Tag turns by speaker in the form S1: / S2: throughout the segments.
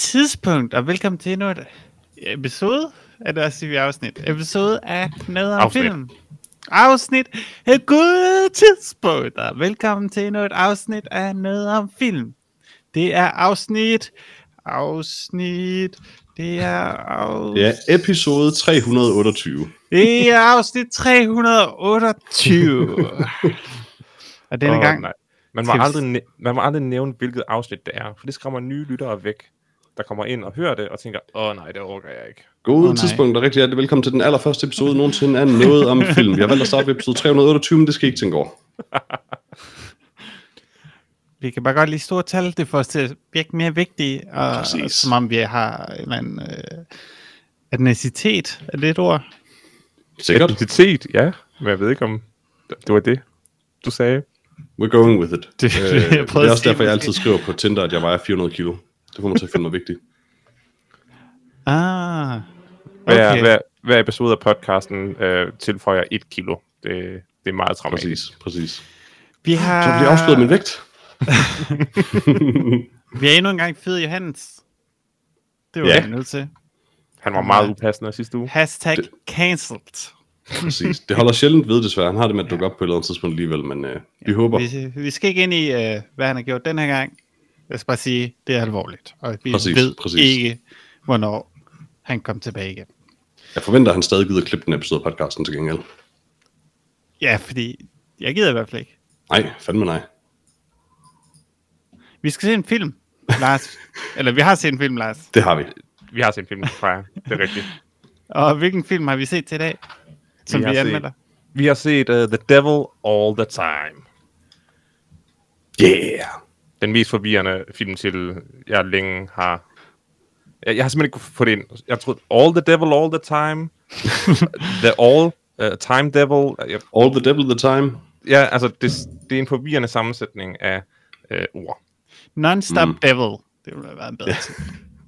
S1: tidspunkt, og velkommen til endnu et episode af det også afsnit. Episode af Noget om Film. Afsnit. Et godt tidspunkt, og velkommen til endnu et afsnit af Noget om Film. Det er afsnit. Det er
S2: episode 328.
S1: Det er afsnit 328. Og denne gang...
S3: Nej. Man må aldrig nævne, hvilket afsnit det er, for det skræmmer nye lyttere væk, der kommer ind og hører det, og tænker, nej, det orker jeg ikke.
S2: God tidspunkt, og rigtig hjertelig velkommen til den allerførste episode nogensinde af Noget om Film. Vi har valgt at starte ved episode 328, men det skal I ikke tænke over.
S1: Vi kan bare godt lide store tal, det får os til at virke mere vigtige, og som om vi har en anden etnicitet, er det et ord?
S2: Sikkert.
S3: Etnicitet, ja, men jeg ved ikke om det var det, du sagde.
S2: We're going with it.
S1: Det
S2: er også derfor, jeg altid skriver på Tinder, at jeg vejer 400 kilo. Det får man til at finde mig vigtigt.
S1: Okay.
S3: Hver episode af podcasten tilføjer 1 kilo. Det er meget traumatisk.
S2: Præcis.
S1: Så
S2: bliver afsløret min vægt.
S1: Vi har endnu en gang fyret Johannes. Det var jeg nødt til.
S3: Han var meget upassende sidste uge.
S1: #cancelled.
S2: Præcis. Det holder sjældent ved, desværre. Han har det med at dukke op på et eller andet tidspunkt alligevel, men vi håber.
S1: Vi skal ikke ind i, hvad han har gjort den her gang. Jeg skal bare sige, det er alvorligt. Og vi ved ikke, hvornår han kom tilbage igen.
S2: Jeg forventer, at han stadig gider klippe den episode af podcasten til gengæld.
S1: Ja, fordi jeg gider i hvert fald ikke.
S2: Nej, fandme nej.
S1: Vi skal se en film, Lars. Eller vi har set en film, Lars.
S2: Det har vi.
S3: Vi har set en film fra jer. Det er rigtigt.
S1: Og hvilken film har vi set til i dag, som vi anmelder?
S3: Vi har set The Devil All the Time.
S2: Yeah!
S3: Den mest forvirrende filmtitel, jeg længe har... Jeg har simpelthen ikke kunnet få det ind. Jeg troede, All the Devil All the Time. The All Time Devil.
S2: All the Devil the Time.
S3: Ja, altså, det er en forvirrende sammensætning af ord.
S1: Non-Stop Devil. Det ville have været en bedre titel.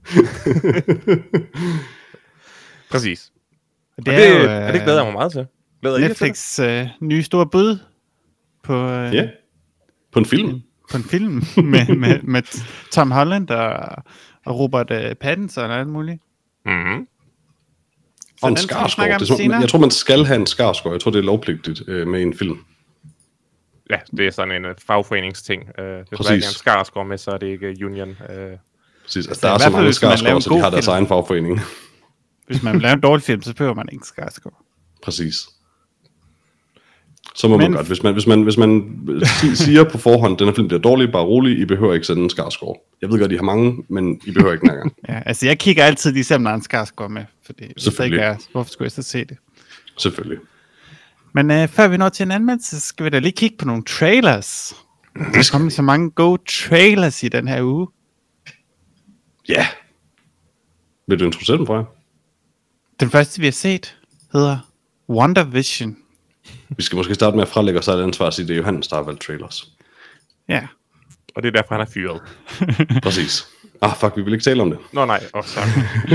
S3: Præcis.
S1: Det
S3: det glæder jeg mig meget til.
S1: Netflix nye store bud på
S2: på en film.
S1: På en film med Tom Holland og Robert Pattinson og alt muligt.
S3: Mhm.
S2: Og en Skarsgård. Jeg tror, man skal have en Skarsgård. Jeg tror, det er lovpligtigt med en film.
S3: Ja, det er sådan en fagforeningsting. Hvis der er en Skarsgård med, så er det ikke Union.
S2: Præcis. Altså, der er så mange Skarsgård, så de har deres egen fagforening.
S1: Hvis man vil lave en dårlig film, så behøver man ikke Skarsgård.
S2: Præcis. Så må man godt. Hvis man siger på forhånd, at den her film bliver dårlig, bare rolig, I behøver ikke sende en Skarsgård. Jeg ved godt, I har mange, men I behøver ikke den her gang.
S1: Ja, altså jeg kigger altid lige sammen, når en Skarsgård med, fordi hvis det ikke er, hvorfor skulle jeg så se det?
S2: Selvfølgelig.
S1: Men før vi når til en anmeldelse, så skal vi da lige kigge på nogle trailers. Der er kommet så mange gode trailers i den her uge.
S2: Ja. Vil du introducere dem for jer?
S1: Den første, vi har set, hedder WandaVision.
S2: Vi skal måske starte med at frelægge os et ansvar og sige, det er Johannes, der har valgt trailers.
S1: Ja.
S3: Og det er derfor, han er fyret.
S2: Præcis. Fuck, vi vil ikke tale om det.
S3: Nå nej, sorry.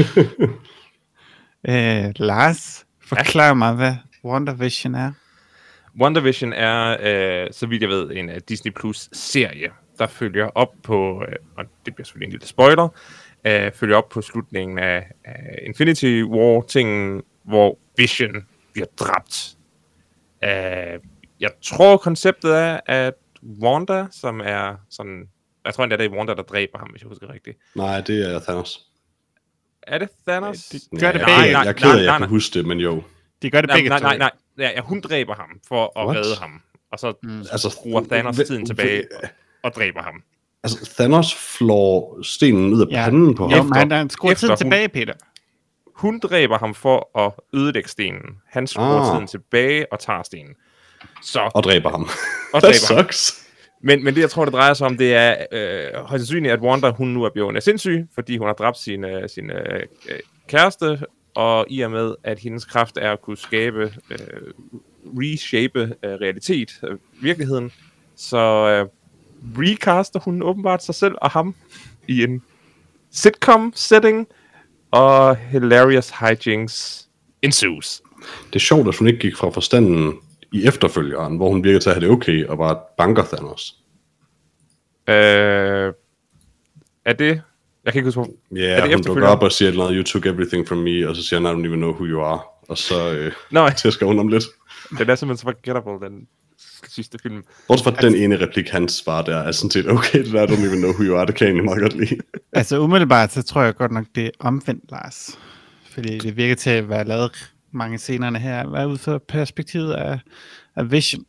S1: Lars, forklar mig, hvad WandaVision er.
S3: WandaVision er, så vidt jeg ved, en Disney Plus serie, der følger op på, og det bliver selvfølgelig en lille spoiler, følger op på slutningen af Infinity War-tingen, hvor Vision bliver dræbt. Jeg tror konceptet er, at Wanda, som er sådan... Jeg tror endda, det er Wanda, der dræber ham, hvis jeg husker rigtigt.
S2: Nej, det er Thanos.
S3: Er det Thanos?
S1: De gør det begge.
S2: Jeg er ked af, at jeg kan huske det, men jo.
S1: De gør det begge.
S3: Nej. Ja, hun dræber ham for at redde ham. Og så skruer Thanos tiden tilbage og dræber ham.
S2: Altså, Thanos flår stenen ud af panden på ham.
S1: Jo, men han skruer tiden tilbage, Peter.
S3: Hun dræber ham for at ødelægge stenen. Han skruer tiden tilbage og tager stenen.
S2: Og dræber ham.
S3: That sucks. Men det, jeg tror, det drejer sig om, det er højst sandsynligt, at Wanda, hun nu er blevet sindssyg, fordi hun har dræbt sin kæreste, og i og med, at hendes kraft er at kunne reshape realitet, virkeligheden, så recaster hun åbenbart sig selv og ham i en sitcom-setting, og hilarious hijinks ensues.
S2: Det er sjovt, at hun ikke gik fra forstanden i efterfølgeren, hvor hun virker til at have det okay, og bare banker Thanos.
S3: Er det Jeg kan ikke huske,
S2: Ja, hun dukker op og siger, you took everything from me, og så siger han, I don't even know who you are. Og så tæsker hun om lidt.
S3: Den er simpelthen så forgettable, den sidste film.
S2: Bortset fra den ene replik, han svarer der, er sådan set, okay, det der, I don't even know who you are, det kan jeg egentlig meget godt lide.
S1: Altså umiddelbart, så tror jeg godt nok, det er omvendt, Lars. Fordi det virker til at være lavet mange scenerne her, være ud fra perspektivet af Vision.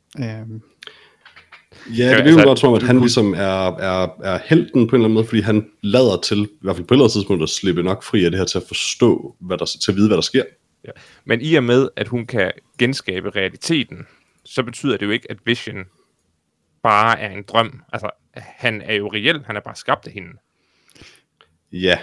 S2: Ja, det virker godt som, at han ligesom er helten på en eller anden måde, fordi han lader til, i hvert fald på et eller andet tidspunkt, at slippe nok fri af det her til at forstå, til at vide, hvad der sker.
S3: Ja. Men i og med, at hun kan genskabe realiteten, så betyder det jo ikke, at Vision bare er en drøm. Altså, han er jo reelt, han er bare skabt af hende.
S2: Ja.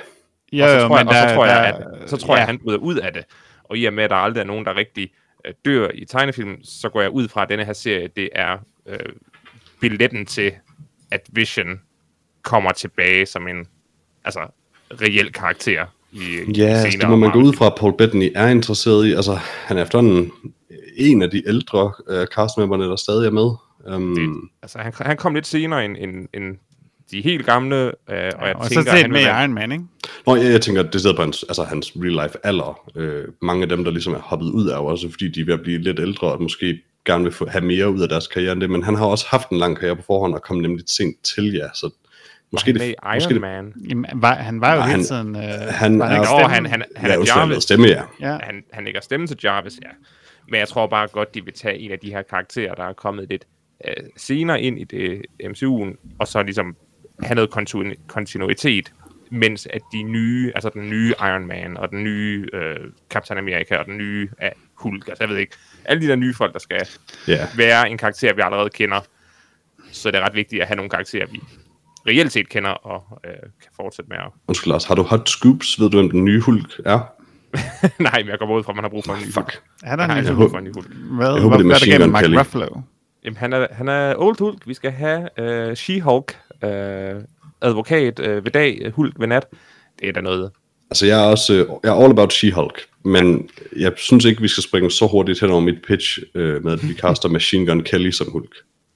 S3: Så tror jeg, at han bryder ud af det. Og i og med, at der aldrig er nogen, der rigtig dør i tegnefilmen, så går jeg ud fra, at denne her serie, det er billetten til, at Vision kommer tilbage som en reel karakter i senere.
S2: Det må man gå ud fra, at Paul Bettany er interesseret i. Altså, han er efterhånden en af de ældre castmemberne, der stadig er med.
S3: Han kom lidt senere end de helt gamle, og jeg
S1: og
S3: tænker...
S1: så set med Iron Man, ikke?
S2: Nå, jeg tænker, det sidder på hans real life alder. Mange af dem, der ligesom er hoppet ud af, også fordi de er ved at blive lidt ældre, og måske gerne vil have mere ud af deres karriere end det, men han har også haft en lang karriere på forhånd, og kom nemlig sent til jer, så måske
S3: det... Iron Man?
S1: Jamen, han var jo hele tiden...
S3: Han er Jarvis.
S2: Stemme, ja.
S3: Han lægger stemme til Jarvis, ja. Men jeg tror bare godt, de vil tage en af de her karakterer, der er kommet lidt senere ind i det MCU'en, og så ligesom have noget kontinuitet, mens at de nye, altså den nye Iron Man, og den nye Captain America, og den nye Hulk, altså jeg ved ikke, alle de der nye folk, der skal være en karakter, vi allerede kender, så det er ret vigtigt at have nogle karakterer, vi reelt set kender, og kan fortsætte med at...
S2: Undskyld Lars, har du hot scoops? Ved du, hvem den nye Hulk er?
S3: Nej, men jeg går ud fra, at man har brug for en ny Hulk.
S1: Er der en
S3: ny Hulk?
S2: Jeg håber, det er Machine Gun Kelly.
S3: Jamen, han er Old Hulk. Vi skal have She-Hulk, advokat ved dag, Hulk ved nat. Det er da noget.
S2: Altså, jeg er all about She-Hulk, men jeg synes ikke, vi skal springe så hurtigt hen over mit pitch med, at vi kaster Machine Gun Kelly som Hulk.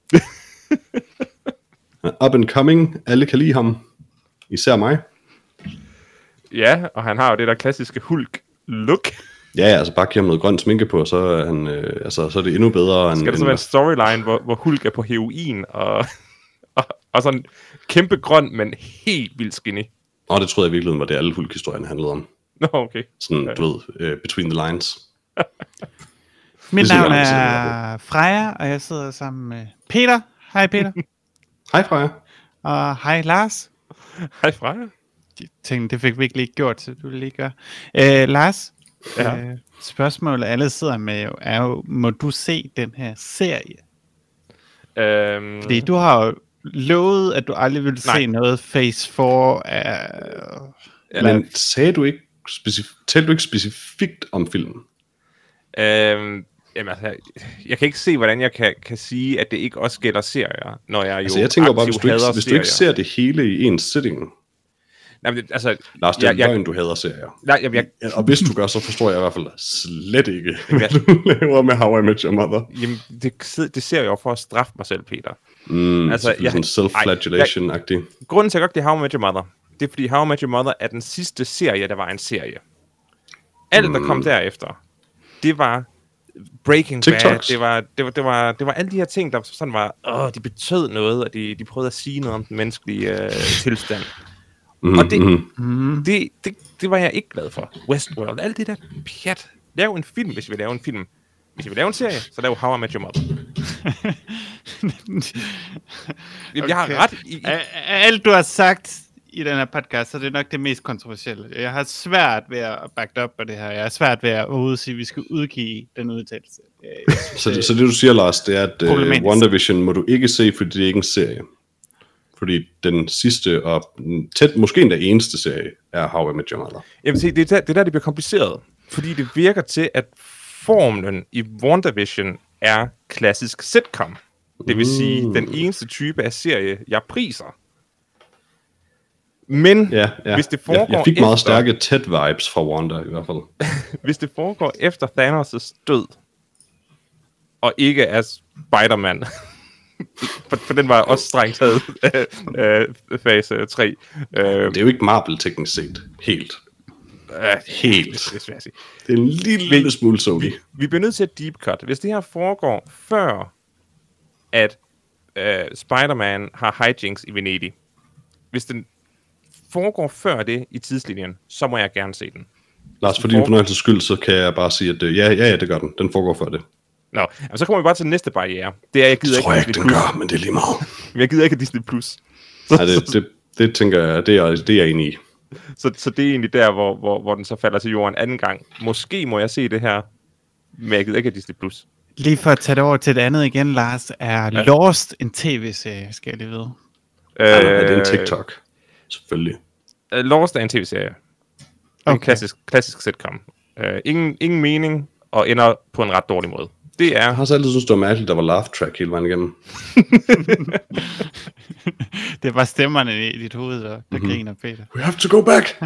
S2: Up and coming. Alle kan lide ham. Især mig.
S3: Ja, og han har jo det der klassiske Hulk-look.
S2: Ja, altså bare giver ham noget grønt sminke på, så er han, så er det endnu bedre.
S3: Skal der så være en storyline, hvor Hulk er på heroin, og sådan kæmpe grøn, men helt vildt skinny?
S2: Det troede jeg virkelig var det, alle Hulk-historierne handlede om.
S3: Nå, okay.
S2: Sådan, du ved, between the lines.
S1: Mit navn er Freja, og jeg sidder sammen med Peter. Hej Peter.
S2: Hej Freja.
S1: Og hej Lars.
S3: Hej Freja.
S1: Det fik vi ikke lige gjort, så du vil lige gøre. Lars, spørgsmålet alle sidder med er jo, må du se den her serie? Fordi du har jo lovet, at du aldrig ville se noget Phase 4 af...
S2: Men talte du ikke specifikt om filmen?
S3: Jamen, altså, jeg kan ikke se, hvordan jeg kan sige, at det ikke også gælder serier, når jeg jo
S2: altså, jeg tænker bare, hvis du ikke ser det hele i en sitting...
S3: Nej, men, altså,
S2: Lars, det er løgn, du hader serier.
S3: Nej,
S2: og hvis du gør, så forstår jeg i hvert fald slet ikke, hvad du laver med How I Met Your Mother.
S3: Jamen, det ser jeg jo for at straffe mig selv, Peter.
S2: Altså, sådan self-flagellation-agtig.
S3: Grunden til, at jeg godt lide How I Met Your Mother, det er, fordi How I Met Your Mother er den sidste serie, der var en serie. Alt, der kom derefter, det var Breaking
S2: TikToks.
S3: Bad, det var alle de her ting, der sådan var, de betød noget, og de prøvede at sige noget om den menneskelige tilstand. Og det var jeg ikke glad for. Westworld, alt det der pjat. Lav en film, hvis vi vil lave en film. Hvis vi vil lave en serie, så lav How I Met Your Mother. Jeg har ret i...
S1: Alt du har sagt i den her podcast, så det er nok det mest kontroversielle. Jeg har svært ved at bakke op på det her. Jeg har svært ved at overhovedet sige, at vi skal udgive den udtalelse.
S2: Så det du siger, Lars, det er, at WandaVision må du ikke se, fordi det er ikke en serie. Fordi den sidste og måske endda eneste serie er How I Met Your Mother.
S3: Jeg vil sige, det er der, det bliver kompliceret. Fordi det virker til, at formlen i WandaVision er klassisk sitcom. Det vil sige, den eneste type af serie, jeg priser. Men hvis det foregår
S2: jeg fik meget stærke Ted-vibes fra Wanda i hvert fald.
S3: Hvis det foregår efter Thanos' død, og ikke af Spider-Man, For den var også strengt taget fase 3.
S2: Det er jo ikke Marvel teknisk set. Helt. Helt.
S3: Det er svært at sige.
S2: Det er en lille smule Sony.
S3: Vi bliver nødt til at deep cut. Hvis det her foregår før, at Spider-Man har hijinks i Venedig. Hvis den foregår før det i tidslinjen, så må jeg gerne se den.
S2: Lars, for din fornøjelses skyld, så kan jeg bare sige, at ja, det gør den. Den foregår før det.
S3: Nå, så kommer vi bare til den næste barriere. Det er, jeg gider
S2: tror ikke, den gør, men det er lige meget.
S3: Jeg gider ikke Disney Plus.
S2: Nej, det tænker jeg, det er jeg enig i.
S3: Så det er egentlig der, hvor den så falder til jorden anden gang. Måske må jeg se det her, men jeg gider ikke Disney Plus.
S1: Lige for at tage det over til det andet igen, Lars, er Lost en tv-serie, skal jeg lige vide?
S2: Er det en TikTok? Selvfølgelig.
S3: Lost er en tv-serie. Okay. En klassisk sitcom. Ingen mening, og ender på en ret dårlig måde. Det er...
S2: Jeg har så altid synes, det var mærkeligt, der var laugh track hele vejen igennem.
S1: Det var stemmerne i dit hoved, der griner, Peter.
S2: We have to go back!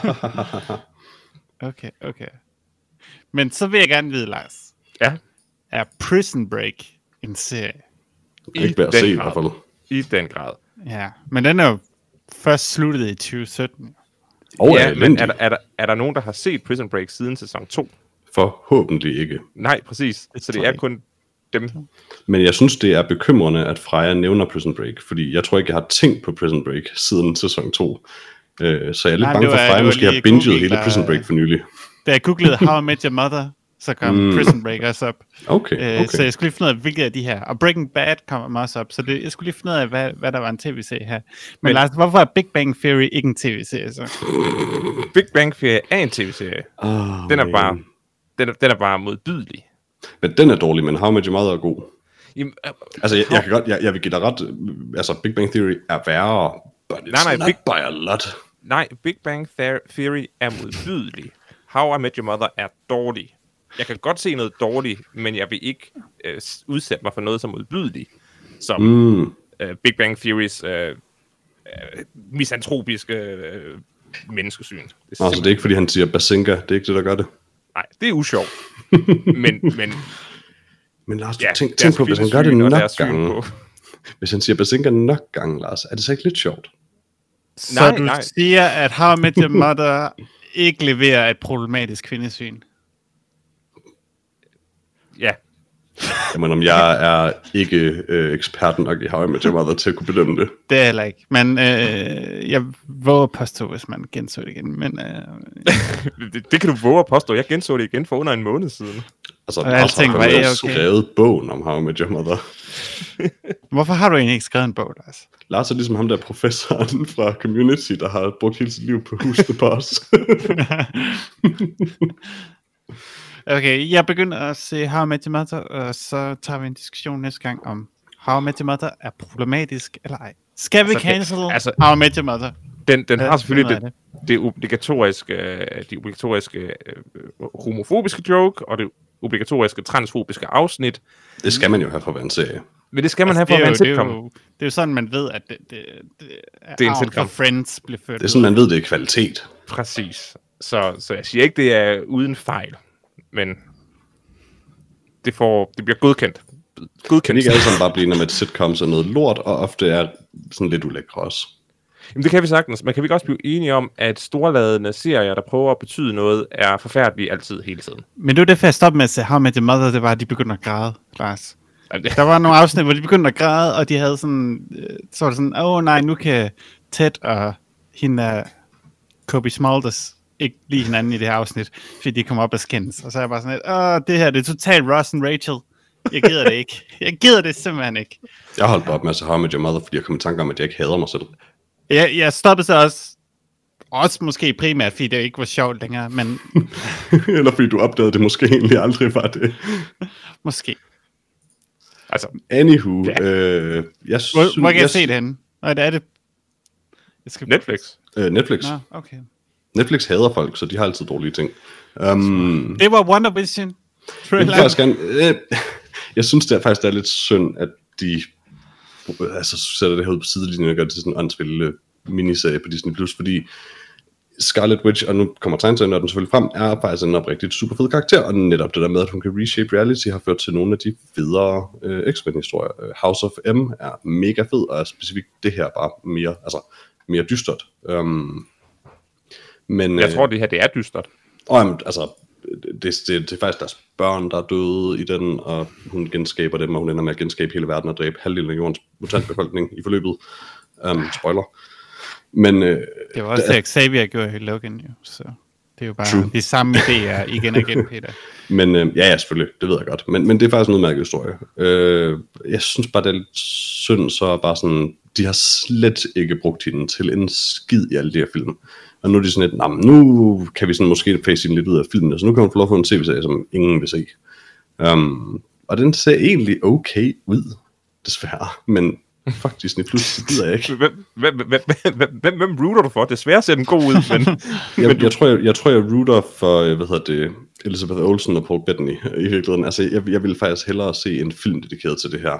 S1: Okay. Men så vil jeg gerne vide, Lars.
S3: Ja?
S1: Er Prison Break en serie?
S2: Ikke værd at se i hvert fald.
S3: I den grad.
S1: Ja, men den er jo først sluttet i 2017.
S3: Men er der nogen, der har set Prison Break siden sæson 2?
S2: Forhåbentlig ikke.
S3: Nej, præcis. Så det er kun dem.
S2: Men jeg synes, det er bekymrende, at Freja nævner Prison Break, fordi jeg tror ikke, jeg har tænkt på Prison Break siden sæson 2. Så jeg er lidt bange for, at Freja måske har binget hele Prison Break for nylig.
S1: Da jeg googlede How I Met Your Mother, så kom Prison Break også op.
S2: Okay.
S1: Så jeg skulle lige finde ud af, hvilke af de her. Og Breaking Bad kom også op, så jeg skulle lige finde ud af, hvad der var en tv-serie her. Men Lars, hvorfor er Big Bang Theory ikke en tv-serie så?
S3: Big Bang Theory er en tv-serie. Den er bare modbydelig.
S2: Men den er dårlig, men How I Met Your Mother er god. Jamen, altså, jeg kan godt, jeg vil give dig ret. Altså, Big Bang Theory er værre, but it's not by a lot.
S3: Nej, Big Bang Theory er modbydelig. How I Met Your Mother er dårlig. Jeg kan godt se noget dårligt, men jeg vil ikke udsætte mig for noget som modbydeligt, som Big Bang Theories misantropiske menneskesyn.
S2: Altså, det er ikke, fordi han siger Bazinga, det er ikke det, der gør det.
S3: Nej, det er usjovt. men
S2: Lars, tænk på, hvis han gør det nok gange. Hvis han siger Bazinga nok gange, Lars, er det så ikke lidt sjovt?
S1: Så du siger, at How I Met Your Mother ikke leverer et problematisk kvindesyn?
S3: Ja.
S2: Jamen, jeg er ikke ekspert nok i How I Met Your Mother til at kunne bedømme det.
S1: Det er heller ikke. Men jeg våger at påstå, hvis man genså det igen. Men,
S3: det kan du våge at påstå. Jeg genså det igen for under en måned siden.
S2: Altså, Lars har skrevet bogen om How I Met Your Mother.
S1: Hvorfor har du egentlig ikke skrevet en bog, Lars?
S2: Lars er ligesom ham der professoren fra Community, der har brugt hele sit liv på Who's the Boss.
S1: Okay, jeg begynder at se How I Met Your Mother, og så tager vi en diskussion næste gang om How I Met Your Mother er problematisk eller ej. Skal vi cancel How I Met Your Mother?
S3: Den har selvfølgelig det obligatoriske homofobiske joke, og det obligatoriske transfobiske afsnit.
S2: Det skal man jo have for at være en serie.
S3: Men det skal man have for at være en sitcom.
S1: Det er jo sådan, man ved, at det
S3: er en sitcom.
S1: Friends blev født.
S2: Det er sådan, man ved, det er kvalitet.
S3: Præcis. Så jeg siger ikke, det er uden fejl. Men det bliver godkendt.
S2: Kan ikke alle sammen bare blive, når med et sitcom så noget lort, og ofte er sådan lidt ulækre også?
S3: Jamen det kan vi sagtens, men kan vi ikke også blive enige om, at storladende serier, der prøver at betyde noget, er forfærdelige altid, hele tiden?
S1: Men det var derfor, jeg stoppede med at se How I Met Your Mother, det var, at de begyndte at græde, Lars. Der var nogle afsnit, hvor de begyndte at græde, og de havde sådan, så var det sådan, nej, nu kan Ted og hende Kobe Smulders ikke lide hinanden i det her afsnit, fordi de kommer op og skændes. Og så er jeg bare sådan lidt, det her, det er totalt Ross and Rachel. Jeg gider det ikke. Jeg gider det simpelthen ikke.
S2: Jeg holdt op med at se How I Met Your Mother, fordi jeg kom i tanke om, at jeg ikke hader mig selv.
S1: Jeg stoppede så også måske primært, fordi det ikke var sjovt længere, men...
S2: Eller fordi du opdagede det måske egentlig aldrig var det.
S1: Måske.
S2: Altså, anywho,
S1: hvor kan jeg se det henne? Nej, det er det.
S3: Netflix.
S2: Netflix.
S1: Nå, okay.
S2: Netflix hader folk, så de har altid dårlige ting.
S1: Det var WandaVision.
S2: Jeg synes det er faktisk, det er lidt synd, at de sætter det her ud på sidelinjen og gør det til sådan en åndsvældig miniserie på Disney+, fordi Scarlet Witch, og nu kommer tegneserienørden selvfølgelig frem, er faktisk en oprigtigt super fed karakter, og netop det der med, at hun kan reshape reality, har ført til nogle af de federe X-Men-historier. House of M er mega fed, og er specifikt det her bare mere dystert. Men
S3: jeg tror, det her det er dystert.
S2: Altså, det er faktisk deres børn, der er døde i den, og hun genskaber dem, og hun ender med at genskabe hele verden og dræbe halvdelen af jordens mutantbefolkning i forløbet. Spoiler. Men,
S1: det var også det, Xavier gjorde i Logan, jo, så det er jo bare de samme idéer igen og igen, Peter.
S2: Men ja, selvfølgelig, det ved jeg godt. Men det er faktisk en udmærket historie. Jeg synes bare, det er lidt synd, så bare sådan, de har slet ikke brugt hende til en skid i alle de her film. Og nu er de sådan lidt, nu kan vi sådan måske face hende lidt ud af filmen, så nu kan hun få lov at få en tv-serie, som ingen vil se. Og den ser egentlig okay ud, desværre, men fuck Disney Plus, det gider jeg ikke.
S3: Hvem rooter du for? Desværre ser den god ud, men...
S2: jeg tror, jeg rooter for, Elizabeth Olsen og Paul Bettany i virkeligheden. Altså, jeg vil faktisk hellere se en film dedikeret til det her.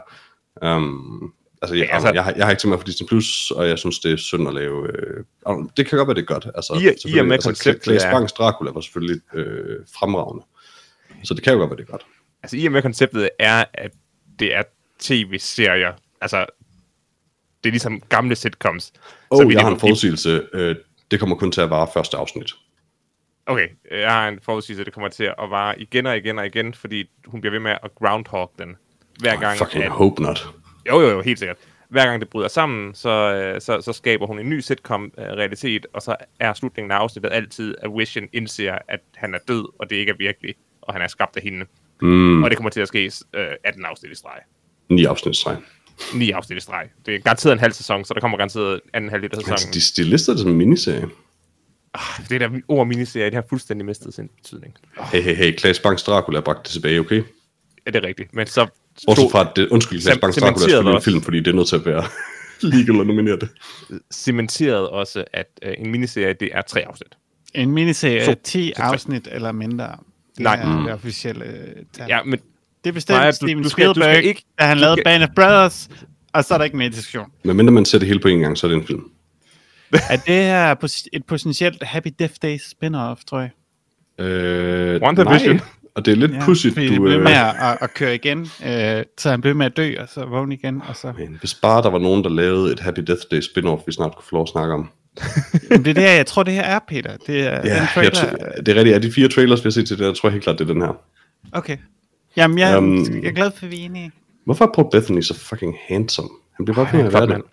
S2: Jeg har ikke tænkt mig for Disney Plus, og jeg synes, det er synd at lave... det kan godt være, det er godt.
S3: I og med konceptet
S2: Claes Bangs Dracula var selvfølgelig fremragende. Så det kan jo godt være, det er godt.
S3: Altså, i og med konceptet er, at det er tv-serier. Altså, det er ligesom gamle sitcoms.
S2: Jeg har en forudsigelse. Det kommer kun til at vare første afsnit.
S3: Okay, jeg har en forudsigelse, det kommer til at vare igen og igen og igen, fordi hun bliver ved med at groundhog den. Hver gang,
S2: fucking hope not.
S3: Jo, helt sikkert. Hver gang det bryder sammen, så skaber hun en ny sitcom-realitet, og så er slutningen af afsnittet altid, at Vision indser, at han er død, og det ikke er virkelig, og han er skabt af hende. Og det kommer til at ske 18 afsnit i streg.
S2: 9 afsnit i streg.
S3: 9 afsnit i streg. Det er garanteret en halv sæson, så der kommer garanteret anden halvdel af sæsonen.
S2: Altså, de lister det som en miniserie.
S3: Det der ord miniserie, det har fuldstændig mistet sin betydning.
S2: Hey, Claes Bangs Dracula bragte det tilbage, okay?
S3: Ja, det er rigtigt, men så...
S2: Bortset fra, at Claes Bangs Dracula er en film, fordi det er nødt til at være legal og nomineret.
S3: Cementeret også, at en miniserie, det er 3 afsnit.
S1: En miniserie er 10 afsnit eller mindre. Det
S3: Nej.
S1: er det officielle tal.
S3: Ja, men...
S1: Det bestemte Steven Spielberg, da han lavede Band of Brothers, og så er der ikke mere diskussion.
S2: Men mindre man ser det hele på en gang, så er det en film.
S1: Er det her et potentielt Happy Death Day spin-off, tror jeg?
S3: WandaVision.
S2: Nej, og det er lidt pudsigt,
S1: du... det blev med at køre igen, så han blev med at dø, og så vågne igen, og så...
S2: Men hvis bare der var nogen, der lavede et Happy Death Day spin-off, vi snart kunne få lov at snakke om.
S1: Det er det her, jeg tror, det her er, Peter. Det er den trailer.
S2: Det er rigtigt. Af de 4 trailers, vi har set til det, jeg tror helt klart, det er den her.
S1: Okay. Jamen, jeg er glad for, at vi er enige.
S2: Hvorfor er Paul Bettany så fucking handsome? Han bliver bare ved at være det.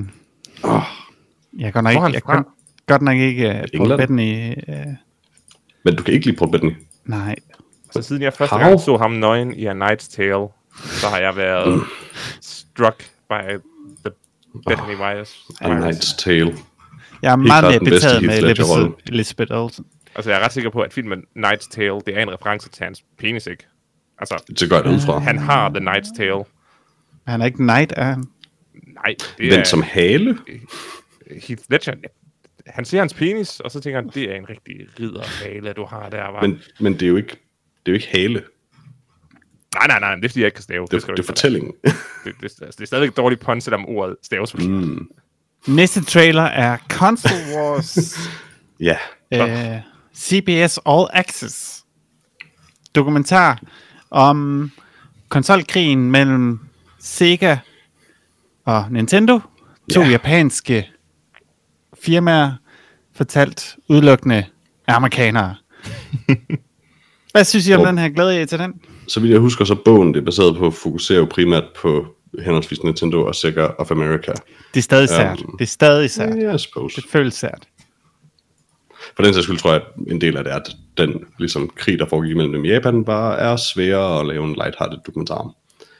S1: Jeg kan godt nok ikke Paul Bettany.
S2: Men du kan ikke lide Paul Bettany?
S1: Nej.
S3: Så siden jeg første gang så ham nøgen i A Knight's Tale, så har jeg været struck by the Bettany virus.
S2: A Knight's Tale.
S1: Jeg er meget mere betaget med Elizabeth Olsen.
S3: Altså, jeg er ret sikker på, at filmen Knight's Tale, det er en reference til hans penis, ikke? Altså,
S2: det går jeg ud fra.
S3: Han har The Knight's Tale.
S1: Han er ikke knight, er han?
S3: Nej, det er...
S2: som hale?
S3: Heath Ledger. Han ser hans penis, og så tænker han, det er en rigtig ridderhale, du har der. Var.
S2: Men det er jo ikke hale.
S3: Nej, det er fordi, jeg ikke kan stave.
S2: Det er fortællingen.
S3: det er stadigvæk et dårligt pun, selvom ordet staves.
S1: Næste trailer er Console Wars.
S2: Ja.
S1: CBS All Access. Dokumentar om konsolkrigen mellem Sega og Nintendo. 2 japanske firmaer, fortalt udelukkende amerikanere. Hvad synes I om den her? Glæder I til den?
S2: Så vidt jeg husker, så bogen, det er baseret på, fokuserer jo primært på henholdsvis Nintendo og Sega of America.
S1: Det er stadig sært. Det er stadig sært.
S2: Yeah, I suppose.
S1: Det føles sært.
S2: For den sags skyld tror jeg, at en del af det er, at den ligesom, krig, der foregik mellem dem i Japan, bare er sværere at lave en lighthearted dokumentar om.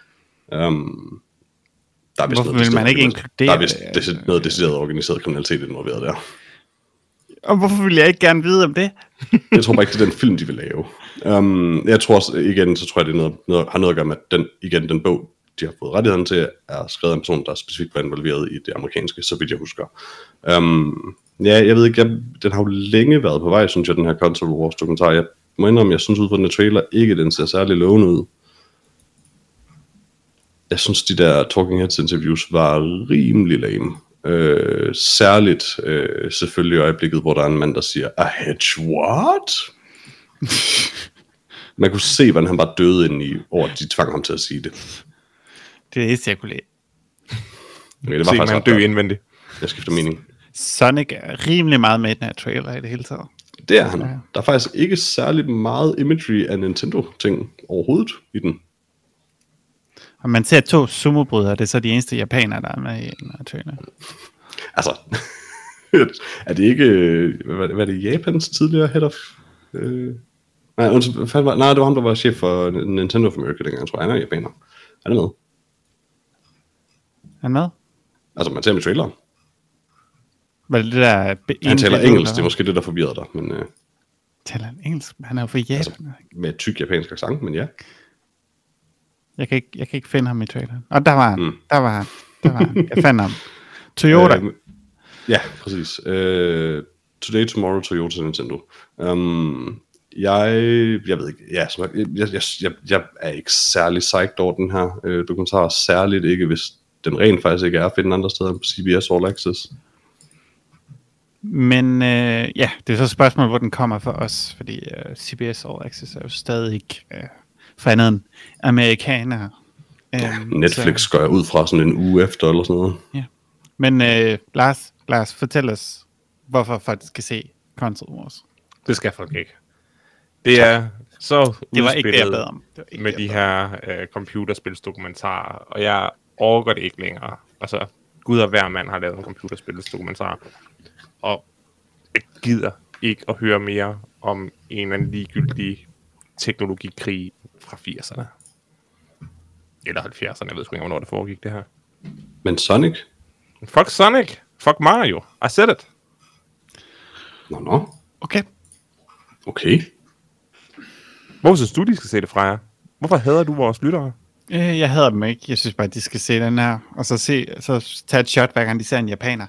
S2: Der er vist
S1: hvorfor vil man ikke inkludere
S2: der er vist noget decideret organiseret kriminalitet involveret der.
S1: Og hvorfor vil jeg ikke gerne vide om det?
S2: Jeg tror bare ikke, det er den film, de vil lave. Jeg tror også, igen, så tror jeg, det har noget at gøre med, at den bog, de har fået rettigheden til, er skrevet af en person, der specifikt var involveret i det amerikanske, så vidt jeg husker. Jeg ved ikke, den har jo længe været på vej, synes jeg, den her Console Wars dokumentar. Jeg må indrømme, jeg synes ud fra den trailer ikke, den ser særlig lovende ud. Jeg synes, de der Talking Heads interviews var rimelig lame. Særligt selvfølgelig i øjeblikket, hvor der er en mand, der siger, a hedge what? Man kunne se, hvordan han bare døde indeni, over at de tvang ham til at sige det.
S1: Det er cirkulært.
S2: Okay, det
S3: Se man dø indvendigt.
S2: Jeg skifter mening.
S1: Sonic er rimelig meget med i den her trailer i det hele taget.
S2: Det er han. Ja. Der er faktisk ikke særlig meget imagery af Nintendo-ting overhovedet i den.
S1: Og man ser 2 sumobrydere, det er så de eneste japanere, der er med i den her trailer.
S2: Altså, er det ikke, hvad er det, Japans tidligere head of... Nej, det var ham, der var chef for Nintendo of America dengang, tror jeg. Han er japaner. Er det med?
S1: Er han med?
S2: Altså, man ser med traileren.
S1: Hvad er det der...
S2: Han taler engelsk, det er måske det, der forvirrer dig, men...
S1: Taler han engelsk? Han er jo fra Japan. Altså,
S2: med tyk japansk accent, men ja.
S1: Jeg kan ikke finde ham i traileren. Og der var han. Der var han. Jeg fandt ham. Toyota.
S2: Ja, præcis. Today, tomorrow, Toyota og Nintendo. Jeg ved ikke. Ja, jeg er ikke særlig psyched over den her dokumentar. Særligt ikke, hvis den rent faktisk ikke er at finde andre steder på CBS All Access.
S1: Men ja, det er så et spørgsmål, hvor den kommer for os. Fordi CBS All Access er jo stadig ikke for andet end amerikanere.
S2: Netflix går jeg ud fra sådan en uge efter eller sådan noget.
S1: Ja. Men Lars, fortæl os, hvorfor folk skal se Console Wars.
S3: Det skal folk ikke. Det er så
S1: det var ikke det, jeg bad
S3: om. Med de her computerspilsdokumentarer, og jeg overgår det ikke længere. Altså, Gud og hver mand har lavet en computerspilsdokumentar, og jeg gider ikke at høre mere om en eller anden ligegyldig teknologikrig fra 80'erne. Eller 70'erne, jeg ved sgu ikke, hvornår det foregik det her.
S2: Men Sonic?
S3: Fuck Sonic! Fuck Mario! I said it!
S2: Nå. Okay.
S1: Hvor
S3: synes du, de skal se det fra jer? Hvorfor hader du vores lyttere?
S1: Jeg hader dem ikke. Jeg synes bare, de skal se den her, og så tage et shot, hver gang de ser en japaner.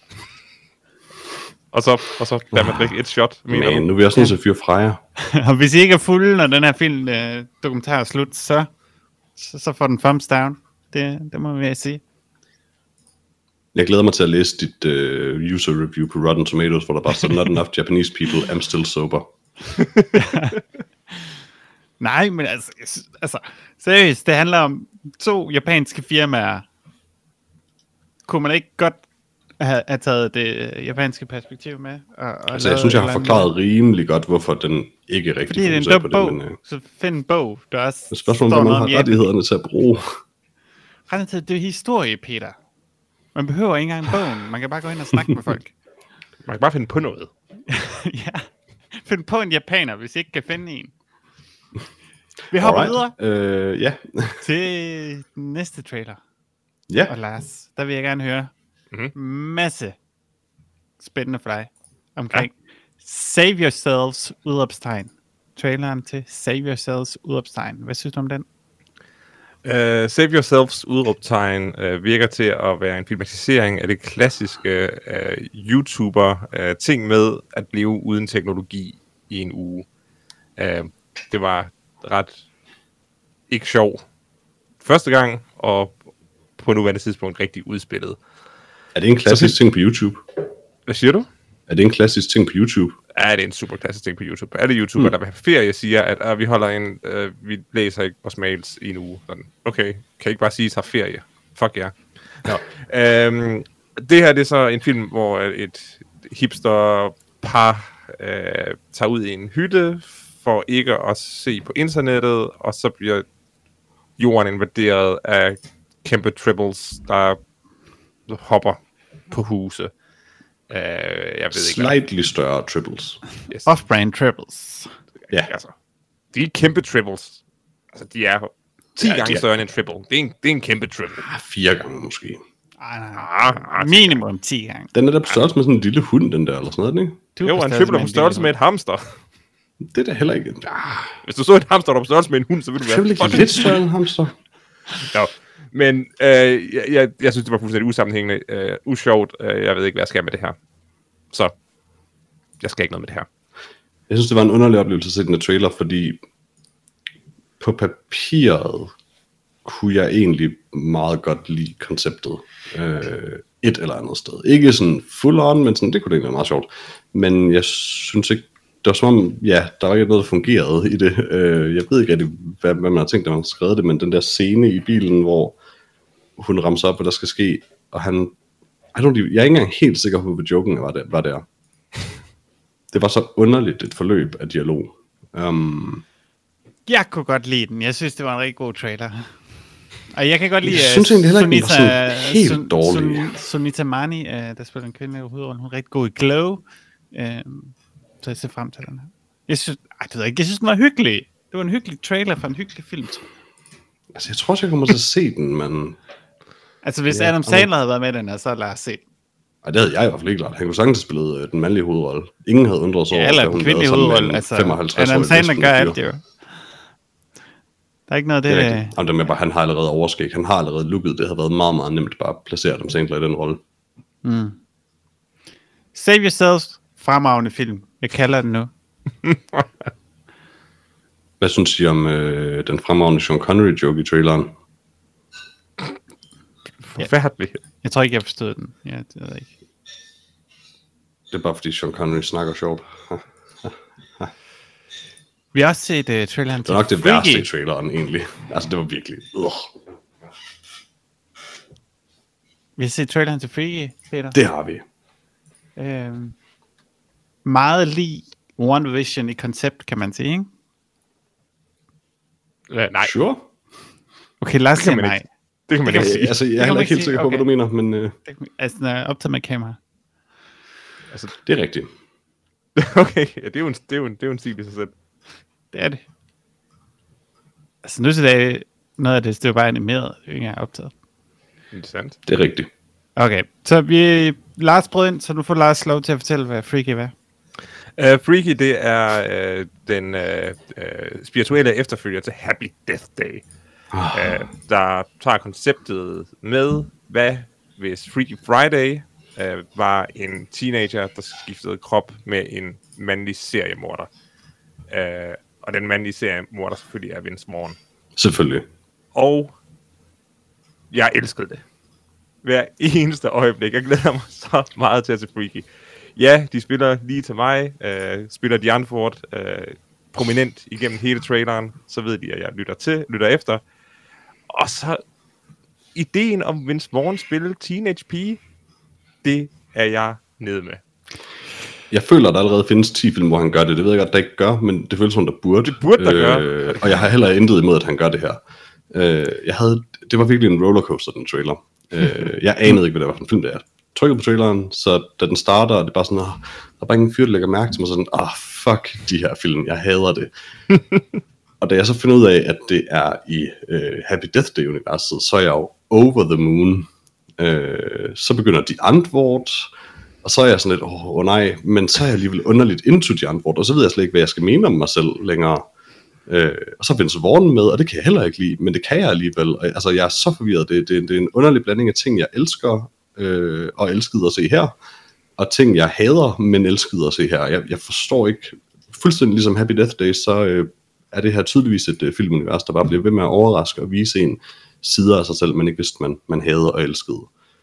S3: Og så lad man drikke et shot.
S2: Men nu vil jeg også nødt til at fyre fra jer.
S1: Og hvis I ikke er fulde, når den her film dokumentar er slut, så får den thumbs down. Det må vi sige.
S2: Jeg glæder mig til at læse dit user review på Rotten Tomatoes, hvor der bare står, not enough Japanese people, I'm still sober.
S1: Nej, men altså, seriøst, det handler om 2 japanske firmaer. Kunne man ikke godt have taget det japanske perspektiv med?
S2: Altså, jeg synes, jeg har forklaret rimelig godt, hvorfor den ikke rigtig
S1: fordi det er en dum bog, så find en bog, der også
S2: det spørgsmål, om man har rettighederne til at bruge.
S1: Det er historie, Peter. Man behøver ikke engang bogen. Man kan bare gå ind og snakke med folk.
S3: Man kan bare finde på noget.
S1: Ja. Find på en japaner, hvis I ikke kan finde en. Vi hopper videre
S2: ja.
S1: til næste trailer.
S2: Ja.
S1: Og Lars, der vil jeg gerne høre masse spændende for dig omkring Save Yourselves udopstegn. Traileren til Save Yourselves udopstegn. Hvad synes du om den?
S3: Save Yourselves udråbtegn virker til at være en filmatisering af det klassiske YouTuber-ting med at blive uden teknologi i en uge. Det var ret ikke sjov første gang, og på nuværende tidspunkt rigtig udspillet.
S2: Er det en klassisk ting på YouTube?
S3: Hvad siger du?
S2: Er det en klassisk ting på YouTube?
S3: Ja, det er en super klassisk ting på YouTube. Alle YouTubere, der vil have ferie, siger, at vi holder vi læser ikke vores mails i en uge. Sådan, okay, kan I ikke bare sige, at I tager ferie? Fuck ja. No. Det her det er så en film, hvor et hipster-par tager ud i en hytte for ikke at se på internettet, og så bliver jorden invaderet af kæmpe tribbles, der hopper på huse. Jeg ved
S2: slightly større triples.
S1: Yes. Off-brand triples.
S2: Ja.
S3: Altså, de er kæmpe triples. Altså, de er 10 gange større end en triple. Det er en kæmpe triple.
S2: 4 gange måske.
S1: Minimum 10 gange.
S2: Den er der på størrelse med sådan en lille hund, den der, eller sådan noget, ikke?
S3: Jo, en triple er på størrelse med et hamster.
S2: Det er da heller ikke...
S3: Hvis du så et hamster, der på størrelse med en hund, så ville du være...
S2: Det er lidt større end en hamster.
S3: Ja. Men jeg synes, det var fuldstændig usammenhængende, usjovt. Jeg ved ikke, hvad jeg skal med det her. Så jeg skal ikke noget med det her.
S2: Jeg synes, det var en underlig oplevelse at se den trailer, fordi på papiret kunne jeg egentlig meget godt lide konceptet. et eller andet sted. Ikke sådan full on, men sådan, det kunne det egentlig være meget sjovt. Men jeg synes ikke, det var som om, ja, der var ikke noget, der fungerede i det. Jeg ved ikke rigtig, hvad man har tænkt, når man har skrevet det, men den der scene i bilen, hvor hun ramser op, hvad der skal ske, og han... jeg er ikke engang helt sikker på, hvad joken var der. Det var så underligt et forløb af dialog.
S1: Jeg kunne godt lide den. Jeg synes, det var en rigtig god trailer. Og jeg kan godt lide...
S2: Jeg synes egentlig heller ikke, den var sådan helt dårlig.
S1: Sunita Mani, der spiller en kvinde i hovedrollen, hun er rigtig god i Glow. Så jeg ser frem til den her. Jeg synes, den var hyggelig. Det var en hyggelig trailer for en hyggelig film.
S2: Altså, jeg tror også, jeg kommer til at se den, men...
S1: Altså, hvis Adam Sandler havde været med den her, så lad os se.
S2: Ej, det havde jeg i hvert fald ikke klart. Han kunne sagtens have spillet den mandlige hovedrolle. Ingen havde undret sig over,
S1: eller den kvindelige hovedrolle. Altså, Adam Sandler gør alt det jo. Der er ikke noget af det...
S2: Jamen, det med bare, han har allerede overskæg. Han har allerede looket. Det har været meget, meget nemt bare at placere Adam Sandler i den rolle.
S1: Save Yourselves. Fremragende film. Jeg kalder den nu.
S2: Hvad synes I om den fremragende Sean Connery joke i traileren?
S3: Forfærdeligt.
S1: Jeg tror ikke, jeg forstod den. Ja, det ved jeg ikke.
S2: Det er bare fordi Sean Connery snakker sjovt.
S1: Vi har også set traileren til
S2: Det er nok det
S1: Freaky.
S2: værste i traileren egentlig. Altså det var virkelig...
S1: Vi har set traileren til Freaky, Peter.
S2: Det har vi.
S1: Meget lige One Vision i koncept, kan man sige, ikke?
S3: Nej.
S2: Sure.
S1: Okay, lad os se nej.
S3: Det kan man ikke sige.
S2: Altså, jeg er heller ikke helt sikker på, hvad du mener, men...
S1: Altså, når jeg optager med kamera.
S2: Altså, det er rigtigt.
S3: Okay, ja, det er jo en stil i sig selv.
S1: Det er det. Altså, nu til dag, noget af det er jo bare animeret. Det er jo ikke engang optaget.
S3: Interessant.
S2: Det er rigtigt.
S1: Okay, så Lars brød ind, så nu får Lars lov til at fortælle, hvad Freaky er.
S3: Freaky, det er den spirituelle efterfølger til Happy Death Day. Der tager konceptet med, hvad hvis Freaky Friday var en teenager, der skiftede krop med en mandlig seriemorder. Og den mandlige seriemorder selvfølgelig er Vince Vaughn.
S2: Selvfølgelig.
S3: Og jeg elskede det. Hver eneste øjeblik. Jeg glæder mig så meget til at se Freaky. Ja, de spiller lige til mig. Spiller Diane Ford prominent igennem hele traileren. Så ved de, at jeg lytter efter. Og så ideen om Vince Vaughn spille teenage pige, det er jeg nede med. Jeg
S2: føler, at der allerede findes 10 film, hvor han gør det. Det ved jeg godt, der ikke gør, men det føles som, der burde.
S3: Det burde der gøre.
S2: Og jeg har heller intet imod, at han gør det her. Det var virkelig en rollercoaster, den trailer. Jeg anede ikke, hvad det var for en film, det er. Trykker på traileren, så da den starter, det er bare sådan, der er bare ingen fyr, der lægger mærke til mig, sådan, fuck de her film, jeg hader det. Og da jeg så finder ud af, at det er i Happy Death Day-universet, så er jeg jo over the moon. Så begynder de antwort, og så er jeg sådan lidt, nej, men så er jeg alligevel underligt into de antwort, og så ved jeg slet ikke, hvad jeg skal mene om mig selv længere. Og så Vince Vaughn med, og det kan jeg heller ikke lide, men det kan jeg alligevel. Altså, jeg er så forvirret. Det er en underlig blanding af ting, jeg elsker og elskede at se her, og ting, jeg hader, men elskede at se her. Jeg forstår ikke, fuldstændig ligesom Happy Death Day, så er det her tydeligvis et filmunivers, der bare bliver ved med at overraske og vise en sider af sig selv, man ikke vidste, man havde og elskede.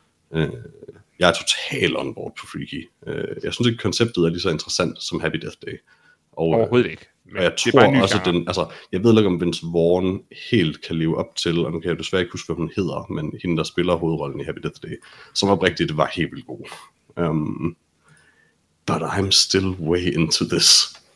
S2: Jeg er totalt on board på Freaky. Jeg synes ikke, konceptet er lige så interessant som Happy Death Day.
S3: Overhovedet ikke.
S2: Og jeg tror også, jeg ved ikke, om Vince Vaughn helt kan leve op til, og nu kan jeg desværre ikke huske, hvad hun hedder, men hende, der spiller hovedrollen i Happy Death Day, som oprigtigt var helt vildt god. But I'm still way into this.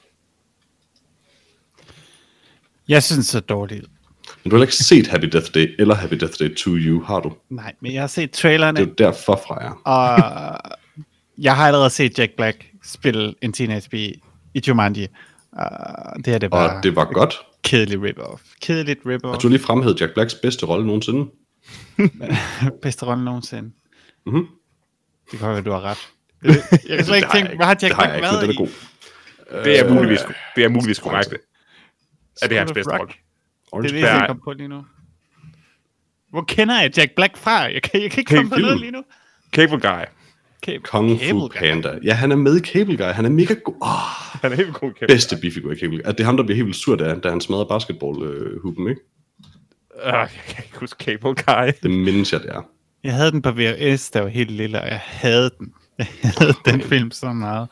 S1: Jeg synes det er dårligt.
S2: Men du har ikke set Happy Death Day eller Happy Death Day 2 You, har du?
S1: Nej, men jeg har set trailerne.
S2: Det er jo derfor fra jer.
S1: Og jeg har allerede set Jack Black spille en teenage pige i Jumanji. Det er det bare.
S2: Og det var godt.
S1: Kedeligt rip-off.
S2: Jeg tror lige fremhævede Jack Blacks bedste rolle nogensinde.
S1: Bedste rolle nogensinde.
S2: Mm-hmm.
S1: Det kan være, du har ret. Jeg kan slet ikke tænke, hvad har Jack Black været i?
S3: Det er muligvis korrekt. Er det hans bedste rolle?
S1: Det er det, jeg kommer på lige nu. Hvor kender jeg Jack Black fra? Jeg kan ikke komme på noget lige nu.
S3: Cable Guy.
S2: Kung Fu Panda. Ja, han er med i Cable Guy. Han er mega god.
S3: Han er helt god i Cable
S2: bedste bifigur i Cable Guy. Det er ham, der bliver helt vildt sur, da han smadrer basketball-huben, ikke?
S3: Jeg kan ikke huske Cable Guy.
S2: Det mindes jeg, det er.
S1: Jeg havde den på VHS, der var helt lille, og jeg havde den. Jeg havde den film så meget.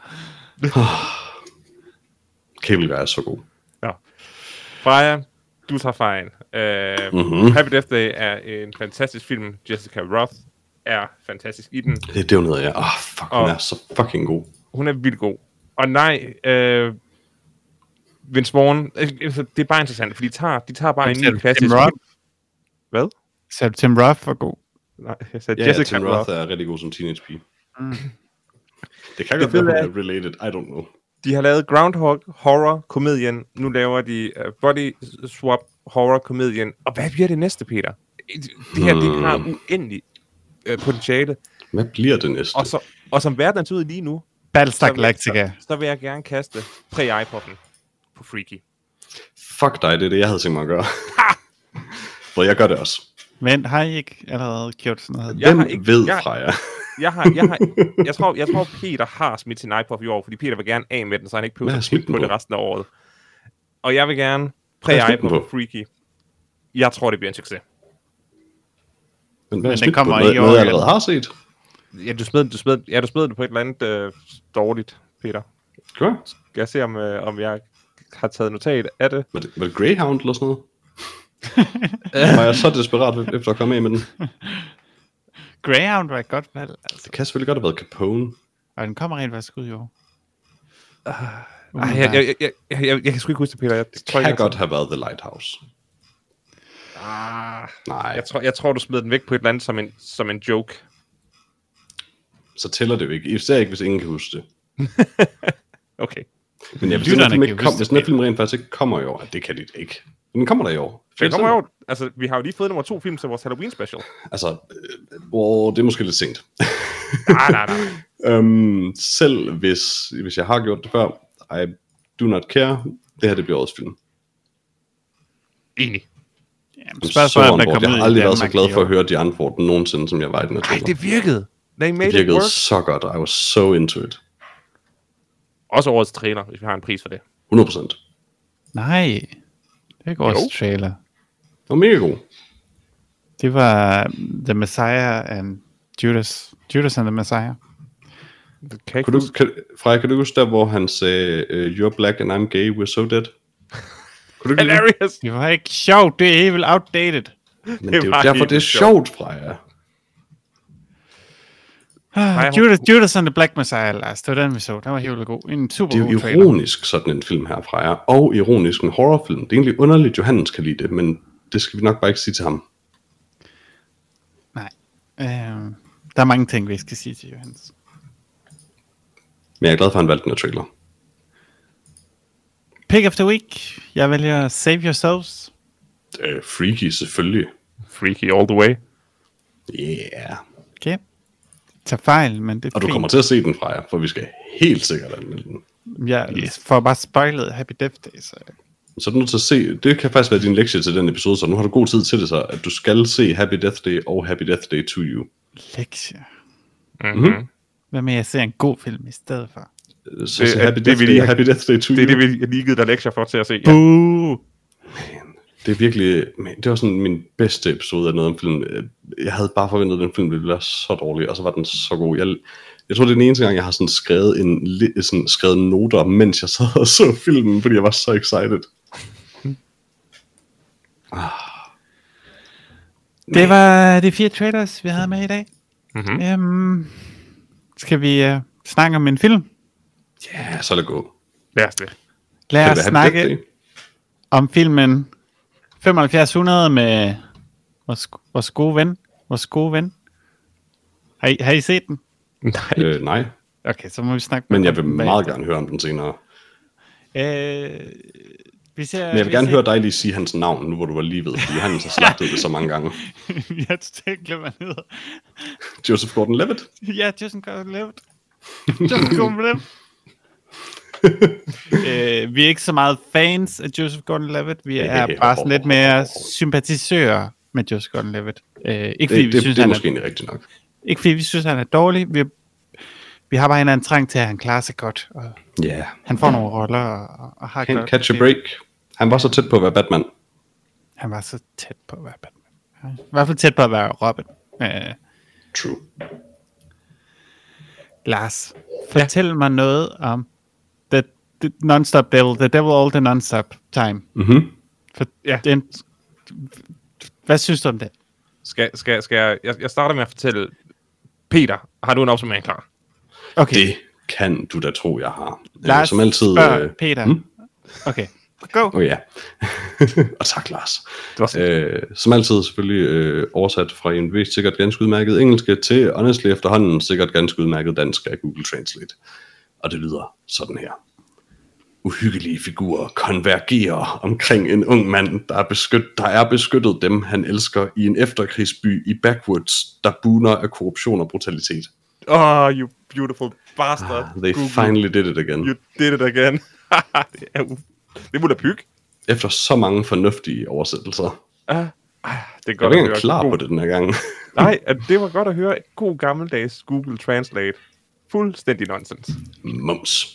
S2: Cable Guy er så god.
S3: Ja. Freja, du tager fejl. Happy Death Day er en fantastisk film. Jessica Roth er fantastisk i den.
S2: Det er jo noget, hun er så fucking god.
S3: Hun er vildt god. Og nej, Vince Vaughn, det er bare interessant, for de tager bare en ny klassisk... Hvad?
S1: Så Tim Roth var god.
S3: Nej, jeg sagde Jessica
S2: Tim Roth er rigtig god som teenage pige. Det kan godt være, hun er related. I don't know.
S3: De har lavet Groundhog Horror-komedien. Nu laver de Body Swap Horror-komedien. Og hvad bliver det næste, Peter? Det her, det har uendelig potentiale.
S2: Hvad bliver det næste?
S3: Og som verden er ud lige nu,
S1: Battlestar Galactica.
S3: Så vil jeg gerne kaste Pre-iPod'en på Freaky.
S2: Fuck dig, det er det, jeg havde tænkt mig at gøre. For jeg gør det også.
S1: Men har I ikke allerede gjort sådan noget?
S2: Hvem ved fra jer?
S3: Jeg tror, Peter har smidt sin iPod i år, fordi Peter vil gerne af med den, så han ikke behøver at kigge på det resten af året. Og jeg vil gerne Pre-iPod på Freaky. Jeg tror, det bliver en succes.
S2: Men det kommer ikke noget, jeg allerede har set.
S3: Ja, du smed det på et eller andet dårligt, Peter.
S2: Gør?
S3: Skal jeg se, om jeg har taget notat af det?
S2: Var det Greyhound eller sådan noget? Var jeg så desperat efter at komme af med den?
S1: Greyhound var et godt valg. Altså.
S2: Det kan selvfølgelig godt have været Capone.
S1: Og den kommer rent faktisk ud i år.
S3: Jeg kan sgu ikke huske det, Peter.
S2: Det kan godt have været The Lighthouse.
S3: Nej. Jeg tror, du smed den væk på et eller andet som en joke. Så
S2: tæller det jo ikke. Især ikke, hvis ingen kan huske det.
S3: Okay.
S2: Men hvis den film rent faktisk ikke kommer i år, det kan det ikke. Men den kommer der i år.
S3: Den kommer i år. Altså, vi har jo lige fået nummer 2 film til vores Halloween special.
S2: Altså, det er måske lidt sent.
S3: Nej.
S2: Selv hvis jeg har gjort det før, I do not care. Det her, det bliver årets film.
S3: Enig.
S2: Jeg har aldrig været så glad for at høre de antworter nogensinde, som jeg var i den her trailer.
S3: Det virkede.
S2: Det virkede så godt. I was so into it.
S3: Også årets trailer, hvis vi har en pris for det.
S2: 100%.
S1: Nej, det er ikke årets trailer.
S2: Det var mega god.
S1: Det var The Messiah and Judas. Judas and the Messiah.
S2: Freja, kan du huske der, hvor han sagde, you're black and I'm gay, we're so dead?
S3: Hilarious!
S1: Det var ikke sjovt, det er helt vildt outdated.
S2: Men det er jo derfor, det er sjovt, Freja.
S1: Judas and the Black Messiah, Lars. Det var den, vi så. Den var helt vildt god. En super god trailer.
S2: Det er jo ironisk, sådan en film her, Freja. Og ironisk en horrorfilm. Det er egentlig underligt, Johannes kan lide det, men det skal vi nok bare ikke sige til ham.
S1: Nej. Der er mange ting, vi skal sige til Johannes.
S2: Men jeg er glad for, at han valgte den her trailer.
S1: Pick of the week. Jeg vælger Save Yourselves.
S2: Freaky, selvfølgelig.
S3: Freaky all the way.
S2: Yeah.
S1: Okay. Tag fejl, men det er
S2: og du kommer til at se den, Freja, for vi skal helt sikkert anmelde den.
S1: Jeg får bare spoilet Happy Death Day, så
S2: er du nødt til at se, det kan faktisk være din lektie til den episode, så nu har du god tid til det så, at du skal se Happy Death Day og Happy Death Day to You.
S1: Lektie?
S3: Mm-hmm.
S1: Hvad med at se en god film i stedet for?
S2: Så se Happy Death Day og Happy Death Day to You.
S3: Det er det, vi lige givet dig lektier for til at se.
S1: Ja.
S2: Det er virkelig, det var sådan min bedste episode af noget om film. Jeg havde bare forventet, at den film ville være så dårlig, og så var den så god. Jeg tror, det er den eneste gang, jeg har sådan skrevet noter, mens jeg sad og så filmen, fordi jeg var så excited.
S1: Det var de 4 trailers, vi havde med i dag.
S3: Mm-hmm.
S1: Skal vi snakke om en film?
S2: Ja, så lad gå.
S1: Lad os snakke om filmen 7500 med vores gode ven. Har I set den?
S2: Nej.
S1: Okay, så må vi snakke.
S2: Men jeg vil meget gerne høre om den senere. Men jeg vil gerne høre dig lige sige hans navn, nu hvor du var lige ved, fordi han har slagtet det så mange gange.
S1: Jeg tænker, hvad han hedder.
S2: Joseph Gordon-Levitt?
S1: Ja, Joseph Gordon-Levitt. Joseph Gordon-Levitt. Vi er ikke så meget fans af Joseph Gordon-Levitt. Vi er bare sådan lidt mere sympatisører med Joseph Gordon-Levitt. Ikke fordi vi synes,
S2: det er måske egentlig rigtigt nok.
S1: Ikke fordi vi synes, han er dårlig. Vi har bare en anden trang til, at han klarer sig godt. Og han får nogle roller og har
S2: godt. Catch a break. Han var så tæt på at være Batman.
S1: Han var så tæt på at være Batman. I hvert fald tæt på at være Robin.
S2: True.
S1: Lars, fortæl mig noget om the non-stop devil, the devil all the non-stop time.
S2: Mhm.
S1: Hvad synes du om det?
S3: Skal jeg starter med at fortælle, Peter, har du en opsummering klar?
S1: Okay.
S2: Det kan du da tro, jeg har.
S1: Lars,
S2: som altid,
S1: Peter. Okay, go.
S2: Ja. Og tak, Lars. Som altid selvfølgelig oversat fra en sikkert ganske udmærket engelske til honestly efterhånden sikkert ganske udmærket dansk af Google Translate. Og det lyder sådan her. Uhyggelige figurer konvergerer omkring en ung mand, der er beskyttet dem, han elsker i en efterkrigsby i backwoods, der buner af korruption og brutalitet.
S3: Oh, you beautiful bastard.
S2: They
S3: Google.
S2: finally did it again.
S3: You did it again. Det må da pygge.
S2: Efter så mange fornuftige oversættelser.
S3: Det er
S2: Jeg
S3: godt
S2: var ikke klar på det den her gang.
S3: Nej, det var godt at høre. God gammeldags Google Translate. Fuldstændig nonsens.
S2: Mums.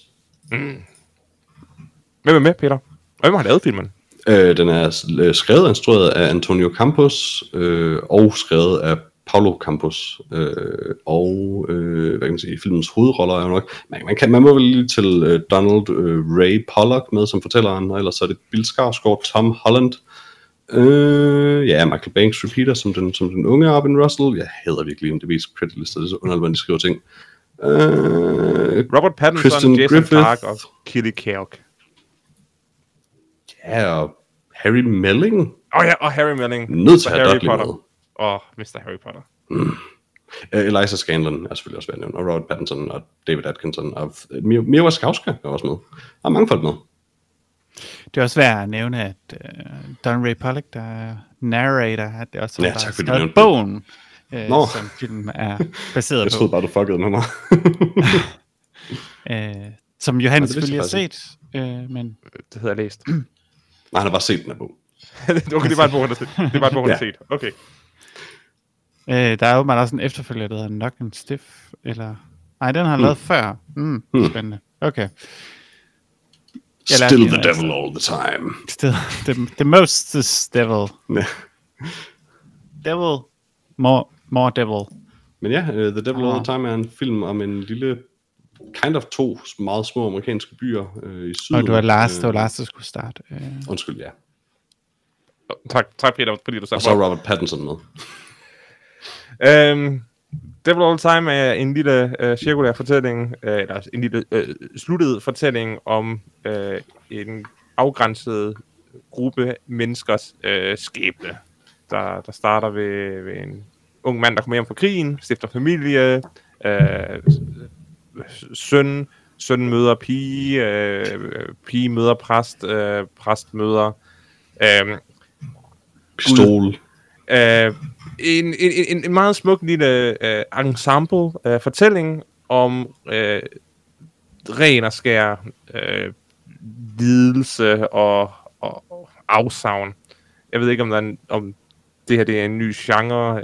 S3: Hvem er med, Peter? Og hvem har lavet filmen?
S2: Den er skrevet og instrueret af Antonio Campos, og skrevet af Paulo Campos, og hvad kan man sige, filmens hovedroller er jo nok, man må vel lige til Donald Ray Pollock med som fortælleren, og ellers er det Bill Skarsgård, Tom Holland, Michael Banks repeater som den unge Robin Russell. Jeg hader virkelig IMDb's creditlister, det er så underligt, de skriver ting.
S3: Robert Pattinson,
S2: Kristen
S3: Jason
S2: Griffith.
S3: Clarke og Killy Keough.
S2: Ja, og Harry Melling.
S3: Og Harry Melling.
S2: Nødt til at have
S3: Harry
S2: Dudley
S3: Potter.
S2: med.
S3: Og Mr. Harry Potter.
S2: Eliza Scanlon er selvfølgelig også værd at nævne, og Robert Pattinson og David Atkinson, og Mia Wasikowska er også med. Der er mange folk med.
S1: Det er også værd at nævne, at Don Ray Pollock, der er narrator, at det også
S2: Ja, tak, fordi du
S1: skrevet
S2: nævnte
S1: bogen, som filmen er baseret
S2: Jeg
S1: på.
S2: troede bare, du fuckede med mig.
S1: Som Johannes
S2: det vidste
S1: selvfølgelig har
S2: jeg
S1: set, men
S3: Det havde jeg læst.
S2: Nej, han har bare set den her bog.
S3: Okay, det var en bog, han har set. Det var en bog, han har set. Okay.
S1: der er åbenbart også en efterfølger, der hedder Knock and Stiff, eller... Nej, den har han lavet før. Spændende. Okay.
S2: Still the devil all the time.
S1: Still the most devil.
S2: Ja.
S1: Devil, more devil.
S2: Men ja, The Devil All The Time er en film om en lille, to meget små amerikanske byer i syden.
S1: Og det var Lars, der skulle starte.
S2: Undskyld, ja.
S3: Tak Peter, fordi du sagde.
S2: Og så er Robert Pattinson med.
S3: Devil All The Time er en lille cirkulær fortælling, eller en lille sluttet fortælling om en afgrænset gruppe menneskers skæbne, der starter ved en ung mand, der kommer hjem fra krigen, stifter familie, søn møder pige, pige møder præst, præst møder
S2: Pistol.
S3: En meget smuk lille ensemble fortælling om ren og skær lidelse og afsavn. Jeg ved ikke, om det her det er en ny genre.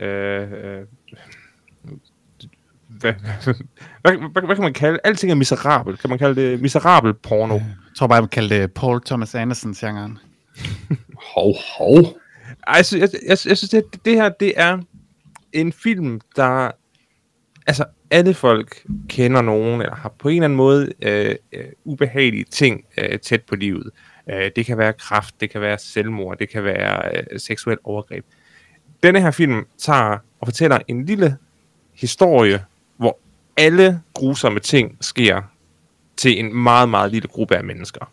S3: Hvad kan man kalde? Alting er miserabel. Kan man kalde det miserabel porno?
S1: Jeg tror bare, jeg vil kalde det Paul Thomas Anderson-genren.
S2: Hov.
S3: Jeg synes, at det her, det er en film, der... Altså, alle folk kender nogen, eller har på en eller anden måde ubehagelige ting tæt på livet. Det kan være kræft, det kan være selvmord, det kan være seksuelt overgreb. Denne her film tager og fortæller en lille historie, hvor alle grusomme ting sker til en meget, meget lille gruppe af mennesker.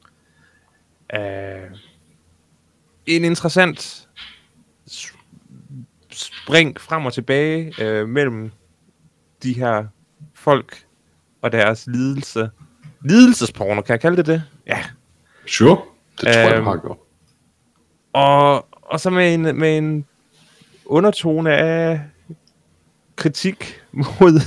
S3: En interessant spring frem og tilbage mellem de her folk og deres lidelse. Lidelsesporno, kan jeg kalde det det? Ja.
S2: Sure, det tror jeg, du har gjort.
S3: Og så med en undertone af kritik mod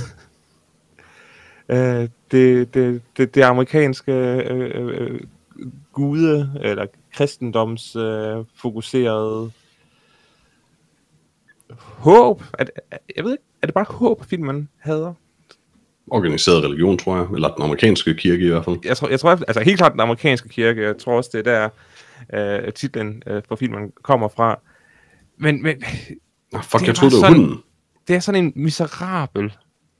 S3: det amerikanske gude eller kristendoms fokuserede håb. Jeg ved ikke, er det bare håb, filmen hader?
S2: Organiseret religion, tror jeg. Eller den amerikanske kirke i hvert fald.
S3: Jeg tror altså helt klart den amerikanske kirke. Jeg tror også, det er der titlen for filmen kommer fra. Men
S2: jeg troede, det var hunden.
S3: det er sådan en miserabel,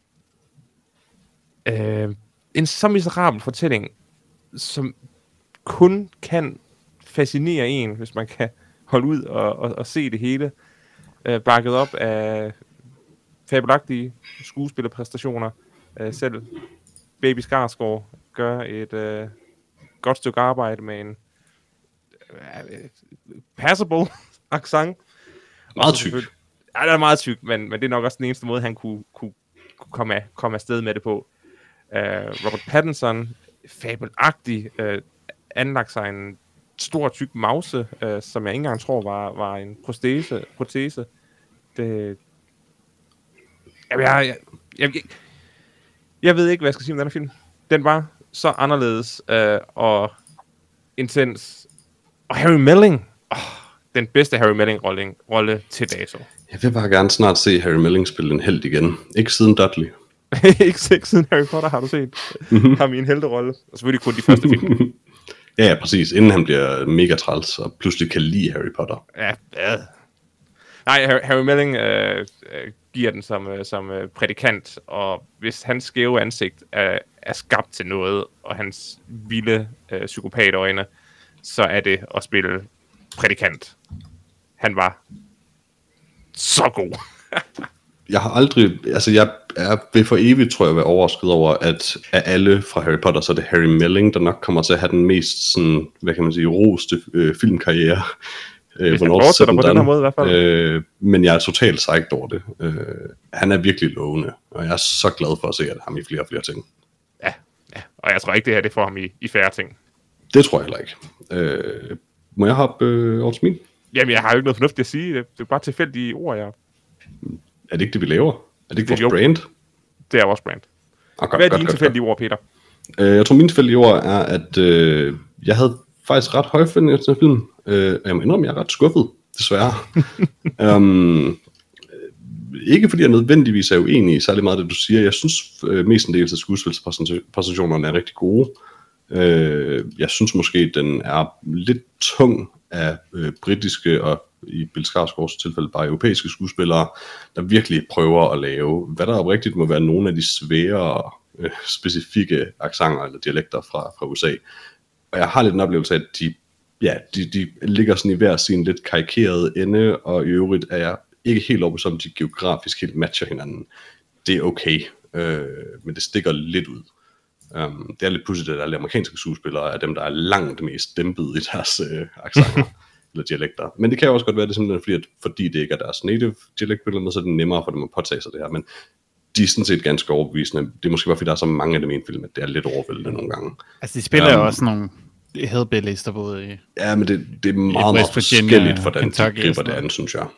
S3: en så miserabel fortælling, som kun kan fascinere en, hvis man kan holde ud og se det hele, bakket op af fabelagtige skuespillerpræstationer. Selv Baby Skarsgård gør et godt stykke arbejde med en passable accent.
S2: Meget tyk.
S3: Ja, det er meget tyk, men det er nok også den eneste måde, han kunne komme afsted med det på. Robert Pattinson, fabelagtig, anlagt sig en stor, tyk mause, som jeg ikke engang tror var en protese. Det... Jeg ved ikke, hvad jeg skal sige om den her film. Den var så anderledes og intens. Og Harry Melling, den bedste Harry Melling-rolle til dato.
S2: Jeg vil bare gerne snart se Harry Melling spille en helt igen. Ikke siden Dudley.
S3: Ikke siden Harry Potter har du set ham i en helterolle. Og selvfølgelig kun de første film.
S2: Ja, præcis. Inden han bliver mega træls og pludselig kan lide Harry Potter.
S3: Ja. Nej, Harry Melling giver den som prædikant, og hvis hans skæve ansigt er skabt til noget, og hans vilde psykopatøjne, så er det at spille prædikant. Han var så god.
S2: Jeg har aldrig, altså jeg vil for evigt, tror jeg, være overrasket over, at af alle fra Harry Potter, så er det Harry Melling, der nok kommer til at have den mest sådan, hvad kan man sige, roste filmkarriere.
S3: Hvis han fortsætter på den her måde i hvert fald.
S2: Men jeg er totalt psyched over det. Han er virkelig lovende, og jeg er så glad for at se, at ham i flere og flere ting.
S3: Ja. Og jeg tror ikke, det her det får ham i færre ting.
S2: Det tror jeg heller ikke. Må jeg hoppe over til min?
S3: Jamen, jeg har jo ikke noget fornuftigt at sige. Det er bare tilfældige ord, jeg...
S2: Er det ikke det, vi laver? Er det ikke vores brand?
S3: Det er vores brand.
S2: Godt,
S3: hvad er dine tilfældige ord, Peter?
S2: Jeg tror, mine tilfældige ord er, at jeg havde faktisk ret høje forventninger til den film. Jeg må indrømme, jeg er ret skuffet, desværre. Ikke fordi jeg nødvendigvis er uenig i særlig meget af det, du siger. Jeg synes mestendels af skuespilspræsentationerne er rigtig gode. Jeg synes måske, den er lidt tung af britiske og i Bill Skarsgårds tilfælde bare europæiske skuespillere, der virkelig prøver at lave, hvad der oprigtigt må være nogle af de svære specifikke accenter eller dialekter fra USA. Og jeg har lidt en oplevelse af, at de ligger sådan i hver sin lidt karikerede ende, og i øvrigt er jeg ikke helt overbevist om, de geografisk helt matcher hinanden. Det er okay, men det stikker lidt ud. Det er lidt pudsigt, at alle amerikanske skuespillere er dem, der er langt mest dæmpet i deres accenter eller dialekter. Men det kan jo også godt være, det simpelthen fordi det ikke er deres native dialekt, så er det nemmere for dem at påtage sig det her. Men de er sådan set ganske overbevisende. Det er måske bare, fordi der er så mange af dem i en film, at det er lidt overvældende nogle gange.
S1: Altså, de spiller jo også nogle hillbillies, der boede i...
S2: Ja, men det er meget forskelligt, hvordan de griber det an, synes jeg.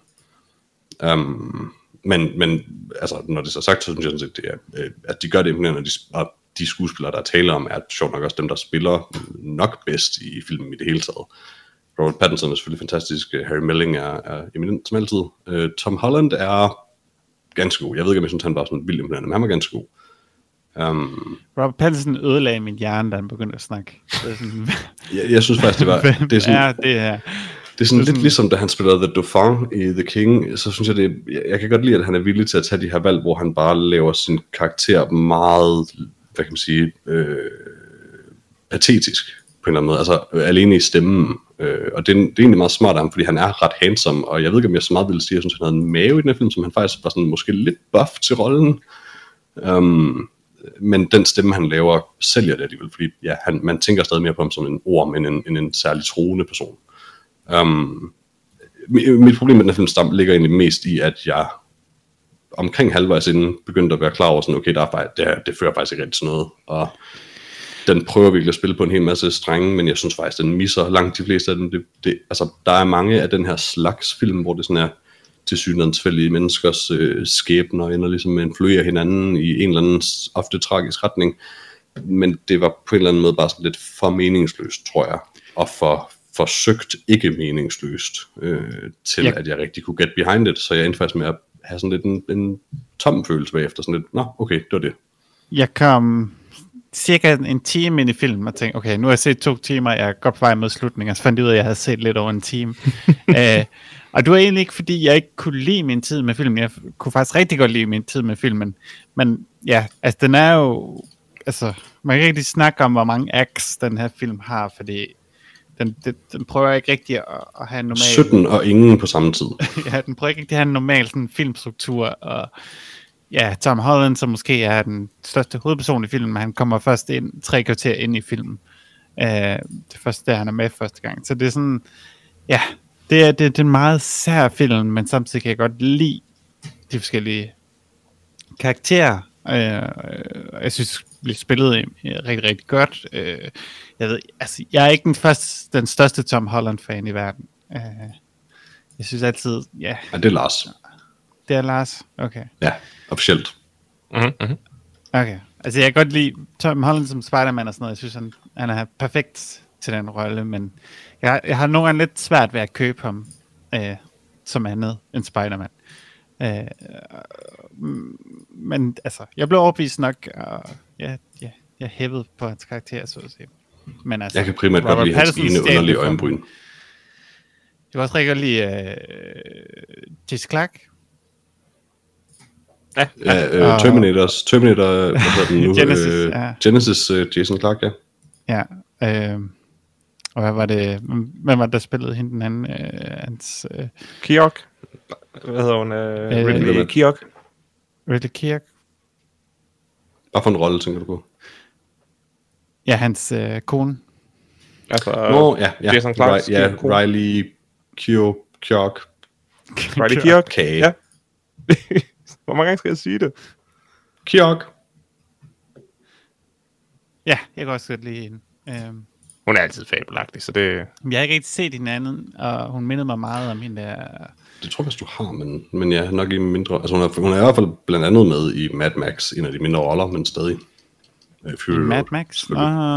S2: Men altså, når det er så sagt, så synes jeg sådan set, det er, at de gør det imponerende, og de skuespillere, der taler om, er sjovt nok også dem, der spiller nok bedst i filmen i det hele taget. Robert Pattinson er selvfølgelig fantastisk, Harry Melling er eminent som altid. Tom Holland er ganske god. Jeg ved ikke, om jeg synes, han var sådan vildt imponerende, men han var ganske god.
S1: Robert Pattinson ødelagde min hjerne, da han begyndte at snakke. Sådan...
S2: jeg synes faktisk, det var... Det er sådan,
S1: det her.
S2: Det er sådan lidt ligesom, da han spiller The Dauphin i The King, så synes jeg, jeg kan godt lide, at han er villig til at tage de her valg, hvor han bare laver sin karakter meget, hvad kan man sige, patetisk på en eller anden måde, altså alene i stemmen. Og det er egentlig meget smart af ham, fordi han er ret handsome, og jeg ved ikke, om jeg så meget ville sige, at jeg synes, han havde en mave i den her film, som han faktisk var sådan måske lidt buff til rollen. Men den stemme, han laver, sælger det alligevel, fordi ja, man tænker stadig mere på ham som en orm, end en særlig troende person. Mit problem med den her film ligger egentlig mest i, at jeg omkring halvvejs inden begyndte at være klar over sådan, okay, det fører faktisk ikke rigtig til noget, og den prøver virkelig at spille på en hel masse strenge, men jeg synes faktisk, den misser langt de fleste af dem. Altså, der er mange af den her slags film, hvor det sådan er tilsyneladende tilfældige menneskers skæbner ender ligesom influerer hinanden i en eller anden ofte tragisk retning, men det var på en eller anden måde bare sådan lidt for meningsløst, tror jeg, og for forsøgt ikke meningsløst til at jeg rigtig kunne get behind it, så jeg endte faktisk med at have sådan lidt en tom følelse bagefter, sådan lidt, okay, det var det.
S1: Jeg kom cirka en time ind i filmen og tænkte, okay, nu har jeg set 2 timer, jeg er godt på vej mod slutningen, og så fandt jeg ud af, at jeg havde set lidt over en time. Og det var egentlig ikke, fordi jeg ikke kunne lide min tid med filmen. Jeg kunne faktisk rigtig godt lide min tid med filmen. Men ja, altså den er jo... Altså, man kan ikke rigtig snakke om, hvor mange acts den her film har, fordi den prøver ikke rigtig at have en normal...
S2: 17 og ingen på samme tid.
S1: Ja, den prøver ikke rigtig at have en normal sådan, filmstruktur, og ja, Tom Holland, som måske er den største hovedperson i filmen, han kommer først ind 3 kvarter ind i filmen. Det første der, han er med første gang. Så det er sådan, ja, det er en meget sær film, men samtidig kan jeg godt lide de forskellige karakterer. Jeg synes, det spillet rigtig, rigtig godt. Jeg ved, altså, jeg er ikke den største Tom Holland-fan i verden. Jeg synes altid, ja.
S2: Ja, det er Lars.
S1: Det er Lars? Okay.
S2: Ja, officielt.
S3: Mm-hmm.
S1: Okay. Altså, jeg kan godt lide Tom Holland som Spider-Man og sådan noget. Jeg synes, han er perfekt til den rolle, men jeg har nogle gange lidt svært ved at købe ham som andet end Spider-Man. Men altså, jeg blev overbevist nok, og jeg hævede på hans karakter, så at sige. Men altså,
S2: jeg kan primært godt lide hans ene underlige øjenbryn.
S1: Jeg kan også rigtig godt lide Jesse Clark.
S2: Ja, Terminator, hvad hedder den nu? Genesis, Jason Clarke, ja.
S1: Ja, og hvem var det, der spillede hende den anden?
S3: Keogh. Hvad hedder hun? Ridley Keogh.
S1: Ridley Keogh.
S2: Hvad for en rolle, tænker du på?
S1: Ja, hans kone.
S3: Altså,
S2: ja.
S3: Jason Clarke's
S2: Riley Keogh.
S3: Riley Keogh.
S2: Okay.
S3: Ja. Hvor mange gange skal jeg sige det?
S2: Keogh.
S1: Ja, jeg kan også godt lide hende.
S3: Hun er altid fabelagtig, så det...
S1: Jeg har ikke rigtig set hinanden, og hun mindede mig meget om hende der...
S2: Det tror jeg, hvis du har, men ja, nok i mindre... Altså hun er i hvert fald blandt andet med i Mad Max, en af de mindre roller, men stadig.
S1: Mad Max?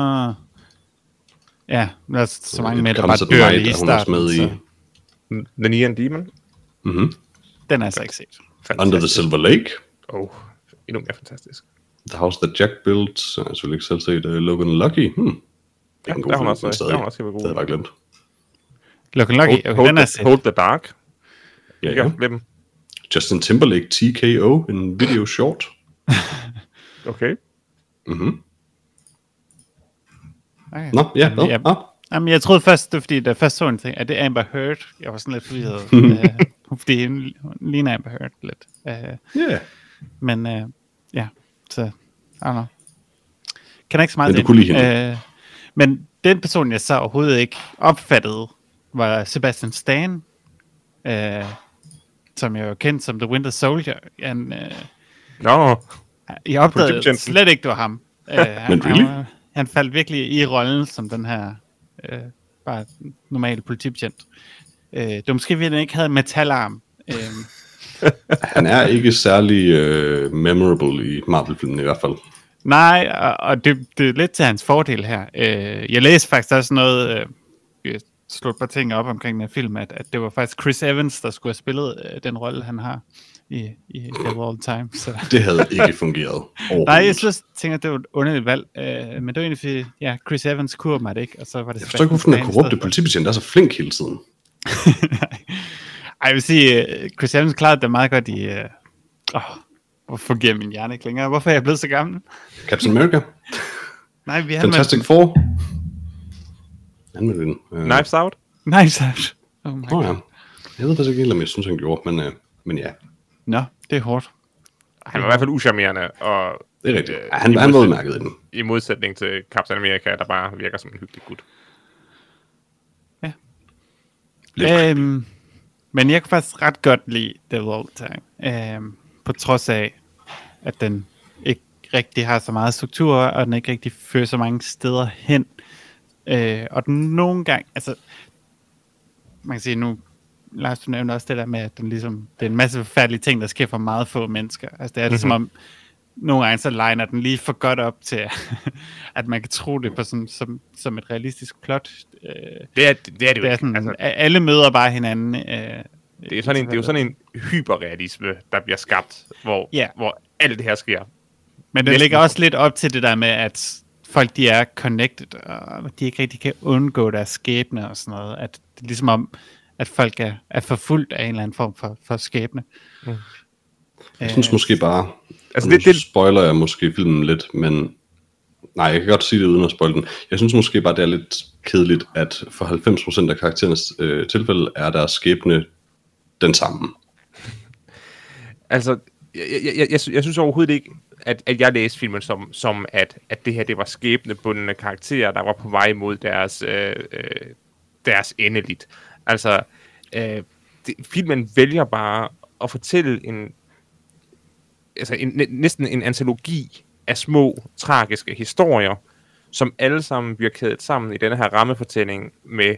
S1: Ja, der er så mange med, der bare dør lige i starten.
S2: Hun er med i...
S3: The Neon Demon?
S2: Mhm.
S1: Den har jeg så ikke set.
S2: Fantastisk. Under the Silver Lake.
S3: Endnu mere fantastisk.
S2: The House That Jack Built. Jeg har selvfølgelig ikke selv set Logan Lucky.
S3: Ja, der har hun også været god.
S2: Det havde jeg bare glemt.
S1: Logan Lucky, okay, den er set.
S3: Hold the Dark.
S2: Ja. Justin Timberlake, TKO, en video short.
S3: Okay.
S2: Mhm.
S1: Okay.
S2: Nå, ja.
S1: Jamen, jeg troede først, det var fordi, da jeg først så en ting, at det er Amber Heard. Jeg var sådan lidt forvirret. Fordi hun ligner Amber Heard lidt.
S2: Ja.
S1: Men ja, så I don't know. Kan ikke så meget.
S2: Men du kunne lide hende.
S1: Men den person, jeg så overhovedet ikke opfattede, var Sebastian Stan, som jeg jo kendt som The Winter Soldier. Jeg opdagede slet ikke, det var ham.
S2: Men really?
S1: Han faldt virkelig i rollen som den her bare normal politibetjent. Det var måske, fordi han ikke havde en metalarm.
S2: Han er ikke særlig memorable i Marvel-filmen i hvert fald.
S1: Nej, og det er lidt til hans fordel her. Jeg læste faktisk også noget, jeg slog et par ting op omkring den her film, at det var faktisk Chris Evans, der skulle have spillet den rolle, han har i Devil All the Time. Så.
S2: Det havde ikke fungeret.
S1: Nej, jeg tænker, at det var et underligt valg, men det var egentlig fordi, ja, Chris Evans kurede mig det ikke, og så var det... Jeg
S2: forstår ikke, hvorfor den er korrupte politibetjent, der er så flink hele tiden.
S1: Jeg vil sige, Chris Evans klarede det meget godt i... Hvorfor fungerer min hjerne ikke længere? Hvorfor er jeg blevet så gammel?
S2: Captain America?
S1: Nej, vi har
S2: Fantastic Four?
S3: Knives Out?
S1: Knives Out. Oh my God.
S2: Ja. Jeg ved faktisk ikke helt, om jeg synes, han gjorde, men ja.
S1: Nå, det er hårdt.
S3: Han var i hvert fald uscharmerende, og...
S2: Det er rigtigt. Han var udmærket i den.
S3: I modsætning til Captain America, der bare virker som en hyggelig gut.
S1: Ja. Men jeg kan faktisk ret godt lide Devil All the Time. På trods af, at den ikke rigtig har så meget struktur, og den ikke rigtig fører så mange steder hen. Og den nogle gange, altså, man kan sige nu, Lars, du nævner også det der med, at den ligesom, det er en masse forfærdelige ting, der sker for meget få mennesker. Altså det er ligesom om, nogle gange så liner den lige for godt op til, at man kan tro det på som et realistisk plot.
S3: Det er det jo
S1: ikke. Sådan, altså, alle møder bare hinanden.
S3: Det er jo sådan en hyperrealisme, der bliver skabt, hvor alt det her sker.
S1: Men det ligger også lidt op til det der med, at folk de er connected, og de ikke rigtig kan undgå deres skæbne og sådan noget. At det er ligesom om, at folk er forfulgt af en eller anden form for skæbne.
S2: Jeg synes måske bare,
S3: altså
S2: nu spoiler jeg måske filmen lidt, men nej, jeg kan godt sige det uden at spoile den. Jeg synes måske bare, det er lidt kedeligt, at for 90% af karakterernes tilfælde er deres skæbne den samme.
S3: Altså, jeg synes overhovedet ikke, at jeg læste filmen som at det her, det var skæbnebundne karakterer, der var på vej mod deres endeligt. Altså, filmen vælger bare at fortælle næsten en antologi af små, tragiske historier, som alle sammen bliver kædet sammen i denne her rammefortælling med,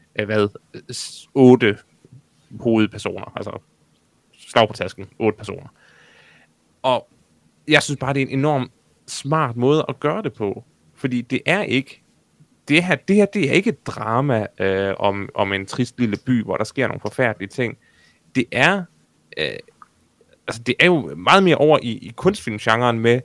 S3: 8 hovedpersoner, altså slag på tasken, 8 personer. Og jeg synes bare, det er en enorm smart måde at gøre det på, fordi det er ikke, det her det er ikke et drama om en trist lille by, hvor der sker nogle forfærdelige ting. Det er, det er jo meget mere over i kunstfilmgenren med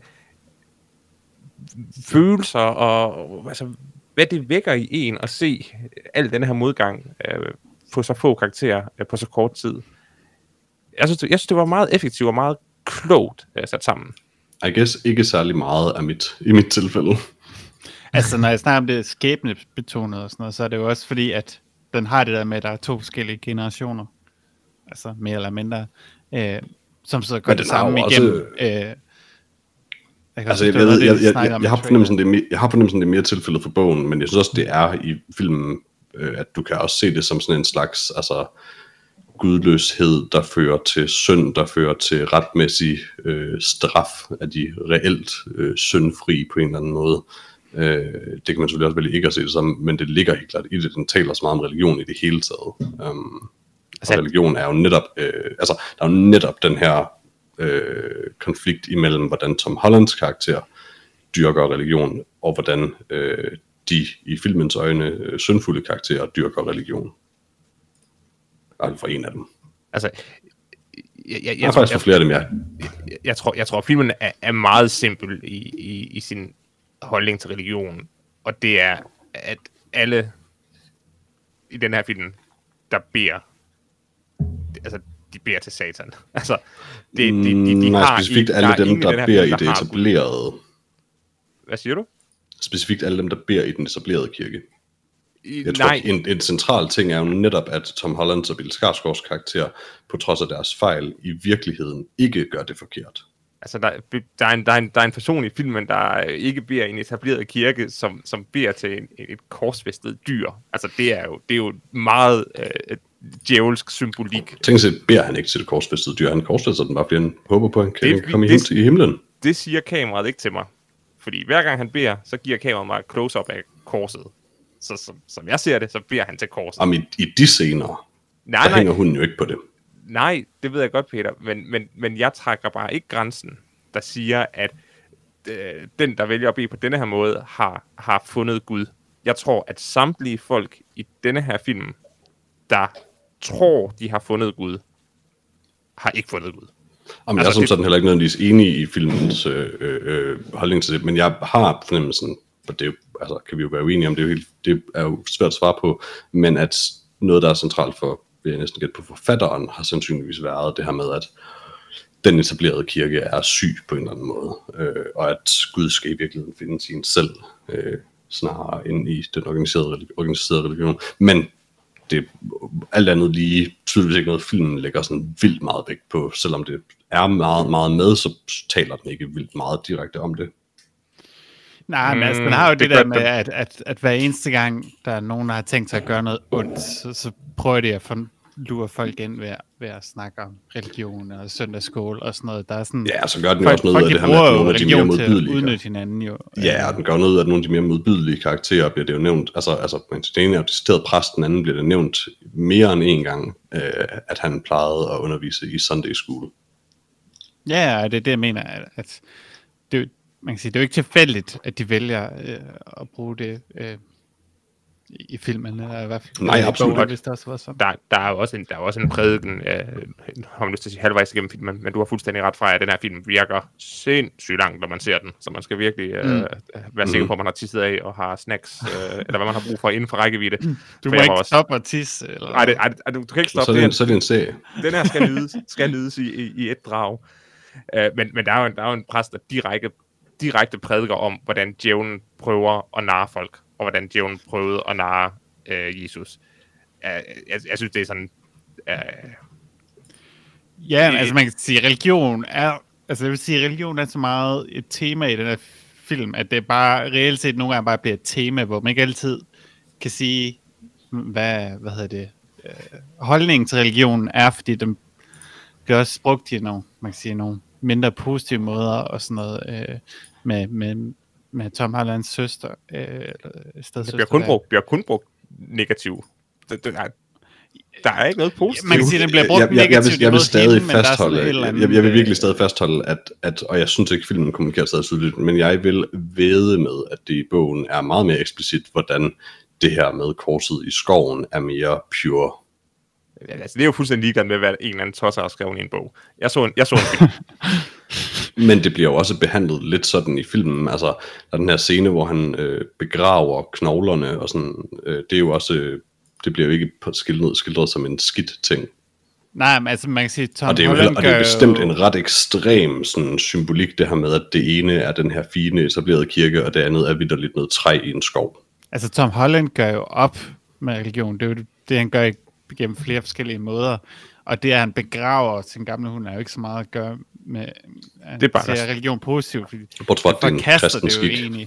S3: følelser og altså, hvad det vækker i en at se al den her modgang på så få karakterer på så kort tid. Jeg synes, det var meget effektivt og meget klogt sat sammen.
S2: I guess ikke særlig meget i mit tilfælde.
S1: Altså, når jeg snakker om det skæbnebetonet og sådan noget, så er det jo også fordi, at den har det der med, at der er 2 forskellige generationer, altså mere eller mindre, som så gør det samme igennem.
S2: Jeg har fornemmelsen, det er mere tilfældet for bogen, men jeg synes også, det er i filmen, at du kan også se det som sådan en slags gudløshed, der fører til synd, der fører til retmæssig straf af de reelt syndfri på en eller anden måde. Det kan man selvfølgelig også vælge ikke at se det som, men det ligger helt klart i det. Den taler så meget om religion i det hele taget. Og religion er jo netop, der er jo netop den her konflikt imellem, hvordan Tom Hollands karakter dyrker religion, og hvordan de i filmens øjne syndfulde karakterer dyrker religion. Altså for en af dem.
S3: Altså,
S2: jeg faktisk for flere af dem, ja.
S3: Jeg tror filmen er meget simpel i sin holdning til religion, og det er, at alle i den her film, der beder, altså, de beder til satan. Altså, de
S2: har specifikt alle dem, der beder i det etablerede.
S3: Hvad siger du?
S2: Specifikt alle dem, der beder i den etablerede kirke. Jeg tror, en central ting er jo netop, at Tom Hollands og Bill Skarsgårds karakter, på trods af deres fejl, i virkeligheden ikke gør det forkert.
S3: Altså, der er en person i filmen, der ikke beder i en etableret kirke, som beder til et korsfæstet dyr. Altså, det er jo meget djævelsk symbolik.
S2: Tænk sig, beder han ikke til det korsfæstede dyr. Han korsfæster den bare, fordi han håber på, at han kan komme i himlen.
S3: Det siger kameraet ikke til mig. Fordi hver gang han beder, så giver kameraet mig et close-up af korset. Så som jeg ser det, så beder han til korset.
S2: Om i de scener, der hænger hunden jo ikke på det.
S3: Nej, det ved jeg godt, Peter. Men jeg trækker bare ikke grænsen, der siger, at den, der vælger at bede på denne her måde, har fundet Gud. Jeg tror, at samtlige folk i denne her film, der tror, de har fundet Gud, har ikke fundet Gud.
S2: Jeg er som sådan heller ikke nødvendigvis enig i filmens holdning til det, men jeg har fornemmelsen, for det er jo, kan vi jo være uenige om, det er jo svært at svare på, men at noget, der er centralt for, vil jeg næsten gætte på, forfatteren, har sandsynligvis været det her med, at den etablerede kirke er syg på en eller anden måde, og at Gud skal i virkeligheden finde sin selv, snarere end i den organiserede religion. Men det alt andet lige tydeligvis ikke noget, filmen lægger sådan vildt meget vægt på, selvom det er meget, meget med, så taler den ikke vildt meget direkte om det.
S1: Nej, men altså, den har jo det der med, at hver eneste gang, der er nogen, der har tænkt sig at gøre noget ondt, så prøver de at lure folk ind ved at snakke om religion og søndagsskole og sådan noget. Der er sådan,
S2: ja, så gør den jo også noget af det her med, at nogle af de mere modbydelige.
S1: Udnytte hinanden jo.
S2: Ja, og den gør noget af, at nogle af de mere modbydelige karakterer bliver det jo nævnt. Altså den ene er jo decideret præst, den anden bliver det nævnt mere end en gang, at han plejede at undervise i Sunday School.
S1: Ja, det er det, jeg mener, at det, man kan sige, det er jo ikke tilfældigt, at de vælger at bruge det i filmen, eller i hvert fald.
S2: Nej, absolut ikke.
S1: Hvis det også var sådan.
S3: Der er jo også en prædiken, har man lyst til at sige, halvvejs igennem filmen, men du har fuldstændig ret fra, at den her film virker sindssygt langt, når man ser den, så man skal virkelig være sikker på, at man har tisset af og har snacks, eller hvad man har brug for inden for rækkevidde.
S1: Du må ikke stoppe og tisse. Eller...
S3: Nej, du kan ikke stoppe.
S2: Så er det en serie.
S3: Den her skal nydes i et drag. Men der er jo en præst, der direkte prædiker om, hvordan djævlen prøver at narre folk, og hvordan djævlen prøvede at narre Jesus. Jeg synes, det er sådan...
S1: Ja, altså man kan sige, religion er så meget et tema i den her film, at det bare reelt set nogle gange bare bliver et tema, hvor man ikke altid kan sige, hvad hedder det, holdningen til religionen er, fordi den bliver også brugt i nogle, man kan sige, nogle mindre positive måder og sådan noget, med Tom Hollands søster, stedsøster.
S3: Det bliver kun brugt negativt. Der er ikke noget positivt.
S1: Man kan sige, at den bliver brugt negativt.
S2: Jeg vil stadig fastholde, jeg vil virkelig stadig fastholde, at, og jeg synes ikke, filmen kommunikerer stadig tydeligt, men jeg vil vædde med, at det i bogen er meget mere eksplicit, hvordan det her med korset i skoven er mere pure.
S3: Altså, det er jo fuldstændig ligeglad med, hvad en eller anden tosser har skrevet i en bog. Jeg så en film.
S2: Men det bliver jo også behandlet lidt sådan i filmen. Altså, der er den her scene, hvor han begraver knoglerne, og sådan, det er jo også... Det bliver jo ikke skildret som en skidt ting.
S1: Nej, men altså man kan sige, Tom
S2: og det er jo
S1: Holland
S2: og det er bestemt en ret ekstrem sådan, symbolik, det her med, at det ene er den her fine etablerede kirke, og det andet er vitterligt noget træ i en skov.
S1: Altså Tom Holland gør jo op med religion. Det er jo det, han gør gennem flere forskellige måder. Og det, at han begraver sin gamle hund, er jo ikke så meget at gøre med
S3: det er bare
S1: at religion positivt. Fordi
S2: bortset fra, det kristen skik.
S1: Egentlig.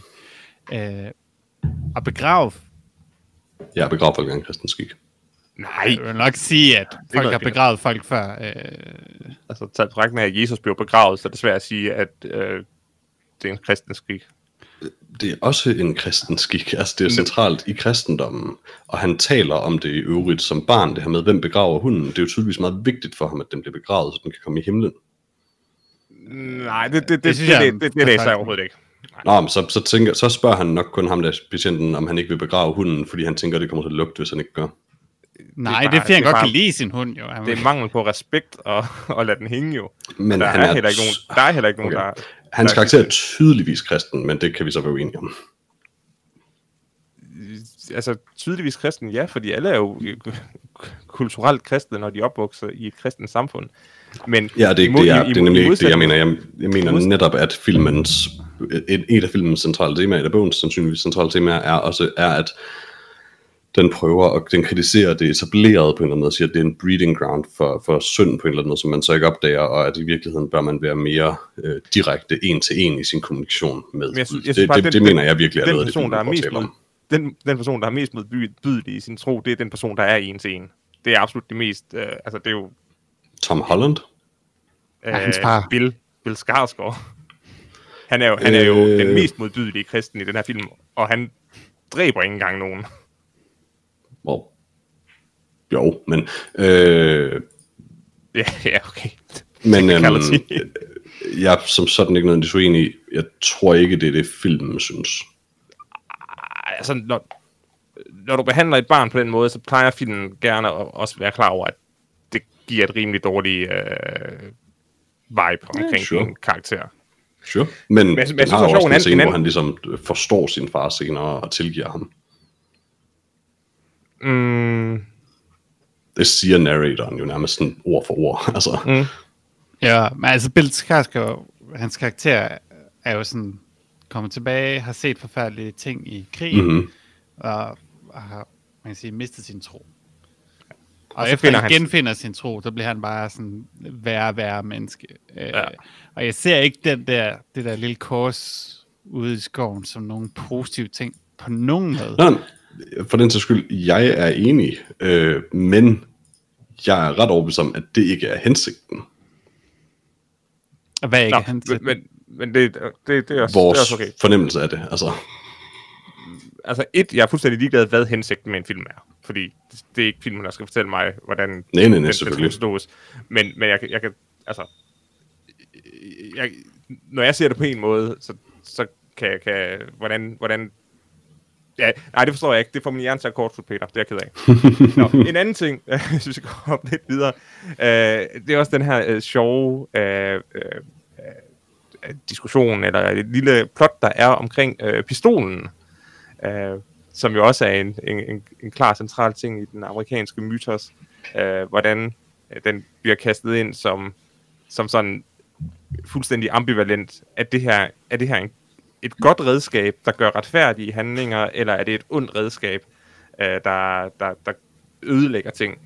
S1: At begrave...
S2: Ja, begrave folk er en kristen skik.
S3: Nej.
S1: Jeg vil nok sige, at folk har begravet folk før.
S3: Altså, taget på af, at Jesus blev begravet, så er det svært at sige, at det er en kristen skik.
S2: Det er også en kristen skik. Altså, det er centralt i kristendommen. Og han taler om det i øvrigt som barn, det her med, hvem begraver hunden. Det er jo tydeligvis meget vigtigt for ham, at den bliver begravet, så den kan komme i himlen.
S3: Nej, det læser jeg overhovedet ikke.
S2: Nå, men så spørger han nok kun ham der patienten, om han ikke vil begrave hunden, fordi han tænker, det kommer til at lugte, hvis han ikke gør.
S1: Nej, det er fordi han godt kan lide sin hund, jo.
S3: Det er mangel på respekt og lade den hænge, jo.
S2: Men
S3: der er heller ikke nogen, der...
S2: Hans karakter er tydeligvis kristen, men det kan vi så være uenige om.
S3: Altså, tydeligvis kristen, ja, fordi alle er jo kulturelt kristne, når de opvokser i et kristent samfund. Men
S2: ja, det er nemlig ikke det, jeg mener. Jeg mener netop, at et af filmens centrale temaer, eller bogens sandsynligvis centrale temaer, er, at den prøver, og den kritiserer det etablerede på en eller anden måde, og siger, at det er en breeding ground for synd på en eller anden måde, som man så ikke opdager, og at i virkeligheden bør man være mere direkte en til en i sin kommunikation med. Det mener jeg virkelig er noget af det,
S3: den person, der er mest modbydelig i sin tro, det er den person, der er en til en. Det er absolut det mest, altså det er jo...
S2: Tom Holland?
S1: Hans far.
S3: Bill Skarsgård. Han er jo den mest modbydelige kristen i den her film, og han dræber ikke engang nogen.
S2: Wow. Jo, men...
S3: Ja, okay.
S2: Men jeg er som sådan ikke noget uenig i. Jeg tror ikke, det er det, filmen synes.
S3: Altså, når du behandler et barn på den måde, så plejer filmen gerne at også være klar over, at det giver et rimelig dårligt vibe omkring en karakter.
S2: Sure. Men den har også en scene, hvor han ligesom forstår sin far senere og tilgiver ham. Det siger narratoren jo nærmest sådan ord for ord. Altså.
S1: Ja, men altså Bill Skarsgård, hans karakter er jo sådan kommet tilbage, har set forfærdelige ting i krigen, og har, man kan sige, mistet sin tro. Og efter han genfinder sin tro, så bliver han bare sådan værre menneske. Og jeg ser ikke det der lille kors ude i skoven som nogle positive ting på nogen måde.
S2: Nej, for den sags skyld, jeg er enig, men jeg er ret overbevist om, at det ikke er hensigten.
S1: Og hvad er ikke hensigten?
S3: Men det er også,
S2: vores
S3: det er også okay.
S2: Fornemmelse af det, altså.
S3: Altså jeg er fuldstændig ligeglad, hvad hensigten med en film er. Fordi det er ikke filmen, der skal fortælle mig, hvordan
S2: den skal
S3: forstås. Men jeg kan, altså... når jeg ser det på en måde, så kan hvordan Ja, nej, det forstår jeg ikke. Det får min hjerne til at kortslutte, Peter. Det er jeg ked af. Nå, en anden ting, hvis vi skal hoppe lidt videre, det er også den her sjove diskussion, eller et lille plot, der er omkring pistolen, som jo også er en klar central ting i den amerikanske mytos, hvordan den bliver kastet ind som sådan fuldstændig ambivalent, at det her et godt redskab, der gør retfærdige handlinger, eller er det et ondt redskab, der ødelægger ting.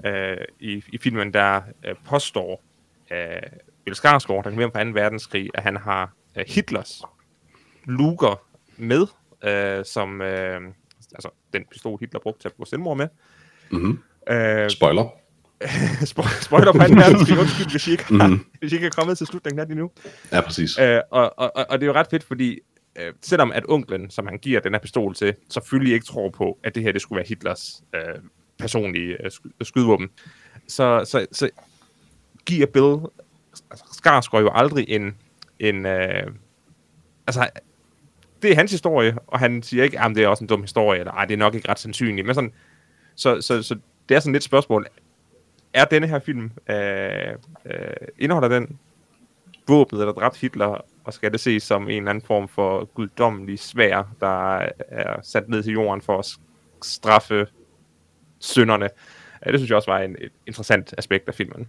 S3: I filmen, der påstår Bill Skarsgård, der kom hjem fra 2. verdenskrig, at han har Hitlers Luger med, som altså den pistol, Hitler brugte til at begå selvmord med.
S2: Mm-hmm. Spoiler.
S3: Spoiler på 2. verdenskrig, undskyld, hvis I ikke er kommet til slutningen af det nu.
S2: Ja, præcis.
S3: Og det er jo ret fedt, fordi selvom at onklen, som han giver den her pistol til, selvfølgelig ikke tror på, at det her det skulle være Hitlers personlige skydevåben, så giver Bill Skarsgård jo aldrig en altså, det er hans historie, og han siger ikke, at det er også en dum historie, eller det er nok ikke ret sandsynligt, men sådan, så det er sådan lidt spørgsmål. Er denne her film, indeholder den våbnet, eller dræbt Hitler, og skal det ses som en eller anden form for guddommelig sværd, der er sat ned til jorden for at straffe synderne? Det synes jeg også var et interessant aspekt af filmen.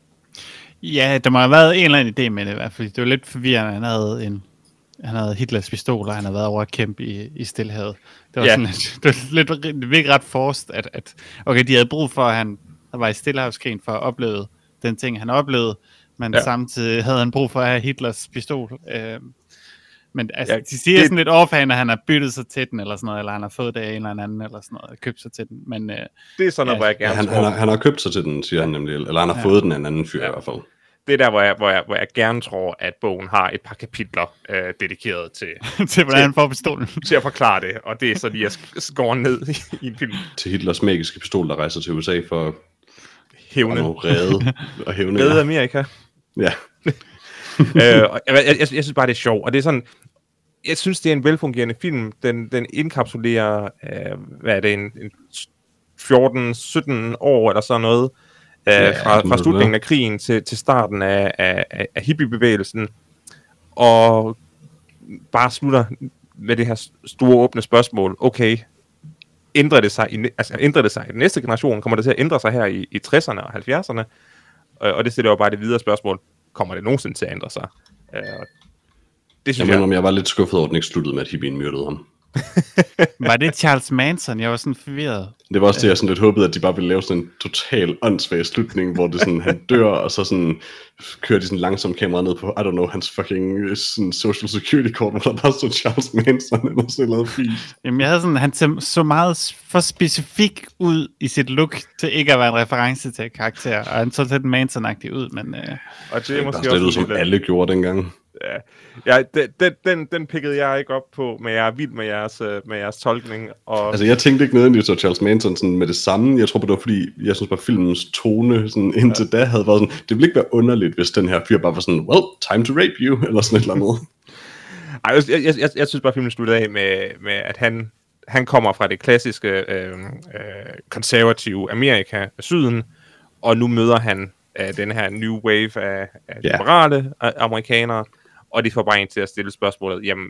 S1: Ja, der må have været en eller anden idé med det i hvert fald. Det var lidt forvirrende, han havde Hitlers pistol, og han havde været over at kæmpe i Stillehavet. Det var det virkelig ret forced, at okay, de havde brug for, at han var i Stillehavskrigen for at opleve den ting, han oplevede, men samtidig havde han brug for at have Hitlers pistol. Men altså, de siger sådan lidt offhand, at han har byttet sig til den, eller sådan noget, eller han har fået det af en eller anden, eller sådan noget, købt sig til den. Men,
S3: det er sådan noget, hvor jeg gerne
S2: han har købt sig til den, siger han nemlig, eller han har fået den af en anden fyr i hvert fald.
S3: Det er der, hvor jeg gerne tror, at bogen har et par kapitler dedikeret til
S1: til hvordan han får pistolen.
S3: Til at forklare det, og det er så lige at skåre ned i en film.
S2: Til Hitlers magiske pistol, der rejser til USA for
S3: hævne.
S2: Redde
S3: Amerika.
S2: Ja.
S3: Jeg synes bare, det er sjovt, og det er sådan, jeg synes, det er en velfungerende film. Den indkapsulerer, hvad er det, en 14-17 år eller sådan noget, fra slutningen af krigen til starten af hippiebevægelsen, og bare slutter med det her store åbne spørgsmål. Okay, ændrer det sig i den næste generation? Kommer det til at ændre sig her i 60'erne og 70'erne? Og det stiller jo bare det videre spørgsmål. Kommer det nogensinde til at ændre sig? Det synes
S2: jeg var lidt skuffet over, at den ikke sluttede med, at hippien myrdede ham.
S1: Var det Charles Manson? Jeg var sådan forvirret.
S2: Det var også det, jeg sådan lidt håbede, at de bare ville lave sådan en total åndssvag slutning, hvor det sådan, han dør, og så sådan kører de sådan langsomt kamera ned på, I don't know, hans fucking sådan social security kort, hvor der bare stod Charles Manson eller sådan noget fint.
S1: Jamen jeg havde sådan, han så meget for specifik ud i sit look, til ikke at være en reference til karakter, og han så lidt Manson-agtig ud, men...
S2: Og det er måske også som alle gjorde dengang.
S3: Ja, den pikkede jeg ikke op på, men jeg er vild med jeres tolkning. Og...
S2: Altså, jeg tænkte ikke nødvendigvis til Charles Manson sådan med det samme. Jeg tror på, det var fordi, jeg synes bare, filmens tone sådan, indtil da havde været sådan, det ville ikke være underligt, hvis den her fyr bare var sådan, well, time to rape you, eller sådan et eller andet.
S3: Ej, jeg synes bare, filmen sluttede af med at han kommer fra det klassiske konservative Amerika, syden, og nu møder han den her new wave af liberale amerikanere, og de får bare en til at stille spørgsmålet, jamen,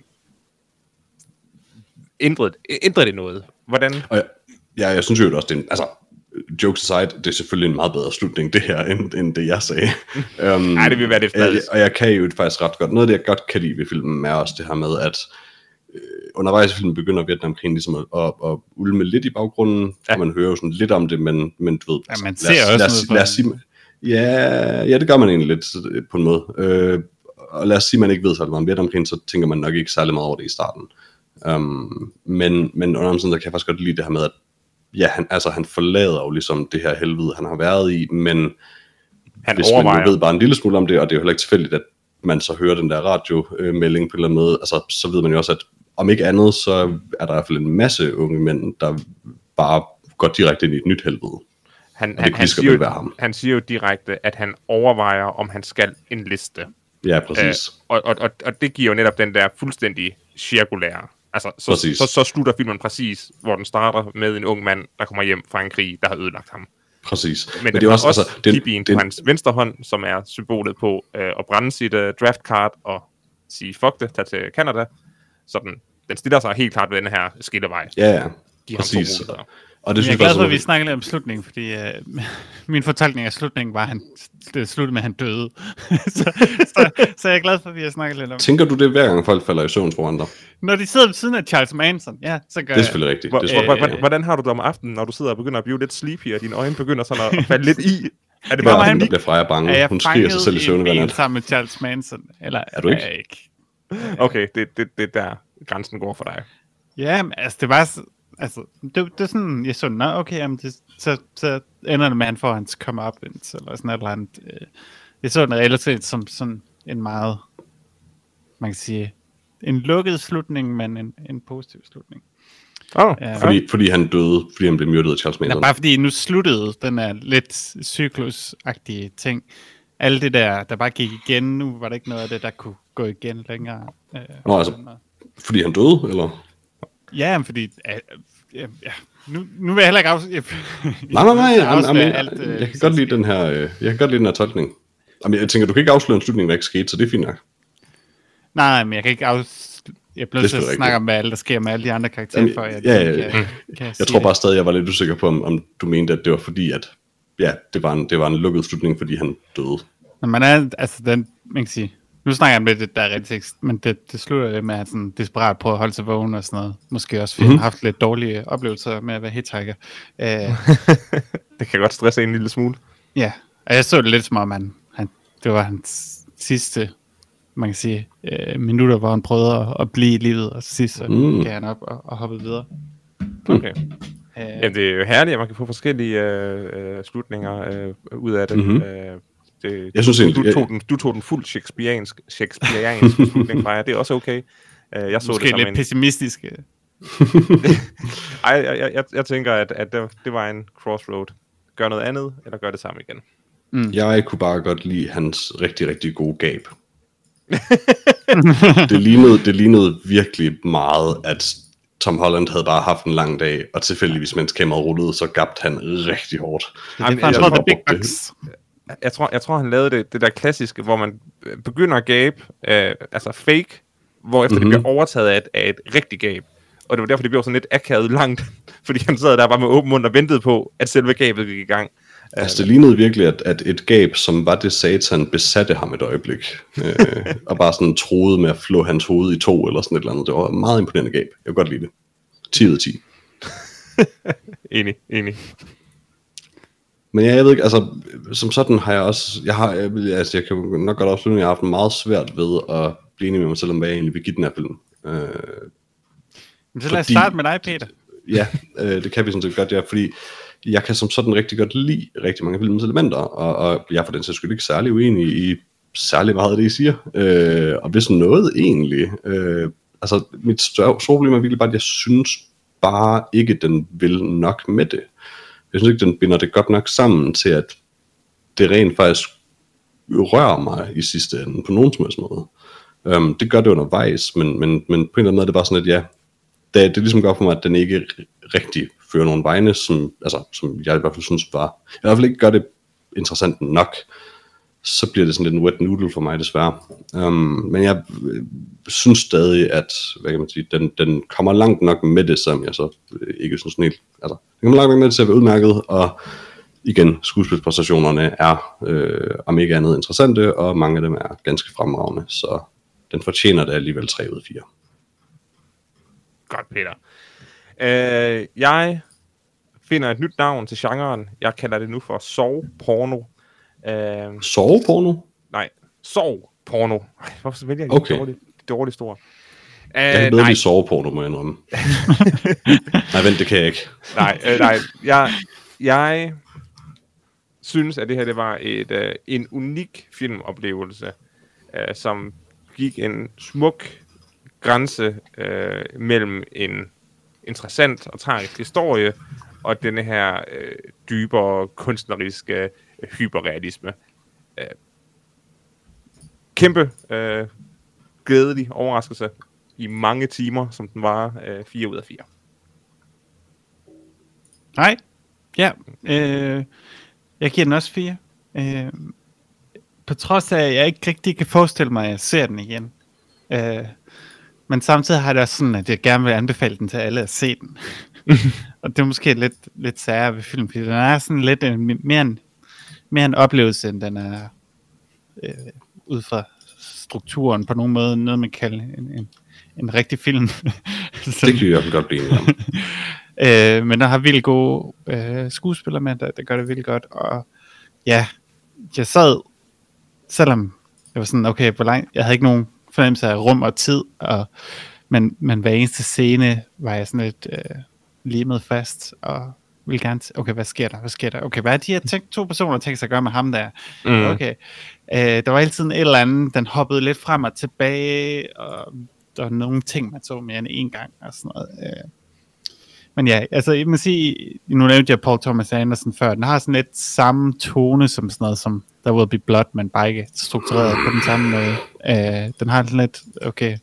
S3: ændrer det noget? Hvordan?
S2: Jeg synes jo også, det er altså, jokes aside, det er selvfølgelig en meget bedre slutning, det her, end det jeg sagde.
S3: Nej, det vil være det fælles.
S2: Og jeg kan jo faktisk ret godt, noget af det, jeg godt kan lide ved filmen, er også det her med, at undervejs i filmen begynder Vietnamkrigen ligesom at ulme lidt i baggrunden, og man hører jo sådan lidt om det, men du ved,
S1: man ser
S2: lad os sige, ja, det gør man egentlig lidt på en måde. Og lad os sige, at man ikke ved så meget om Vietnamkrigen, så tænker man nok ikke særlig meget over det i starten. Men under omstændigheder kan jeg faktisk godt lide det her med, at ja, han forlader jo ligesom det her helvede, han har været i, men hvis man jo ved bare en lille smule om det, og det er jo heller ikke tilfældigt, at man så hører den der radiomelding på en eller anden måde, altså, så ved man jo også, at om ikke andet, så er der i hvert fald en masse unge mænd, der bare går direkte ind i et nyt helvede.
S3: Han siger jo direkte, at han overvejer, om han skal en liste.
S2: Ja, præcis.
S3: Og det giver jo netop den der fuldstændig cirkulære. Altså, så slutter filmen præcis, hvor den starter med en ung mand, der kommer hjem fra en krig, der har ødelagt ham.
S2: Præcis.
S3: Men det er også Hippien på hans venstre hånd, som er symbolet på at brænde sit draft card og sige, fuck det, tage til Canada. Så den stiller sig helt klart ved den her skillevej.
S2: Ja, præcis.
S1: Og det synes jeg er glad for, at vi snakker lidt om slutningen, fordi min fortolkning af slutningen var, at det sluttede med, at han døde. så jeg er glad for, at vi har snakket lidt om.
S2: Tænker du det, hver gang folk falder i søvn foran dig?
S1: Når de sidder ved siden af Charles Manson, ja, så gør
S2: det er selvfølgelig rigtigt.
S3: Hvordan har du det om aftenen, når du sidder og begynder at blive lidt sleepy, og dine øjne begynder sådan at falde lidt i?
S2: Er det bare han, der bliver Freja bange? Hun skriger sig selv i søvn hver nat.
S1: Sammen med Charles Manson? Eller
S2: er du ikke?
S3: Okay, det er der grænsen går for dig.
S1: Ja, men, altså det var... Altså, det er sådan, jeg så, okay, jamen så ender det med, at han får hans come-up-ins, eller sådan et eller andet. Jeg så den reelt som sådan en meget, man kan sige, en lukket slutning, men en positiv slutning.
S2: Fordi han døde, fordi han blev myrdet af Charles Manson.
S1: Bare fordi nu sluttede den er lidt cyklusagtige ting. Alle det der bare gik igen, nu var der ikke noget af det, der kunne gå igen længere.
S2: Fordi han døde, eller?
S1: Ja, fordi... Nu vil jeg heller ikke afsløre...
S2: Nej. Jeg kan godt lide den her tolkning. Jamen, jeg tænker, du kan ikke afsløre en slutning, der ikke skete, så det er fint nok.
S1: Nej, men jeg kan ikke jeg bliver nødt til at snakke om, hvad alt der sker med alle de andre karakterer, for
S2: jeg tror bare stadig, jeg var lidt usikker på, om du mente, at det var fordi, at det var en lukket slutning, fordi han døde.
S1: Men man er, altså den, man kan sige... Nu snakker jeg med det, der er rigtig tekst, men det slutter det med, at sådan desperat prøver at holde sig vågen og sådan noget. Måske også, fordi han har haft lidt dårlige oplevelser med at være hitchhiker.
S3: Det kan godt stresse en lille smule.
S1: Ja, og jeg så det lidt som om, det var hans sidste, man kan sige, minutter, hvor han prøvede at blive i livet, og sidst så gav han op og hoppede videre.
S3: Okay. Jamen, det er jo herligt, at man kan få forskellige slutninger ud af det.
S2: Jeg synes
S3: du tog den fuldt shakespeariansk slutning fra jer. Det er også okay. Jeg så
S1: måske
S3: det
S1: lidt pessimistisk.
S3: Jeg tænker, at det var en crossroad. Gør noget andet, eller gør det samme igen.
S2: Jeg kunne bare godt lide hans rigtig, rigtig gode gab. det lignede virkelig meget, at Tom Holland havde bare haft en lang dag, og tilfældigvis, mens kameraet rullede, så gabte han rigtig hårdt.
S3: Jeg tror, han lavede det der klassiske, hvor man begynder at gabe, altså fake, hvorefter det bliver overtaget af et rigtigt gab. Og det var derfor, det blev sådan lidt akavet langt, fordi han sad der bare med åben mund og ventede på, at selve gabet gik i gang.
S2: Altså, det lignede virkelig, at et gab, som var det satan, besatte ham et øjeblik. Og bare sådan troede med at flå hans hoved i to, eller sådan et eller andet. Det var meget imponerende gab. Jeg kan godt lide det. 10 ud af 10.
S3: Enig.
S2: Men jeg ved ikke, altså, som sådan har jeg også, jeg kan nok godt afslutte, at jeg har haft meget svært ved at blive enig med mig selv om, hvad jeg egentlig vil give den her film.
S1: Men så lad os starte med dig, Peter.
S2: Ja, det kan vi sådan set godt, ja, fordi jeg kan som sådan rigtig godt lide rigtig mange filmens elementer, og jeg er for den sags skyld ikke særlig uenig i særlig meget af det, I siger. Og hvis noget egentlig, altså mit store problem er virkelig bare, at jeg synes bare ikke, den vil nok med det. Jeg synes ikke, den binder det godt nok sammen til, at det rent faktisk rører mig i sidste ende, på nogen som helst måde. Det gør det undervejs, men på en eller anden måde er det bare sådan, at ja, det ligesom gør for mig, at den ikke rigtig fører nogen vegne, som jeg i hvert fald synes var, i hvert fald ikke gør det interessant nok, så bliver det sådan lidt en wet noodle for mig desværre. Men jeg synes stadig, at hvad kan man sige, den kommer langt nok med det, som jeg så ikke synes helt, altså den kommer langt nok med det til at være udmærket, og igen, skuespilspræstationerne er om ikke andet interessante, og mange af dem er ganske fremragende, så den fortjener det alligevel 3 ud af 4.
S3: Godt, Peter. Jeg finder et nyt navn til genren. Jeg kalder det nu for soveporno.
S2: Soveporno?
S3: Nej, soveporno. Hvorfor vælger jeg det dårligt store?
S2: Jeg kan bedre lide soveporno, må jeg indrømme. Nej, vent, det kan jeg ikke.
S3: Nej. Jeg synes, at det her det var en unik filmoplevelse, som gik en smuk grænse mellem en interessant og tragisk historie og denne her dybere kunstneriske hyperrealisme. Kæmpe glædelig overraskelse. i mange timer, som den var 4 ud af 4.
S1: Nej. Ja. Jeg giver den også 4. På trods af, at jeg ikke rigtig kan forestille mig, at jeg ser den igen. Men samtidig har det også sådan, at jeg gerne vil anbefale den til alle at se den. Og det er måske lidt særligt ved film, fordi den er sådan lidt mere en oplevelse, end den er ud fra strukturen på nogen måde, noget man kalder en rigtig film.
S2: Det kan jeg godt blive enig om.
S1: Men der har vildt gode skuespillere med, der gør det vildt godt. Og ja, jeg sad, selvom jeg var sådan, okay, jeg havde ikke nogen fornemmelse af rum og tid, men hver eneste scene var jeg sådan lidt limet fast, og ville gerne okay, hvad sker der? Okay, hvad er de her 2 personer tænkt sig at gøre med ham der? Okay. Der var hele tiden et eller andet, den hoppede lidt frem og tilbage, og der var nogle ting, man så mere end en gang, og sådan noget. Men ja, altså jeg må sige, nu nævnte jeg Paul Thomas Anderson før, den har sådan lidt samme tone som sådan noget som There Will Be Blood, men bare ikke struktureret på den samme måde. Den har sådan lidt, okay,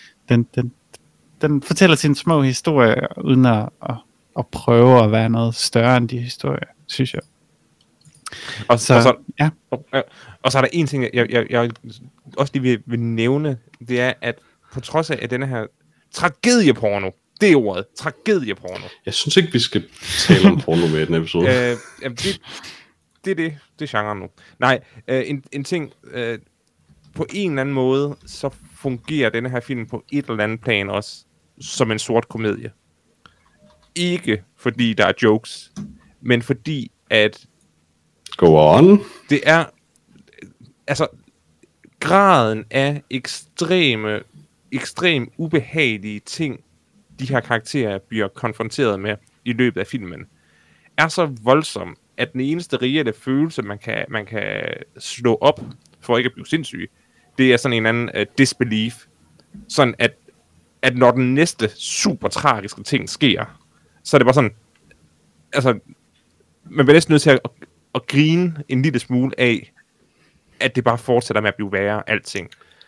S1: den fortæller sine små historier, uden at prøve at være noget større end de historier, synes jeg.
S3: Og så er der en ting, jeg også lige vil nævne, det er, at på trods af denne her tragedieporno, det er ordet, tragedieporno.
S2: Jeg synes ikke, vi skal tale om porno med i den episode.
S3: Det er genren nu. Nej, en ting, på en eller anden måde, så fungerer denne her film på et eller andet plan også som en sort komedie. Ikke fordi der er jokes, men fordi at
S2: Go on.
S3: Det er altså graden af ekstrem ubehagelige ting, de her karakterer bliver konfronteret med i løbet af filmen, er så voldsom, at den eneste reelle følelse, man kan slå op for ikke at blive sindssyg, det er sådan en anden disbelief. Sådan at når den næste super tragiske ting sker, så er det bare sådan, altså, man bliver næsten nødt til at grine en lille smule af, at det bare fortsætter med at blive værre, alting.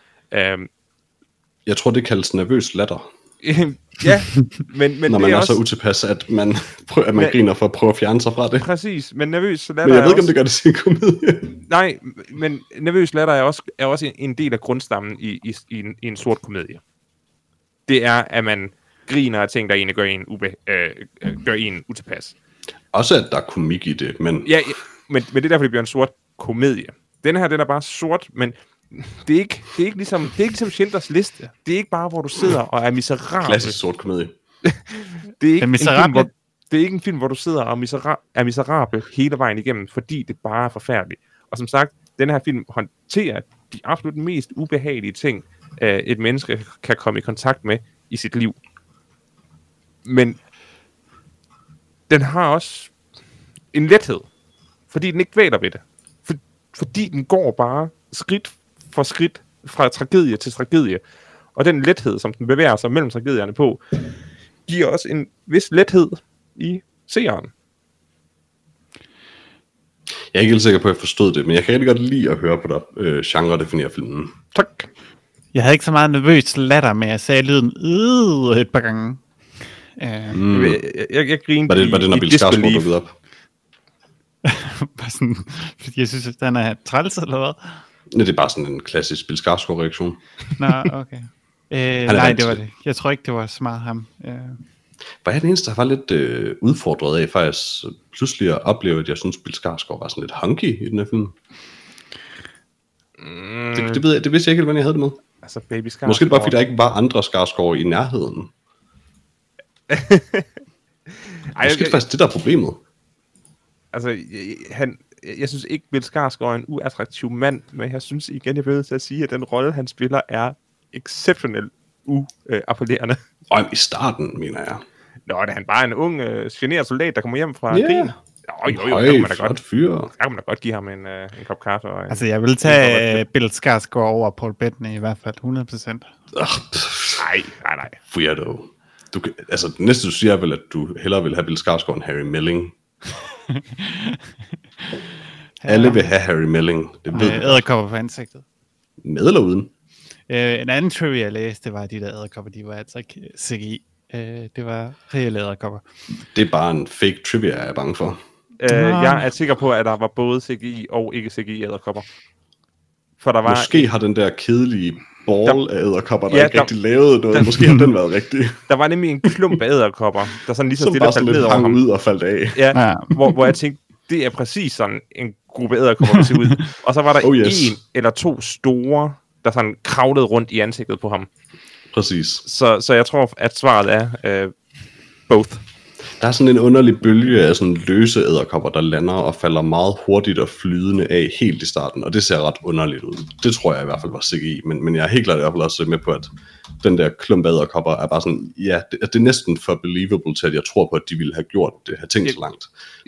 S2: Jeg tror, det kaldes nervøs latter.
S3: Ja, men
S2: når man er også så utilpas, at man griner for at prøve at fjerne sig fra det.
S3: Præcis, men nervøs latter.
S2: Men jeg ved ikke, om det gør det til en komedie.
S3: Nej, men nervøs latter er også en del af grundstammen i en sort komedie. Det er, at man griner af ting, der egentlig gør en utilpas. Også
S2: at der er komik i det, men...
S3: Ja, men det er derfor, det bliver en sort komedie. Den her, den er bare sort, men det er ikke ligesom Schindlers Liste. Det er ikke bare, hvor du sidder og er miserabel.
S2: Klassisk sort komedie.
S3: Det er ikke en film, hvor du sidder og er miserabel hele vejen igennem, fordi det bare er forfærdeligt. Og som sagt, den her film håndterer de absolut mest ubehagelige ting, et menneske kan komme i kontakt med i sit liv. Men den har også en lethed, fordi den ikke dvæler ved det. Fordi den går bare skridt for skridt fra tragedie til tragedie. Og den lethed, som den bevæger sig mellem tragedierne på, giver også en vis lethed i seeren.
S2: Jeg er ikke helt sikker på, at jeg forstod det, men jeg kan rigtig godt lide at høre på dig genre definere filmen.
S3: Tak.
S1: Jeg havde ikke så meget nervøs latter, men jeg sagde lyden et par gange.
S3: Jeg griner
S2: var det når Bill Skarsgård dukkede op?
S1: Bare sådan, fordi jeg synes, at den er træls, eller hvad?
S2: Nej, det er bare sådan en klassisk Bill Skarsgård-reaktion.
S1: Nå, okay. Nej, det var det. Jeg tror ikke, det var så meget ham.
S2: Var jeg den eneste, der var lidt udfordret af faktisk pludselig at opleve, at jeg synes, Bill Skarsgård var sådan lidt hunky i den her film? Det vidste jeg ikke, hvordan jeg havde det med.
S3: Altså, Baby Skarsgård.
S2: Måske det bare, fordi der ikke var andre Skarsgård i nærheden. Måske faktisk det, der er problemet.
S3: Altså, jeg synes ikke, Bill Skarsgård er en uattraktiv mand, men jeg synes igen, jeg bliver nødt til at sige, at den rolle, han spiller, er exceptionelt uappellerende.
S2: Og i starten, mener jeg.
S3: Nå, det er han bare en ung, generet soldat, der kommer hjem fra krigen. Jo, der kan man da godt give ham en kop kaffe. Og
S1: altså, jeg vil tage Bill Skarsgård over Paul Bettany i hvert fald, 100%.
S3: Nej.
S2: Weirdo. Altså, det næste, du siger er vel, at du hellere vil have Bill Skarsgård end Harry Melling. Alle vil have Harry Melling. Det ved
S1: æderkopper på ansigtet.
S2: Med eller uden?
S1: En anden trivia, jeg læste, det var, at de der edderkopper, de var altså ikke CGI. Det var reelle edderkopper.
S2: Det er bare en fake trivia, jeg er bange for.
S3: Jeg er sikker på, at der var både CGI og ikke CGI edderkopper. For der var
S2: Måske har den der kedelige ball af edderkopper, der
S3: Ja,
S2: ikke rigtig lavede noget. Måske har den været rigtig.
S3: Der var nemlig en klump af edderkopper, der sådan lige så
S2: Som
S3: stille
S2: bare sådan
S3: faldt ned
S2: lidt
S3: over
S2: hang
S3: ham.
S2: ud og faldt af.
S3: Ja, hvor jeg tænkte, det er præcis sådan en gruppe edderkopper, der ser ud. Og så var der en eller to store, der sådan kravlede rundt i ansigtet på ham.
S2: Præcis.
S3: Så jeg tror, at svaret er both.
S2: Der er sådan en underlig bølge af sådan løse edderkopper, der lander og falder meget hurtigt og flydende af helt i starten, og det ser ret underligt ud. Det tror jeg i hvert fald var CGI, men jeg er helt klart i hvert fald også med på, at den der klump af edderkopper er bare sådan, ja, det er næsten for believable til, at jeg tror på, at de ville have gjort det, have tænkt så langt.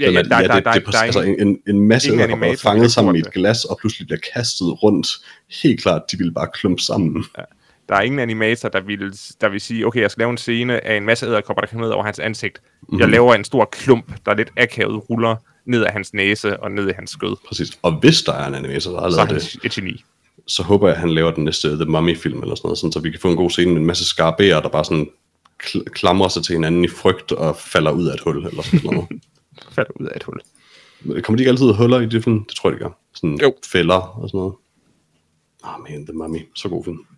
S2: En masse edderkopper er fanget sammen i et glas, og pludselig bliver kastet rundt. Helt klart, de ville bare klumpe sammen.
S3: Ja. Der er ingen animator, der vil sige, okay, jeg skal lave en scene af en masse edderkopper, der kommer ned over hans ansigt. Jeg laver en stor klump, der lidt akavet ruller ned af hans næse og ned i hans skød.
S2: Præcis. Og hvis der er en animator, der har lavet det,
S3: et geni.
S2: Så håber jeg, at han laver den næste The Mummy-film eller sådan noget, sådan, så vi kan få en god scene med en masse skarabæer, der bare sådan klamrer sig til hinanden i frygt og falder ud af et hul eller sådan noget.
S3: Falder ud af et hul.
S2: Kommer de ikke altid huller i det film? Det tror jeg, de gør. Sådan
S3: jo.
S2: Fælder og sådan noget. Man, The Mummy. Så god film.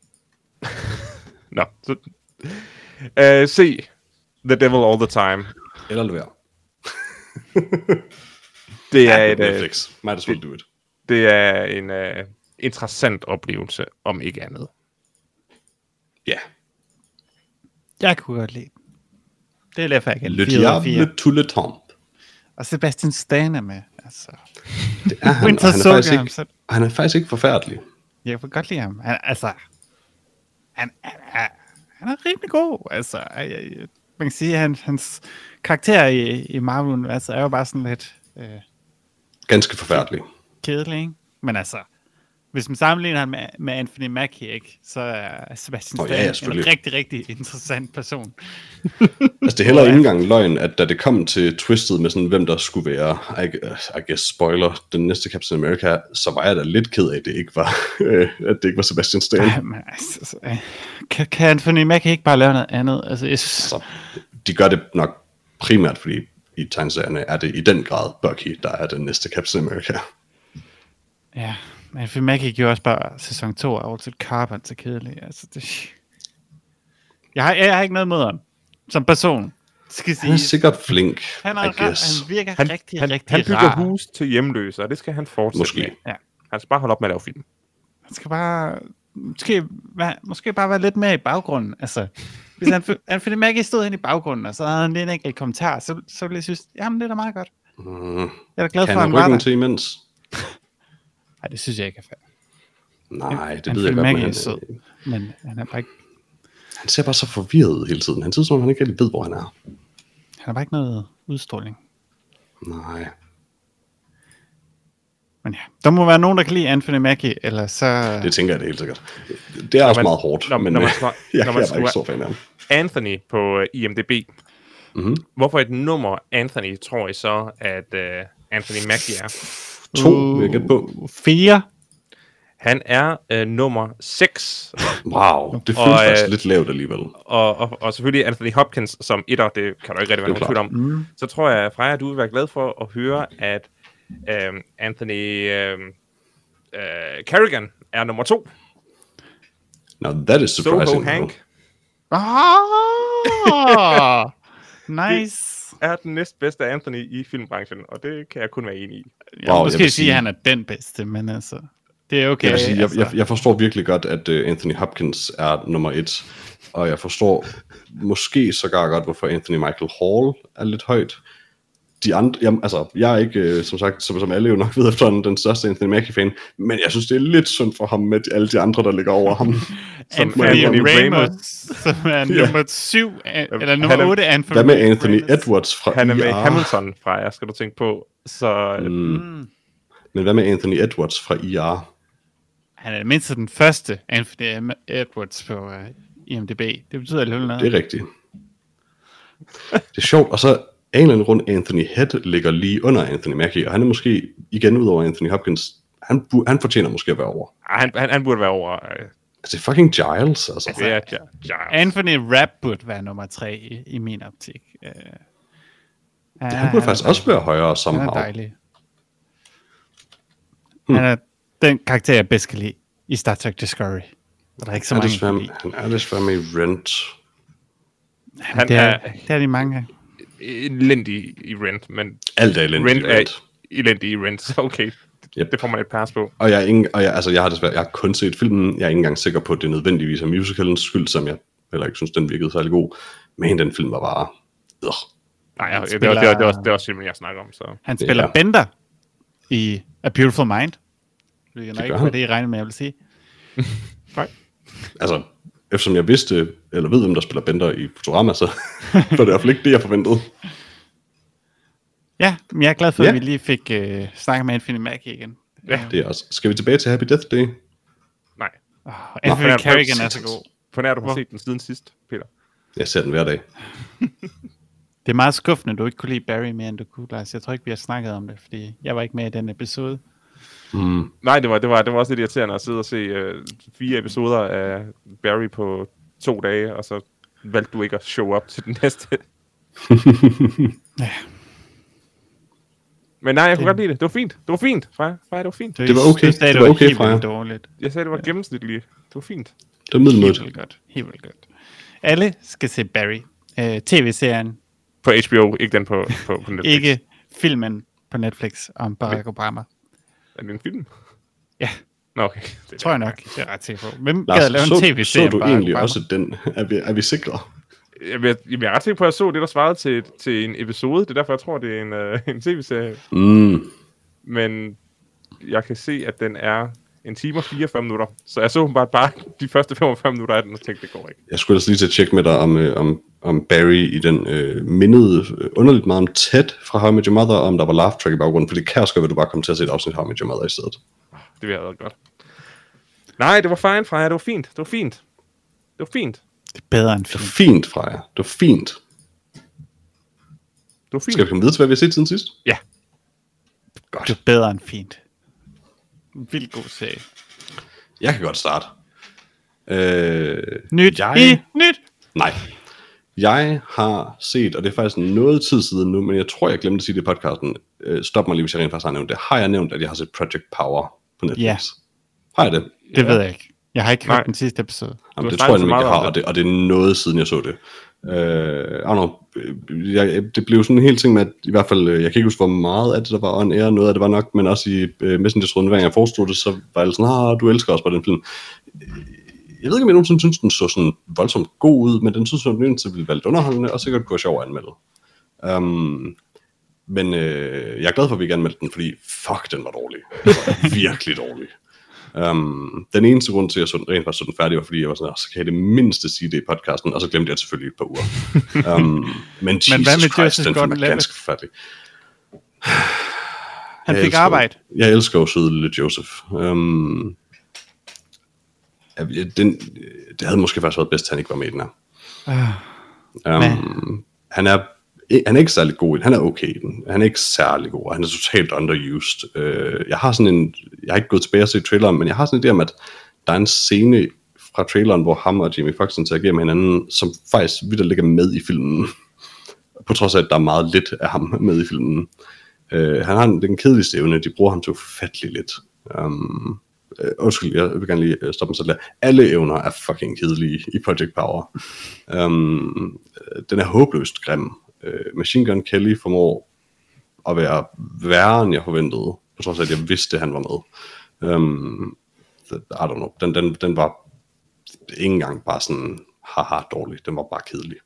S3: Nå. Se The Devil All the Time.
S2: Eller lad være.
S3: Det er et...
S2: Netflix. Might as well do it.
S3: Det er en interessant oplevelse, om ikke andet.
S2: Ja. Yeah.
S1: Jeg kunne godt lide. Det er derfor, jeg kan
S2: Le Diable tout le temps.
S1: Og Sebastian Stan er med. Altså.
S2: Det er han, han er faktisk ikke forfærdelig.
S1: Jeg kan godt lide ham. Han er rimelig god. Altså, man kan sige, at hans karakter i Marvel-universet er jo bare sådan lidt...
S2: ganske forfærdelig.
S1: Kedelig, ikke? Men altså, hvis man sammenligner ham med Anthony Mackie, ikke, så er Sebastian Stan en rigtig, rigtig interessant person.
S2: Altså, det er heller ikke engang løgn, at da det kom til twistet med sådan, hvem der skulle være, I guess spoiler, den næste Captain America, så var jeg da lidt ked af, at det ikke var, Sebastian Stan.
S1: Men altså, kan Anthony Mackie ikke bare lave noget andet? Altså, jeg synes...
S2: Så, de gør det nok primært, fordi i tegneserierne er det i den grad Bucky, der er den næste Captain America.
S1: Ja, men Anthony Mackie gjorde også bare sæson 2 af Altered Carbon så kedeligt. Altså, jeg har ikke noget mod ham som person.
S2: Han er sikkert flink,
S1: han virker rigtig
S3: Han bygger
S1: rar.
S3: hus til hjemløse, og det skal han fortsætte med.
S1: Ja.
S3: Han skal bare holde op med at lave film.
S1: Han skal bare... Måske bare være lidt mere i baggrunden. Altså, hvis Anthony Mackie stod hen i baggrunden, og så havde han lidt en enkelt kommentar, så ville jeg synes, jamen det er da meget godt. Jeg er da glad for, at han var der.
S2: til imens?
S1: Nej, det synes jeg ikke er fair.
S2: Nej, det ved jeg godt,
S1: men sød, men han er bare ikke...
S2: Han ser bare så forvirret ud hele tiden. Han ser som om, han ikke rigtig ved, hvor han er.
S1: Han har bare ikke noget udstråling.
S2: Nej.
S1: Men ja, der må være nogen, der kan lide Anthony Mackie, eller så...
S2: Det tænker jeg det helt sikkert. Det er også meget hårdt, men jeg er bare ikke så fan af ham.
S3: Anthony på IMDb. Mm-hmm. Hvorfor et nummer Anthony tror I så, at Anthony Mackie er?
S2: 2, vil jeg gætte på.
S1: 4.
S3: Han er nummer 6.
S2: Wow, det føles faktisk lidt lavt alligevel.
S3: Og selvfølgelig Anthony Hopkins som etter, det kan du ikke rigtig være nogen tvivl om. Mm. Så tror jeg, Freja, du vil være glad for at høre, at Anthony Carrigan er nummer 2.
S2: Now that is surprising.
S3: Soho Hank.
S1: Nice.
S3: Er den næstbedste Anthony i filmbranchen, og det kan jeg kun være enig i.
S1: Jeg måske sige, at han er den bedste, men altså... Det er okay.
S2: Jeg forstår virkelig godt, at Anthony Hopkins er nummer 1, og jeg forstår måske sågar godt, hvorfor Anthony Michael Hall er lidt højt. De andre, jeg er ikke, som sagt, som alle jo nok ved efter den største Anthony Mackie-fan, men jeg synes, det er lidt synd for ham med alle de andre, der ligger over ham.
S1: Anthony Ramos, som er nummer 7, eller nummer 8.
S2: Hvad med Anthony Edwards fra
S3: Han er med Hamilton fra jer, skal du tænke på. Så,
S2: Men hvad med Anthony Edwards fra IR?
S1: Han er mindst den første Anthony Edwards på IMDb. Det betyder lidt noget.
S2: Det er rigtigt. Det er sjovt, og så en eller anden grund, Anthony Head ligger lige under Anthony Mackie, og han er måske igen ud over Anthony Hopkins. Han fortjener måske at være over.
S3: Han burde være over.
S2: Det er fucking Giles, altså.
S3: Det er Giles.
S1: Anthony Rapp burde være nummer 3 i min optik.
S2: Han burde faktisk også være højere somehow.
S1: Han er dejlig. Han er den karakter, jeg bedst kan lide i Star Trek Discovery. Der er ikke så mange.
S2: Han er desværre med i Rent.
S1: Det er de mange.
S3: Elendig i Rent, men
S2: alt er elendig i Rent.
S3: Elendig i Rent, så okay. Yep. Det får man et pass på.
S2: Og jeg har kun set filmen. Jeg er ikke engang sikker på, at det nødvendigvis er musicalens skyld, som jeg heller ikke synes, den virkede særlig god. Men den film var bare...
S3: Nej, det er også filmen, jeg snakker om. Så.
S1: Han spiller Bender i A Beautiful Mind. Det er ikke, hvad det I regner med, jeg vil sige.
S3: Nej.
S2: Altså, eftersom jeg vidste, eller ved, hvem der spiller Bender i Futurama, så var det i hvert fald ikke det, jeg forventede.
S1: Ja, men jeg er glad for, at vi lige fik snakket med Anthony Mackie igen.
S2: Ja, det er også. Skal vi tilbage til Happy Death Day?
S3: Nej.
S1: Anthony Carrigan er så god.
S3: For nær, du har set den siden sidst, Peter.
S2: Jeg ser den hver dag.
S1: Det er meget skuffende, at du ikke kunne lide Barry mere, end du kunne, Lars. Jeg tror ikke, vi har snakket om det, fordi jeg var ikke med i den episode.
S3: Nej, det var også lidt irriterende at sidde og se 4 episoder af Barry på 2 dage, og så valgte du ikke at show up til den næste.
S1: Ja.
S3: Men nej, jeg kunne godt lide det. Det var fint. Freja, det var fint.
S2: Det var okay. Det var okay, Freja.
S1: Dårligt.
S3: Jeg sagde, det var gennemsnitligt. Det var fint.
S2: Det var middelmådigt.
S1: Helt vildt godt. Alle skal se Barry. TV-serien.
S3: På HBO, ikke den på Netflix.
S1: Ikke filmen på Netflix om Barack Obama.
S3: Er det en film?
S1: Ja.
S3: Nå, okay.
S1: Det tror jeg nok. Det er ret sikker på. Hvem
S2: Lars,
S1: gad lave en tv-serie
S2: så du egentlig også den? Er vi sikre?
S3: Jeg er ret sikker på, at jeg så det, der svarede til en episode. Det er derfor, jeg tror, det er en tv-serie. Men jeg kan se, at den er 1 time og 44 minutter. Så jeg så bare de første 45 minutter af den, og tænkte, det går ikke.
S2: Jeg skulle altså lige til at tjekke med dig om Barry i den mindede underligt meget om Ted fra How I Met Your Mother, om der var laugh track i baggrunden, for det kan også godt, at du bare kom til at se et afsnit How I Met Your Mother i stedet.
S3: Det vil jeg have godt. Nej, det var fint, Freja. Det var fint. Det
S1: Det er bedre end
S2: fint. Det var fint, Freja. Det var fint. Skal vi komme videre til, hvad vi har set siden sidst?
S3: Ja.
S2: Godt.
S1: Det er bedre end fint. Vildt god serie.
S2: Jeg kan godt starte.
S1: Nyt.
S2: Nej. Jeg har set, og det er faktisk noget tid siden nu, men jeg tror, jeg glemte at sige det i podcasten. Stop mig lige, hvis jeg rent faktisk har nævnt det. Har jeg nævnt, at jeg har set Project Power på Netflix?
S1: Ja.
S2: Har jeg det?
S1: Det ved jeg ikke. Jeg har ikke hørt den sidste episode.
S2: Jamen, det tror jeg nemlig ikke, jeg har, og det er noget siden jeg så det. Det blev sådan en hel ting med, at i hvert fald, jeg kan ikke huske, hvor meget af det der var on air, noget af det var nok, men også i Messenger-tråden, hver gang jeg forestod det, så var jeg sådan, du elsker også på den film. Jeg ved ikke, om jeg nogensinde synes, den så sådan voldsomt god ud, men den synes, at den ville være lidt underholdende, og sikkert kunne være sjov at anmelde. Men jeg er glad for, at vi ikke anmeldte den, fordi fuck, den var dårlig. Den var virkelig dårlig. Den eneste grund til, at jeg så den rent faktisk så den færdig, var fordi jeg var sådan, så kan jeg det mindste sige det i podcasten, og så glemte jeg selvfølgelig et par uger. Men Jesus Christ, den film er ganske forfærdelig.
S1: Han fik arbejde.
S2: Jeg elsker jo søde lille Joseph. Det havde måske faktisk været bedst, at han ikke var med i den her. Han er ikke særlig god i den. Han er okay i den. Han er ikke særlig god, han er totalt underused. Jeg har ikke gået tilbage og set traileren, men jeg har sådan en idé om, at der er en scene fra traileren, hvor ham og Jamie Foxx interagerer med hinanden, som faktisk vidt ligger med i filmen. På trods af, at der er meget lidt af ham med i filmen. Han har den kedeligste evne, de bruger ham til ufattelig lidt. Undskyld, jeg vil gerne lige stoppe mig selv der. Alle evner er fucking kedelige i Project Power. Den er håbløst grim. Machine Gun Kelly formår at være værre, end jeg forventede, på trods af, at jeg vidste, at han var med. I don't know. Den var ikke engang bare sådan haha dårlig. Den var bare kedelig.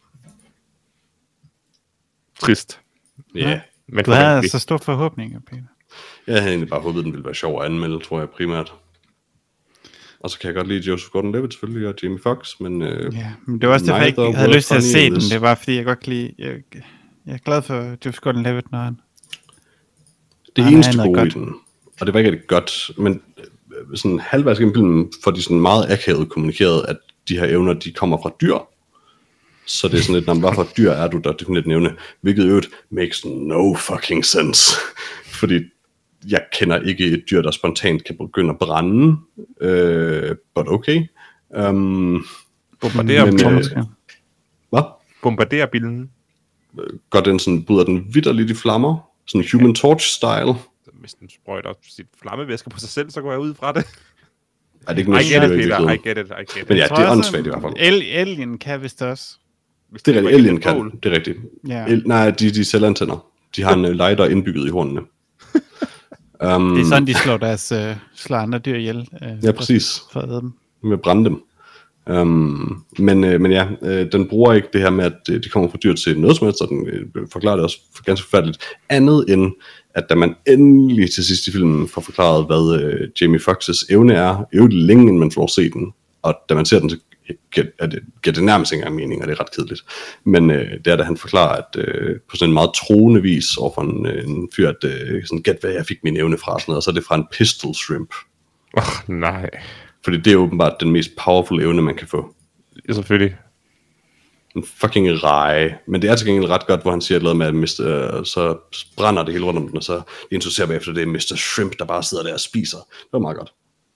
S3: Trist.
S2: Ja.
S1: Men du havde så stor forhåbninger, Peter.
S2: Jeg havde egentlig bare håbet, at den ville være sjov at anmelde, tror jeg primært. Og så kan jeg godt lide Joseph Gordon-Levitt selvfølgelig, og Jamie Foxx, men...
S1: men det var også derfor, jeg ikke havde lyst til at se den. Det var, fordi jeg godt kan lide... Jeg er glad for Joseph Gordon-Levitt, når han...
S2: Det eneste gode i den, og det var ikke rigtig godt, men sådan halvvejs gennem filmen får de sådan meget akavet kommunikeret, at de her evner, de kommer fra dyr. Så det er sådan lidt, når man bare fra dyr er du der defineret nævne, hvilket øvrigt makes no fucking sense. Fordi jeg kender ikke et dyr, der spontant kan begynde at brænde, but okay.
S3: Bombarderer
S2: men,
S3: bilen.
S2: Hvad?
S3: Bombarderer bilen.
S2: Går den sådan, bryder den vitterligt i flammer? Sådan Human Torch-style?
S3: Hvis den sprøjter sit flammevæske på sig selv, så går jeg ud fra det.
S2: Er det ikke noget
S3: I get it,
S2: Peter.
S3: I get it.
S2: Men ja, det er åndssvagt i hvert fald.
S1: Alien kan vist også.
S2: Det er rigtigt, Alien kan, det er rigtigt.
S1: Ja.
S2: Nej, de selvantænder. De har en lighter indbygget i hornene.
S1: Det er sådan, de slår andre dyr ihjel.
S2: Ja, præcis.
S1: For at æde dem.
S2: Med at brænde dem. Men ja, den bruger ikke det her med, at de kommer fra dyr til noget som helst, så den forklarer det også ganske forfærdeligt. Andet end, at da man endelig til sidst i filmen får forklaret, hvad Jamie Foxx's evne er længe inden man får set den, og da man ser den, så giver det nærmest ikke engang mening, og det er ret kedeligt. Men det er, da han forklarer, at på sådan en meget troende vis overfor en fyr, at sådan, gæt hvad jeg fik min evne fra, sådan noget, og så er det fra en pistol shrimp.
S3: Nej.
S2: Fordi det er åbenbart den mest powerful evne, man kan få.
S3: Ja, selvfølgelig.
S2: En fucking reje. Men det er til gengæld ret godt, hvor han siger noget med, at så brænder det hele rundt om den, og så introducerer bagefter, det er Mr. Shrimp, der bare sidder der og spiser. Det var meget godt.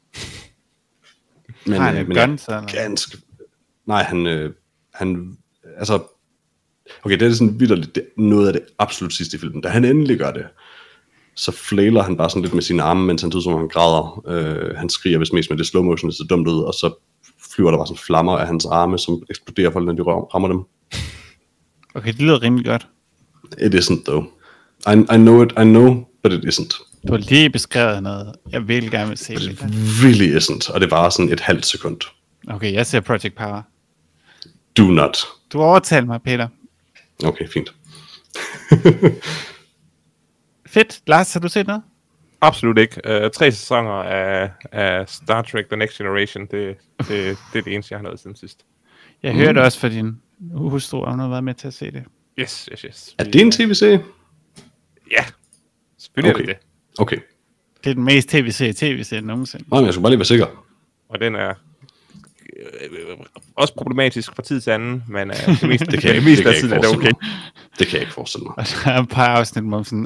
S2: Men,
S1: han
S2: men
S1: gun, så,
S2: ganske... Nej, han... Altså... Okay, det er sådan vitterligt noget af det absolut sidste i filmen. Da han endelig gør det, så flailer han bare sådan lidt med sine arme, mens han tyder, som han græder. Han skriger vist mest med det slow motion, det ser dumt ud, og så flyver der bare sådan flammer af hans arme, som eksploderer for, når de rammer dem.
S1: Okay, det lyder rimelig godt.
S2: It isn't though. I know it, I know, but it isn't.
S1: Du har lige beskrevet noget, jeg virkelig gerne vil se.
S2: But it really isn't, og det var sådan et halvt sekund.
S1: Okay, jeg ser Project Power.
S2: Do not.
S1: Du overtaler mig, Peter.
S2: Okay, fint.
S1: Fedt. Lars, har du set noget?
S3: Absolut ikke. 3 sæsoner af Star Trek The Next Generation, det er det eneste, jeg har nået siden sidst.
S1: Jeg hørte også fra din hustru, om du har været med til at se det.
S3: Yes.
S2: Er det en tv-serie?
S3: Ja, selvfølgelig
S2: Okay.
S3: er det.
S2: Okay.
S1: Det er den mest tv-serie nogensinde.
S2: Nå, men jeg skulle bare lige være sikker.
S3: Og den er også problematisk fra tid til anden, men det meste,
S2: Det kan jeg
S3: mest
S2: ikke
S3: af tiden er det okay.
S2: Det kan jeg ikke forestille mig.
S1: Og der er et par afsnit, hvor man sådan,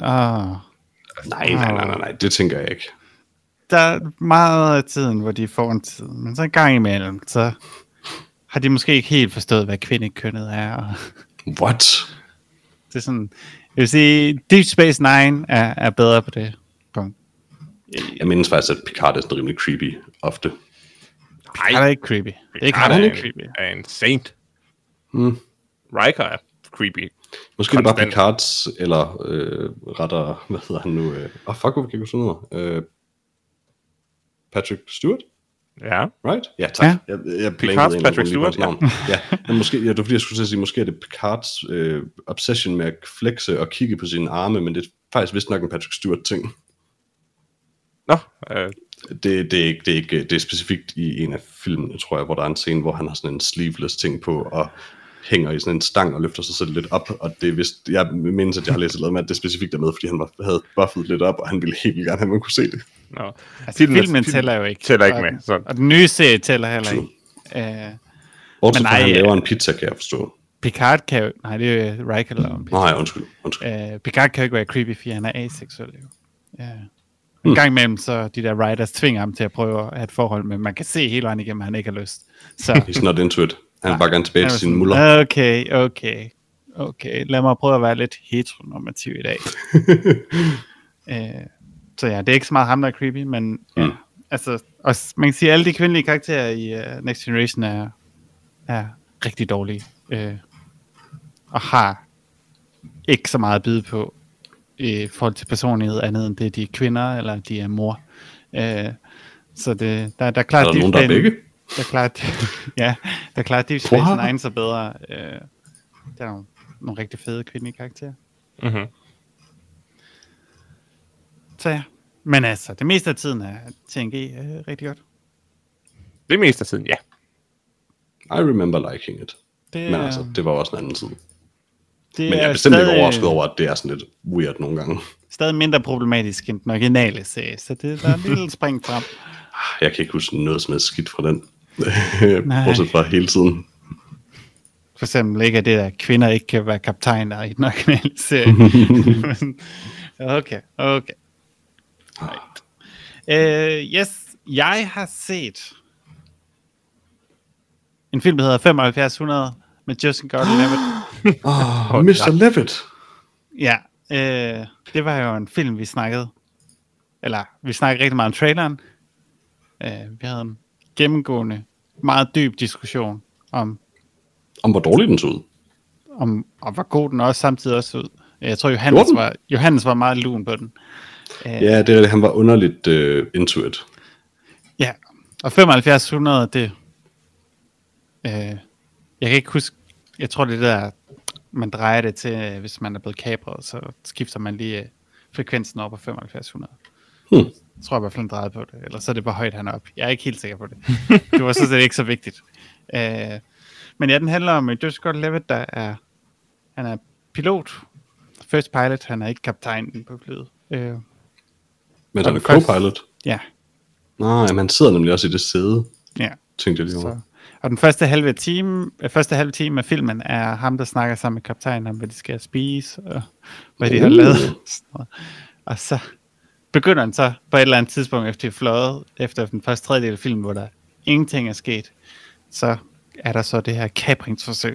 S2: Nej, det tænker jeg ikke.
S1: der er meget af tiden, hvor de får en tid, men så en gang imellem, så har de måske ikke helt forstået, hvad kvindekønnet er. Og
S2: What?
S1: det er sådan, jeg vil sige, Deep Space Nine er bedre på det punkt.
S2: Jeg mindes faktisk, at Picard er sådan rimelig creepy ofte.
S1: Nej, det er ikke creepy. Det er ikke
S3: Han
S1: ikke creepy.
S3: er en saint. Riker er creepy.
S2: Måske er det bare
S3: Konstant.
S2: Picards, eller rettere, hvad hedder han nu? Fuck, hvorfor kan jeg ikke huske noget? Patrick Stewart?
S3: Ja.
S2: Right? Ja, tak.
S1: Ja.
S2: Jeg
S3: Picards
S2: blankede
S3: Patrick
S2: lige på hans
S3: Stewart,
S2: navn. Ja, men måske, det var fordi, jeg skulle til at sige, måske er det Picards obsession med at flexe og kigge på sine arme, men det er faktisk vist nok en Patrick Stewart-ting.
S3: Nå,
S2: Det er specifikt i en af filmene, tror jeg, hvor der er en scene, hvor han har sådan en sleeveless ting på, og hænger i sådan en stang og løfter sig selv lidt op, og det er vist, jeg mindes, at jeg har læst noget med, at det specifikt er med, fordi han havde buffet lidt op, og han ville helt gerne have, at man kunne se det.
S3: nå.
S1: Altså, filmen tæller jo ikke.
S3: Tæller ikke med. Sådan.
S1: Og den nye serie tæller heller
S2: True.
S1: ikke.
S2: Bortset
S1: Men
S2: fra, at han
S1: nej,
S2: laver en pizza, kan jeg forstå.
S1: Picard kan jo... Nej, det er jo Riker, der laver en pizza.
S2: Nej, undskyld.
S1: Picard kan jo ikke være creepy, fordi han er aseksuel. Jo. Ja. En gang imellem, så de der writers tvinger ham til at prøve at have et forhold, men man kan se hele vejen igennem, at han ikke har lyst. Så,
S2: He's not into it. Han vil bare gerne tilbage til sine muller.
S1: Okay. Lad mig prøve at være lidt heteronormativ i dag. Så ja, det er ikke så meget ham, der er creepy, men ja, altså, også, man kan sige, at alle de kvindelige karakterer i Next Generation er rigtig dårlige. Og har ikke så meget at byde på i forhold til personlighed andet end det, de er kvinder, eller de er mor. Så det, der er klart...
S2: Er der nogen, der er begge?
S1: Der er klart, ja, der er klart, Deep Space Nine så bedre. Der er nogle rigtig fede kvindelige karakterer.
S3: Mm-hmm.
S1: Så ja. Men altså, det meste af tiden er TNG rigtig godt.
S3: Det meste af tiden, ja.
S2: I remember liking it.
S1: Det,
S2: Men altså, det var også en anden tid.
S1: det
S2: Men jeg er bestemt ikke overrasket over, at det er sådan lidt weird nogle gange.
S1: Stadig mindre problematisk end den originale serie, så der er en lille spring frem.
S2: Jeg kan ikke huske noget som er skidt fra den. Bortset fra hele tiden.
S1: For eksempel ikke, at det der kvinder ikke kan være kaptajner i den originale serie. Okay. Right. Yes, jeg har set en film, der hedder 7500 med Justin Gordon-Levitt.
S2: Mr. Levitt.
S1: Ja, det var jo en film, vi snakkede rigtig meget om traileren. Vi havde en gennemgående, meget dyb diskussion om
S2: hvor dårlig den så ud.
S1: Og hvor god den også samtidig også ud. Jeg tror, Johannes var meget lun på den.
S2: Ja, det er han var underligt into it.
S1: Ja, og 7500, det... jeg kan ikke huske... Jeg tror, det der, man drejer det til, hvis man er blevet kapret, så skifter man lige frekvensen op på 7500. Jeg tror i hvert fald, han drejede på det. Eller så er det bare højt, han er op. Jeg er ikke helt sikker på det. Det var sådan set ikke så vigtigt. Men ja, den handler om Justin Gordon-Levitt, han er pilot. First pilot, han er ikke kaptajnen på flyet.
S2: Men han er co-pilot?
S1: Ja.
S2: Nej, men han sidder nemlig også i det sæde.
S1: Ja.
S2: Tænkte jeg lige over.
S1: Og den første halve time af filmen er ham, der snakker sammen med kaptajnen om, hvad de skal spise, og hvad de har lavet. Og så begynder han så på et eller andet tidspunkt, efter de er fløjet, efter den første tredjedel af filmen, hvor der ingenting er sket, så er der så det her kapringsforsøg.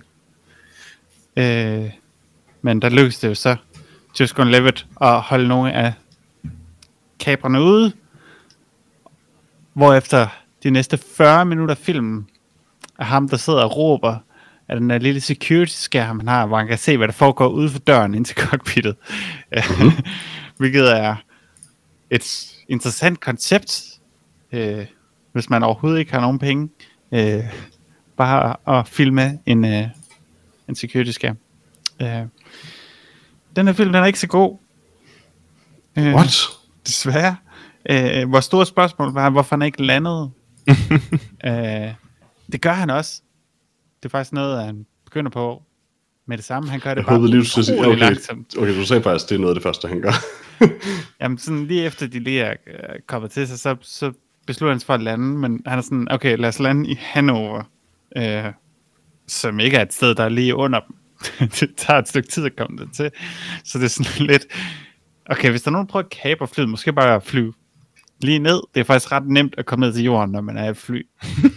S1: Men der lykkedes det jo så, Justin Gordon-Levitt, at holde nogle af kaprene ude, hvorefter de næste 40 minutter af filmen er ham, der sidder og råber af den der lille security-skærm, han har, hvor han kan se, hvad der foregår ude for døren ind til cockpittet. Hvilket er et interessant koncept, hvis man overhovedet ikke har nogen penge. Bare at filme en security-skærm. Den her film, den er ikke så god.
S2: What?
S1: Desværre. Hvor store spørgsmål var, hvorfor han ikke landede. Det gør han også. Det er faktisk noget, han begynder på med det samme. Han gør det bare utrolig langsomt.
S2: Okay, du sagde faktisk, det er noget af det første, han gør.
S1: Jamen sådan lige efter de lige er kommet til sig, så beslutter han sig for at lande, men han er sådan, okay, lad os lande i Hannover, som ikke er et sted, der er lige under dem. Det tager et stykke tid at komme det til. Så det er sådan lidt, okay, hvis der er nogen, der prøver at kapre flyet, måske bare flyve lige ned. Det er faktisk ret nemt at komme ned til jorden, når man er i et fly.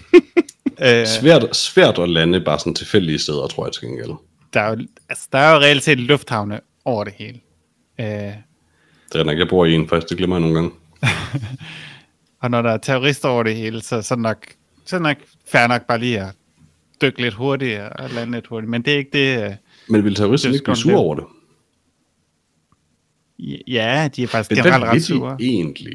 S2: Svært at lande bare sådan tilfældige steder, tror jeg til gengæld.
S1: Der er jo reelt set lufthavne over det hele.
S2: Det er nok, jeg bor i en faktisk, det glemmer jeg nogle gange.
S1: Og når der er terrorister over det hele, så er det nok fair nok bare lige at dykke lidt hurtigt og lande lidt hurtigt. Men det er ikke det...
S2: Men vil terroristerne ikke blive sure over det?
S1: Ja, de er faktisk generelt ret sure.
S2: Men egentlig?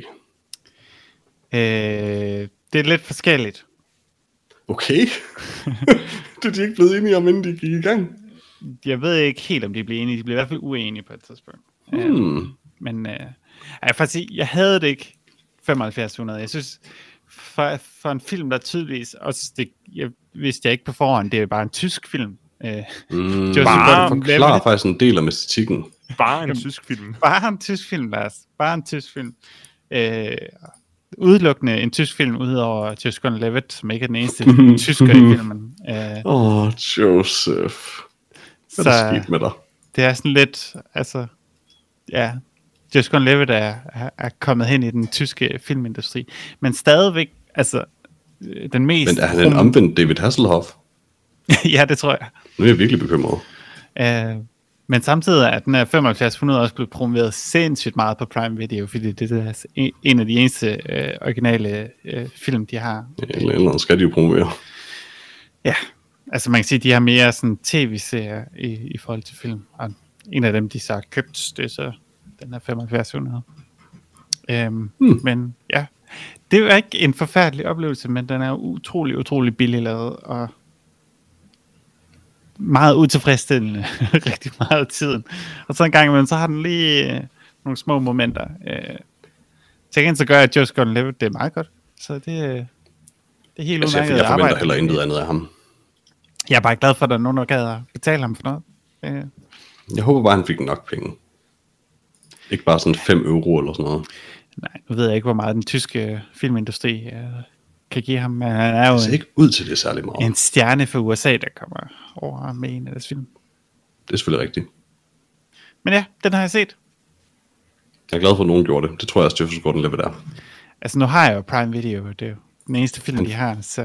S1: Det er lidt forskelligt.
S2: Okay. Det er de ikke blevet enige om, inden de gik i gang?
S1: Jeg ved ikke helt, om de bliver enige. De bliver i hvert fald uenige på et tidspunkt. Men jeg faktisk sige, jeg havde det ikke 7500. Jeg synes, for en film, der tydeligvis også, jeg vidste jeg ikke på forhånd, det er bare en tysk film.
S2: Bare forklarer faktisk en del om æstetikken.
S3: Bare en tysk film.
S1: Bare en tysk film, Lars. Bare en tysk film. Udelukkende en tysk film, udover Justin Gordon-Levitt, som ikke er den eneste tysker i filmen.
S2: Joseph. Hvad er der sket med dig?
S1: Det er sådan lidt, altså, ja, Justin Gordon-Levitt er kommet hen i den tyske filmindustri, men stadigvæk, altså, den mest...
S2: Men er han en omvendt David Hasselhoff?
S1: Ja, det tror jeg.
S2: Nu er jeg virkelig bekymret.
S1: Men samtidig er den her 7500 også blevet promoveret sindssygt meget på Prime Video, fordi det er en af de eneste originale film, de har.
S2: Ja, eller skal de jo promovere.
S1: Ja, altså man kan sige, at de har mere sådan tv-serier i forhold til film. Og en af dem, de så har købt, det er så den her 7500. Men ja, det er jo ikke en forfærdelig oplevelse, men den er utrolig, utrolig billig lavet, og meget utilfredsstillende rigtig meget af tiden. Og så en gang imellem, så har den lige nogle små momenter. Til gengæld så gør jeg, at Justin Gordon-Levitt det er meget godt. Så det er helt udmærket arbejde.
S2: Jeg forventer heller intet andet af ham.
S1: Jeg er bare glad for, at der er nogen, der gad at betale ham for noget.
S2: Jeg håber bare, han fik nok penge. Ikke bare sådan 5 euro eller sådan noget.
S1: Nej, nu ved jeg ikke, hvor meget den tyske filmindustri kan give ham, men han er jo
S2: ikke ud til det særlig meget.
S1: En stjerne for USA, der kommer over med en af deres film.
S2: Det er selvfølgelig rigtigt.
S1: Men ja, den har jeg set.
S2: Jeg er glad for, at nogen gjorde det. Det tror jeg også, Justin Gordon-Levitt er.
S1: Altså nu har jeg jo Prime Video, det er jo den eneste film, de har, så...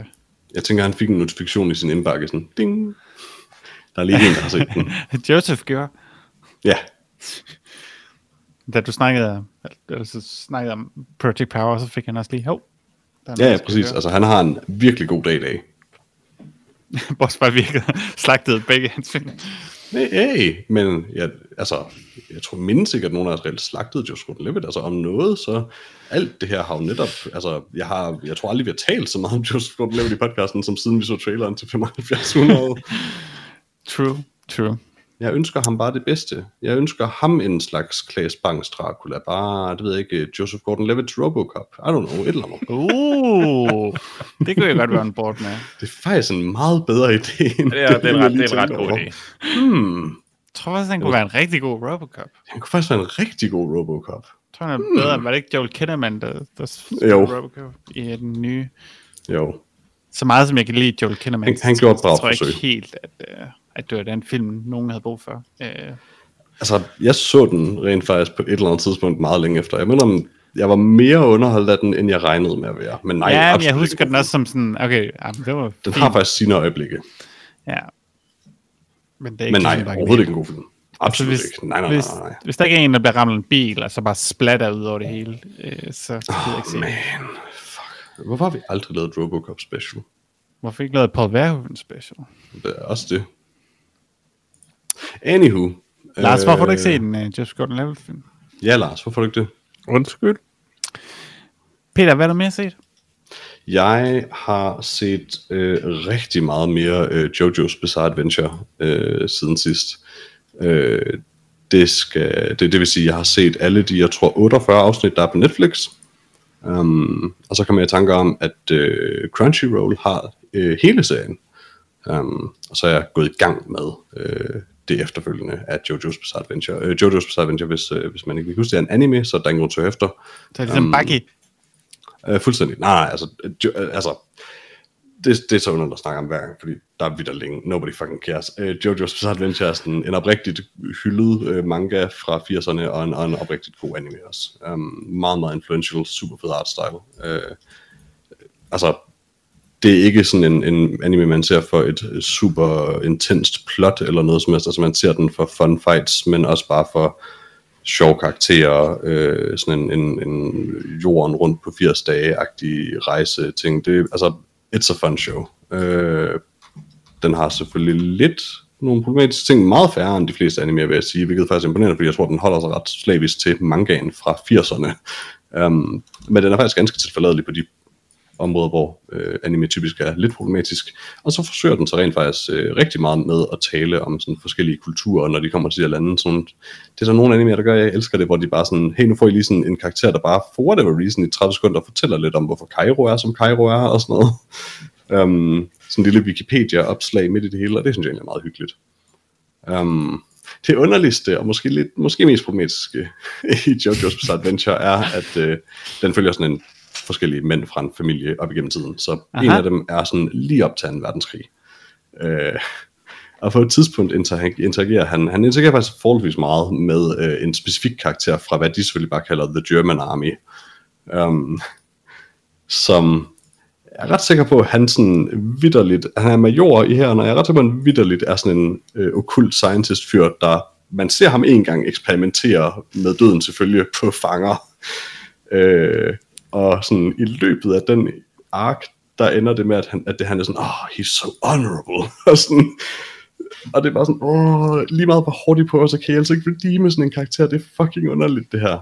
S2: Jeg tænker, han fik en notifikation i sin indbakke, sådan, ding. Der er lige en, der har set den.
S1: Joseph gjorde.
S2: Ja,
S1: Da du snakkede om Project Power, så fik han også lige,
S2: ja, præcis. Altså, han har en virkelig god dag i dag.
S1: Boss bare virkede slagtede begge hans film.
S2: Hey, men jeg tror mindst sikkert, at nogen af os reelt slagtede Joseph Gordon-Levitt. Altså om noget, så alt det her har jo netop... Altså, jeg tror aldrig, vi har talt så meget om Joseph Gordon-Levitt i podcasten, som siden vi så traileren til 7500.
S1: True.
S2: Jeg ønsker ham bare det bedste. Jeg ønsker ham en slags Claes Bangs Dracula. Bare, det ved jeg ikke, Joseph Gordon-Levitt's Robocop. I don't know, et eller andet.
S1: Det kunne jeg godt være en board med.
S2: Det er faktisk en meget bedre idé. End
S3: det er en ret god idé.
S1: Jeg tror også, han kunne være en rigtig god Robocop.
S2: Han kunne faktisk være en rigtig god Robocop.
S1: Jeg tror, han er bedre. Var det ikke Joel Kinnaman, der Robocop i den nye?
S2: Jo.
S1: Så meget som jeg kan lide Joel Kinnaman.
S2: Han gjorde et bra forsøg.
S1: Jeg tror ikke helt, at det var den film, nogen havde brug for.
S2: Altså, jeg så den rent faktisk på et eller andet tidspunkt meget længe efter. Jeg mener, jeg var mere underholdt af den, end jeg regnede med at være. Men nej,
S1: ja, men jeg husker den også som sådan, okay, det var
S2: den har faktisk sine øjeblikke.
S1: Ja. Men det er ikke
S2: men nej, overhovedet ikke en god film. Absolut
S1: altså,
S2: ikke. Nej.
S1: Hvis der ikke er en, der bliver ramt en bil, og så bare splatter ud over det hele, så kan jeg ikke se
S2: man. Fuck. Hvorfor har vi aldrig lavet Robocop special?
S1: Hvorfor ikke lavet Paul Verhoeven special?
S2: Det er også det. Anywho.
S1: Lars, hvorfor har du ikke set en Joseph Gordon-Levitt film?
S2: Ja, Lars, hvorfor har du ikke det?
S3: Undskyld.
S1: Peter, hvad har du mere set?
S2: Jeg har set rigtig meget mere JoJo's Bizarre Adventure siden sidst. Det vil sige, at jeg har set alle de, jeg tror, 48 afsnit, der er på Netflix. Og så kommer jeg i tanke om, at Crunchyroll har hele serien. Og så er jeg gået i gang med det efterfølgende af JoJo's Bizarre Adventure. JoJo's Bizarre Adventure, hvis man ikke vil huske, det er en anime, så der er ingen grund til efter.
S1: Så er det ligesom Baki.
S2: Fuldstændig. Nej, altså det er så underligt at snakke om hver gang, fordi der er vidt længe. Nobody fucking cares. JoJo's Bizarre Adventure er sådan en oprigtigt hyldet manga fra 80'erne, og en oprigtigt god anime også. Meget, meget influential, super fed art style. Altså, det er ikke sådan en anime, man ser for et super intenst plot, eller noget som helst. Altså, man ser den for fun fights, men også bare for sjove karakterer, sådan en jorden rundt på 80 dage-agtig rejse ting. Det altså, it's a fun show. Den har selvfølgelig lidt nogle problematiske ting, meget færre end de fleste anime, vil jeg sige, hvilket faktisk er imponerende, fordi jeg tror, den holder sig ret slavisk til mangaen fra 80'erne. Men den er faktisk ganske tilforladelig på de områder, hvor anime typisk er lidt problematisk. Og så forsøger den sig rent faktisk rigtig meget med at tale om sådan forskellige kulturer, når de kommer til de her lande. Sådan, det er så nogle anime, der gør, jeg elsker det, hvor de bare sådan, hey, nu får I lige sådan en karakter, der bare for whatever reason i 30 sekunder fortæller lidt om, hvorfor Cairo er, som Cairo er, og sådan noget. Sådan en lille Wikipedia-opslag midt i det hele, og det synes jeg egentlig er meget hyggeligt. Det underligste, og måske mest problematiske i JoJo's Bizarre Adventure, er, at den følger sådan en forskellige mænd fra en familie op igennem tiden. Så en af dem er sådan lige op til 2. verdenskrig. Og på et tidspunkt interagerer han interagerer faktisk forholdsvis meget med en specifik karakter fra, hvad de selvfølgelig bare kalder The German Army. Som jeg er ret sikker på, at han sådan vitterligt, han er major i hæren, og jeg er ret sikker på, at han vitterligt er sådan en okkult scientist fyr, der man ser ham en gang eksperimentere med døden selvfølgelig på fanger. Og sådan i løbet af den ark, der ender det med, at han er sådan, he's so honorable. Og det er bare sådan, lige meget hvor hårdt på os, så kan jeg altså ikke redeeme sådan en karakter. Det er fucking underligt, det her.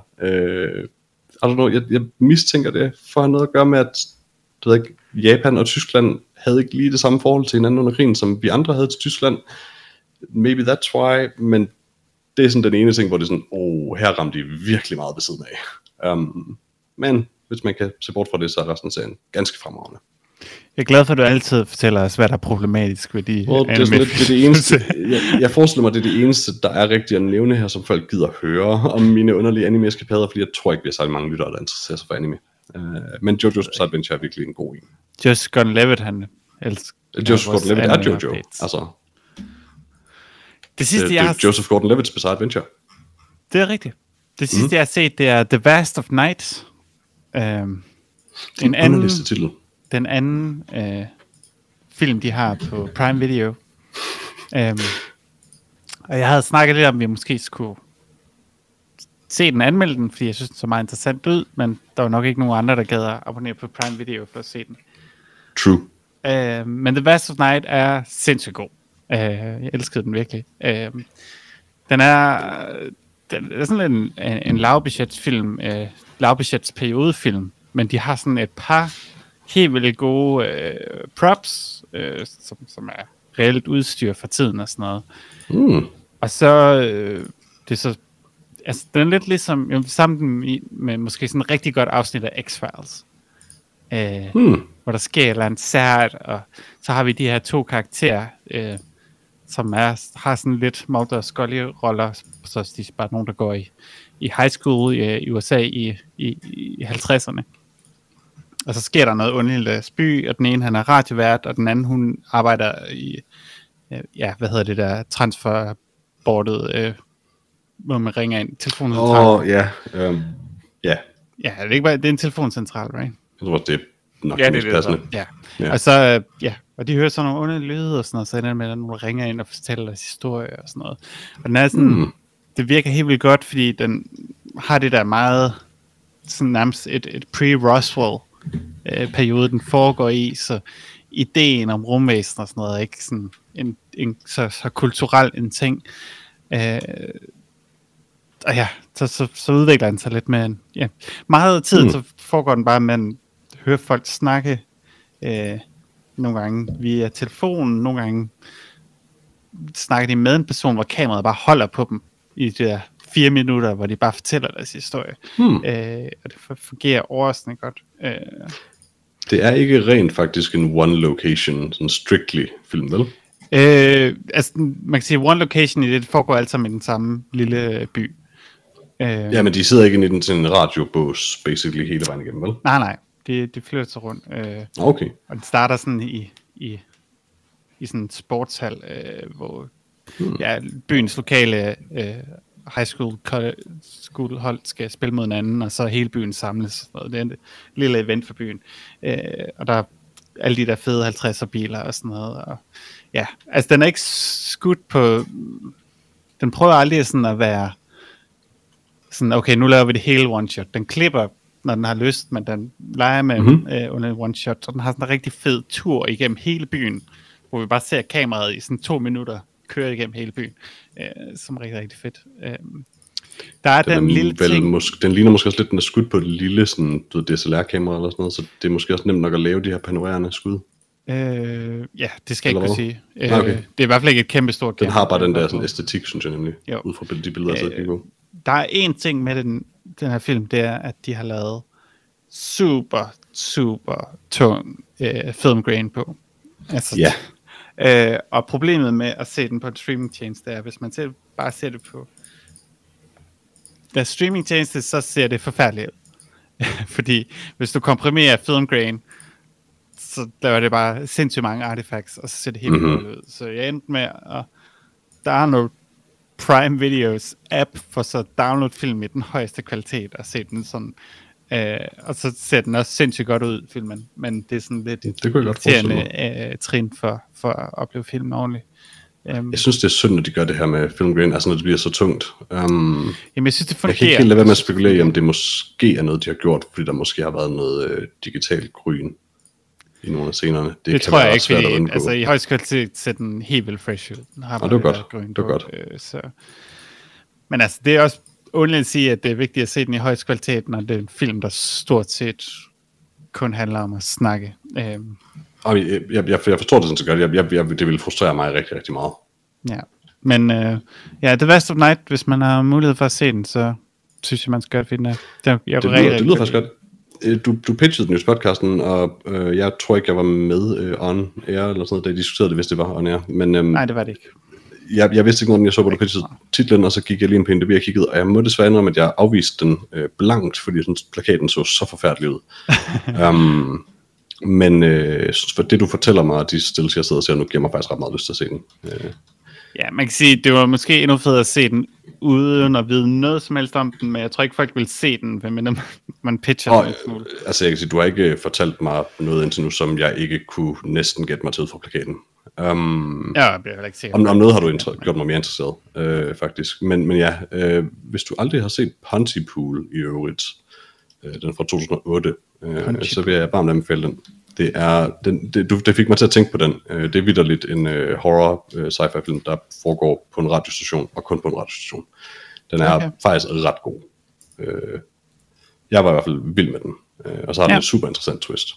S2: Jeg mistænker det for at have noget at gøre med, at du ved ikke, Japan og Tyskland havde ikke lige det samme forhold til hinanden under krigen, som vi andre havde til Tyskland. Maybe that's why, men det er sådan den ene ting, hvor det er sådan, her ramte de virkelig meget ved siden af. Men hvis man kan se bort fra det, så er resten af serien ganske fremragende.
S1: Jeg er glad for, at du altid fortæller os, hvad der er problematisk ved de
S2: det er det eneste. Jeg forestiller mig, det er det eneste, der er rigtigt at nævne her, som folk gider høre om mine underlige anime-eskapader, fordi jeg tror ikke, vi har særlig mange lyttere, der interesserer sig for anime. Men JoJo's Bizarre Adventure er virkelig en god en.
S1: Joseph Gordon-Levitt, han elsker.
S2: Joseph Gordon-Levitt er Jojo. Altså,
S1: det sidste, jeg har...
S2: Joseph Gordon-Levitt's Bizarre Adventure.
S1: Det er rigtigt. Det sidste, jeg har set, det er The Vast of Night. Den anden film, de har på Prime Video. Og jeg havde snakket lidt om, at vi måske skulle se den, anmelde den, fordi jeg synes, den så meget interessant ud, men der var nok ikke nogen andre, der gad at abonnere på Prime Video for at se den.
S2: True.
S1: Men The Vast of Night er sindssygt god. Jeg elskede den virkelig. Den er sådan en lavbudgetsfilm, lavbudgetsperiodefilm, men de har sådan et par helt vildt gode props, som er reelt udstyr for tiden og sådan noget. Og så det er så altså den er lidt ligesom sammen med måske sådan et rigtig godt afsnit af X-Files. Hvor der sker et eller andet sært, og så har vi de her 2 karakterer, som har sådan lidt Mulder og Scully-roller, så de er bare nogen, der går i high school i USA i 50'erne. Og så sker der noget underligt i deres by, og den ene han er radiovært, og den anden hun arbejder i, hvad hedder det der, transferbordet, hvor man ringer ind, telefoncentralen.
S2: Ja,
S1: det er ikke bare, det er en telefoncentral, right?
S2: Jeg tror, det er nok
S3: det
S2: mest passende.
S1: Ja. Og så, og de hører sådan nogle underlige lyde og sådan noget, så ender med, at nogen ringer ind og fortæller deres historie og sådan noget. Og den er sådan, det virker helt vildt godt, fordi den har det der meget, sådan nærmest et pre-Roswell periode, den foregår i, så ideen om rumvæsen og sådan noget er ikke sådan en så kulturel en ting. Og så udvikler den sig lidt med meget af tiden, så foregår den bare med at høre folk snakke, nogle gange via telefonen, nogle gange snakker de med en person, hvor kameraet bare holder på dem i de der 4 minutter, hvor de bare fortæller deres historie. Og det fungerer overraskende godt.
S2: Det er ikke rent faktisk en one location, sådan strictly film, vel?
S1: Altså, man kan sige, one location i det foregår alt sammen i den samme lille by.
S2: Ja, men de sidder ikke i den sådan en radiobås, basically, hele vejen igennem, vel?
S1: Nej. De flytter sig rundt.
S2: Okay. Og
S1: det starter sådan i sådan en sportshal, hvor byens lokale high school hold skal spille mod hinanden, og så hele byen samles. Det er en lille event for byen. Og der er alle de der fede 50'er biler og sådan noget. Og, altså den er ikke skudt på... Den prøver aldrig sådan at være sådan, okay, nu laver vi det hele one shot. Den klipper, når den har lyst, men den leger med under one shot, så den har sådan en rigtig fed tur igennem hele byen, hvor vi bare ser kameraet i sådan 2 minutter køre igennem hele byen, som er rigtig, rigtig fedt. Der er den lille ting...
S2: Den ligner måske også lidt, den er skudt på et lille sådan, DSLR-kamera eller sådan noget, så det er måske også nemt nok at lave de her panorerende skud.
S1: Det skal jeg ikke kunne sige.
S2: Okay.
S1: Det er i hvert fald ikke et kæmpe stort kamera.
S2: Den har bare den der sådan æstetik, synes jeg nemlig, ud fra de billeder, jeg sidder på.
S1: Der er en ting med den her film, det er, at de har lavet super, super tung filmgrain på. Altså, og problemet med at se den på en streamingtjeneste er, hvis man bare ser det på deres streamingtjeneste, så ser det forfærdeligt ud. Fordi hvis du komprimerer filmgrain, så laver det bare sindssygt mange artifacts, og så ser det helt ud. Så jeg endte med at downloade Prime Videos app for så download film i den højeste kvalitet og se den sådan. Og så ser den også sindssygt godt ud, filmen. Men det er sådan lidt et irriterende trin for at opleve filmen ordentligt.
S2: Jeg synes, det er synd, at de gør det her med filmgrain, altså når det bliver så tungt.
S1: Jamen, jeg synes, det fungerer.
S2: Jeg kan ikke helt lade være med at spekulere i, om det måske er noget, de har gjort, fordi der måske har været noget digital gryn i nogle af scenerne.
S1: Det tror jeg ikke, fordi altså, i højst kvalitet ser den helt vildt fresh ud.
S2: Det er godt.
S1: Så. Men altså, det er også underligt at sige, at det er vigtigt at se den i højst kvalitet, når det er en film, der stort set kun handler om at snakke.
S2: Jeg forstår det sådan så godt. Det vil frustrere mig rigtig, rigtig meget.
S1: Ja, men The Vast of Night, hvis man har mulighed for at se den, så synes jeg, man skal gøre det, fordi
S2: det lyder faktisk godt. Du pitchede den i podcasten, og jeg tror ikke, jeg var med on air, eller sådan noget, da jeg diskuterede det, hvis det var on air. Men,
S1: nej, det var det ikke.
S2: Jeg vidste ikke noget, jeg så, hvor du pitchede titlen, og så gik jeg lige ind på NDB og kiggede, og jeg må desværre indrømme, at jeg afviste den blankt, fordi sådan, plakaten så forfærdelig ud. Men for det, du fortæller mig, og de stille, jeg sidder og ser nu, giver mig faktisk ret meget lyst til at se den.
S1: Ja, man kan sige, det var måske endnu federe at se den uden at vide noget som helst om den, men jeg tror ikke, folk vil se den, men man pitcher den en smule.
S2: Altså, jeg kan sige, du har ikke fortalt mig noget indtil nu, som jeg ikke kunne næsten gætte mig til fra plakaten.
S1: Jeg bliver ikke sikker.
S2: Om noget har du gjort mig mere interesseret, faktisk. Men ja, hvis du aldrig har set Pontypool i øvrigt, den fra 2008, så vil jeg varmt anbefale den. Det fik mig til at tænke på den. Det er vitterligt en horror sci-fi film, der foregår på en radiostation, og kun på en radiostation. Den er faktisk ret god. Jeg var i hvert fald vild med den. Og så har den en super interessant twist.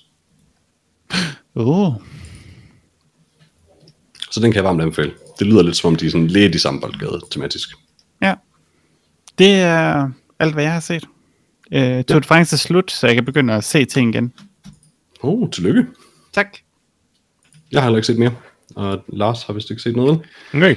S2: Så den kan jeg varmt anbefale. Det lyder lidt som om de er sådan lidt i samme boldgade tematisk.
S1: Ja. Det er alt, hvad jeg har set. Tour de France er slut, så jeg kan begynde at se ting igen.
S2: Tillykke.
S1: Tak.
S2: Jeg har heller ikke set mere. Og Lars har vist ikke set noget.
S3: Nej.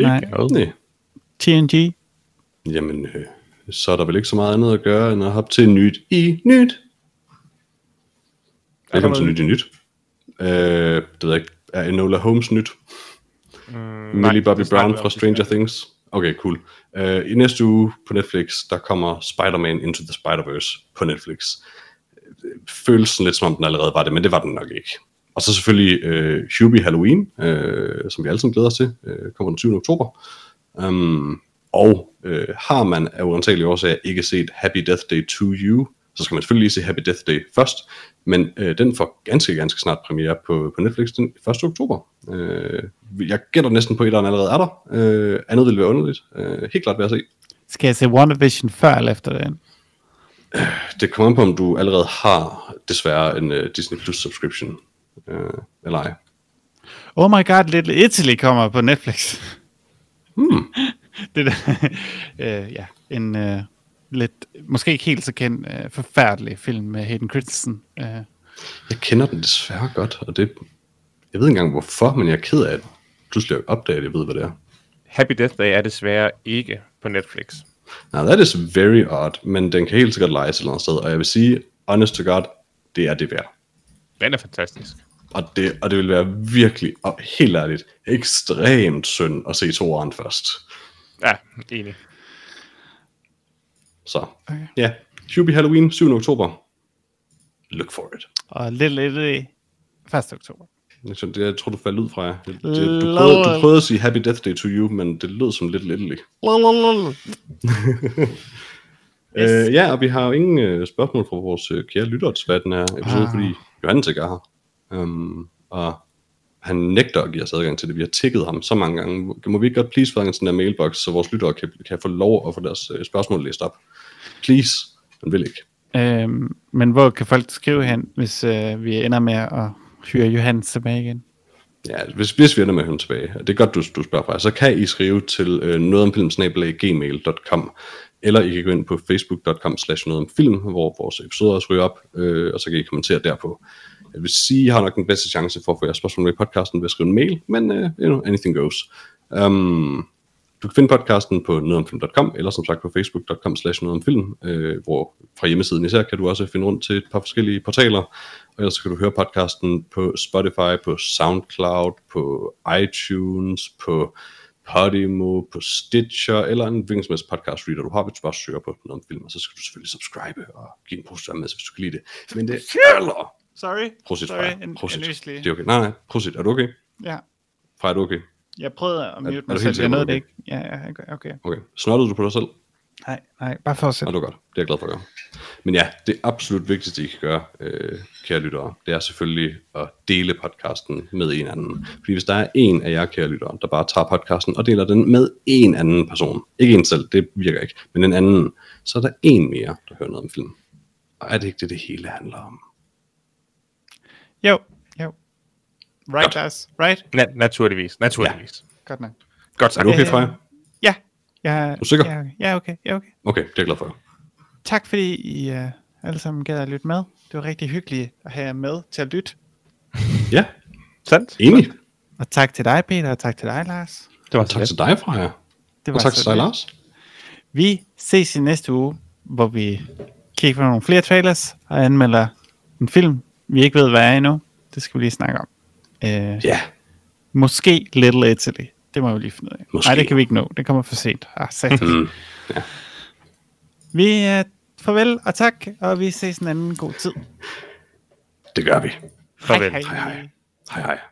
S1: TNG.
S2: Jamen, så er der vel ikke så meget andet at gøre, end at hoppe til nyt i nyt. Velkommen til nyt i nyt. Det ved jeg ikke. Er Enola Holmes nyt? Millie Bobby Brown fra Stranger Things. Okay, cool. I næste uge på Netflix, der kommer Spider-Man Into the Spider-Verse på Netflix. Føles sådan lidt som om den allerede var det, men det var den nok ikke. Og så selvfølgelig Hubie Halloween, som vi alle sammen glæder os til, kommer den 20. oktober. Og har man af uantagelige årsager ikke set Happy Death Day to You, så skal man selvfølgelig lige se Happy Death Day først, men den får ganske snart premiere på Netflix den 1. oktober. Jeg gætter næsten på, at den allerede er der. Andet ville være underligt. Helt klart værd at se.
S1: Skal jeg se WandaVision før eller efter den?
S2: Det kommer an på, om du allerede har desværre en Disney Plus subscription, eller ej.
S1: Oh my god, Little Italy kommer på Netflix. Det der, en lidt, måske ikke helt så kendt, forfærdelig film med Hayden Christensen.
S2: Jeg kender den desværre godt, og det, jeg ved ikke engang hvorfor, men jeg er ked af at pludselig opdage, at jeg ved, hvad det er.
S3: Happy Death Day er desværre ikke på Netflix.
S2: Now that is very odd, men den kan helt sikkert lejes et eller andet sted, og jeg vil sige, honest to god, det er det værd.
S3: Den er fantastisk.
S2: Og det vil være virkelig, og helt ærligt, ekstremt synd at se toeren først.
S3: Ja, enig.
S2: Så, ja. Hubie Halloween, 7. oktober. Look for it.
S1: Og Little Italy, 1. oktober.
S2: Jeg tror, du faldt ud fra jer. Du prøvede at sige Happy Death Day to You, men det lød som Little Italy. Ja, og vi har jo ingen spørgsmål fra vores kære lyttere til, hvad den er episode, fordi Johannes ikke er her. Og han nægter at give os adgang til det. Vi har tikket ham så mange gange. Må vi ikke godt please få adgang til den der mailbox, så vores lyttere kan få lov at få deres spørgsmål læst op? Please. Han vil ikke.
S1: Men hvor kan folk skrive hen, hvis vi ender med at hyre Johannes tilbage igen?
S2: Ja, hvis vi ender med at høre tilbage, det er godt, du spørger fra, så kan I skrive til nogetomfilm@gmail.com, eller I kan gå ind på facebook.com/nogetomfilm, hvor vores episoder også ryger op, og så kan I kommentere derpå. Jeg vil sige, at jeg har nok den bedste chance for at få jeres spørgsmål med i podcasten ved at skrive en mail, men anything goes. Du kan finde podcasten på nogetomfilm.com, eller som sagt på facebook.com/nogetomfilm, hvor fra hjemmesiden især kan du også finde rundt til et par forskellige portaler, og ellers kan du høre podcasten på Spotify, på SoundCloud, på iTunes, på Podimo, på Stitcher, eller en hvilken som helst podcast reader du har, hvis du bare søger på noget om film, og så skal du selvfølgelig subscribe og give en positiv anmeldelse, hvis du kan lide det. Men det er
S1: Sorry.
S2: Prosit,
S1: Sorry,
S2: Prosit. Det er okay. Nej, Prosit. Er du okay?
S1: Ja.
S2: Freja, er du okay?
S1: Jeg prøvede at mute mig selv, jeg nåede det ikke. Ja, okay.
S2: Okay. Snottede du på dig selv?
S1: Nej, bare fortsæt.
S2: Det er godt. Det er jeg glad for at gøre. Men ja, det absolut vigtigste, I kan gøre, kære lyttere, det er selvfølgelig at dele podcasten med en anden. Fordi hvis der er en af jer, kære lyttere, der bare tager podcasten og deler den med en anden person, ikke en selv, det virker ikke, men en anden, så er der en mere, der hører noget om film. Og er det ikke det hele handler om?
S1: Jo. Right, guys. Right?
S3: Naturligvis.
S1: Ja. Godt nok.
S3: Godt sagt.
S2: Er du okay, Freja?
S1: Ja.
S2: Er du sikker?
S1: Ja, okay.
S2: Okay, det er jeg glad for.
S1: Tak fordi I alle sammen gad at lytte med. Det var rigtig hyggeligt at have jer med til at lytte.
S2: Ja,
S3: sandt.
S2: Enig.
S1: Og tak til dig, Peter, og tak til dig, Lars.
S3: Det var
S2: tak til dig, Freja. Og tak til dig, Lars.
S1: Vi ses i næste uge, hvor vi kigger på nogle flere trailers og anmelder en film, vi ikke ved, hvad er endnu. Det skal vi lige snakke om.
S2: Ja.
S1: Måske Little Italy. Det må vi lige finde ud af.
S2: Måske.
S1: Nej, det kan vi ikke nå. Det kommer for sent.
S2: Ja.
S1: Vi farvel og tak, og vi ses en anden god tid.
S2: Det gør vi.
S3: Farvel.
S1: Hej, hej.
S2: Hej hej.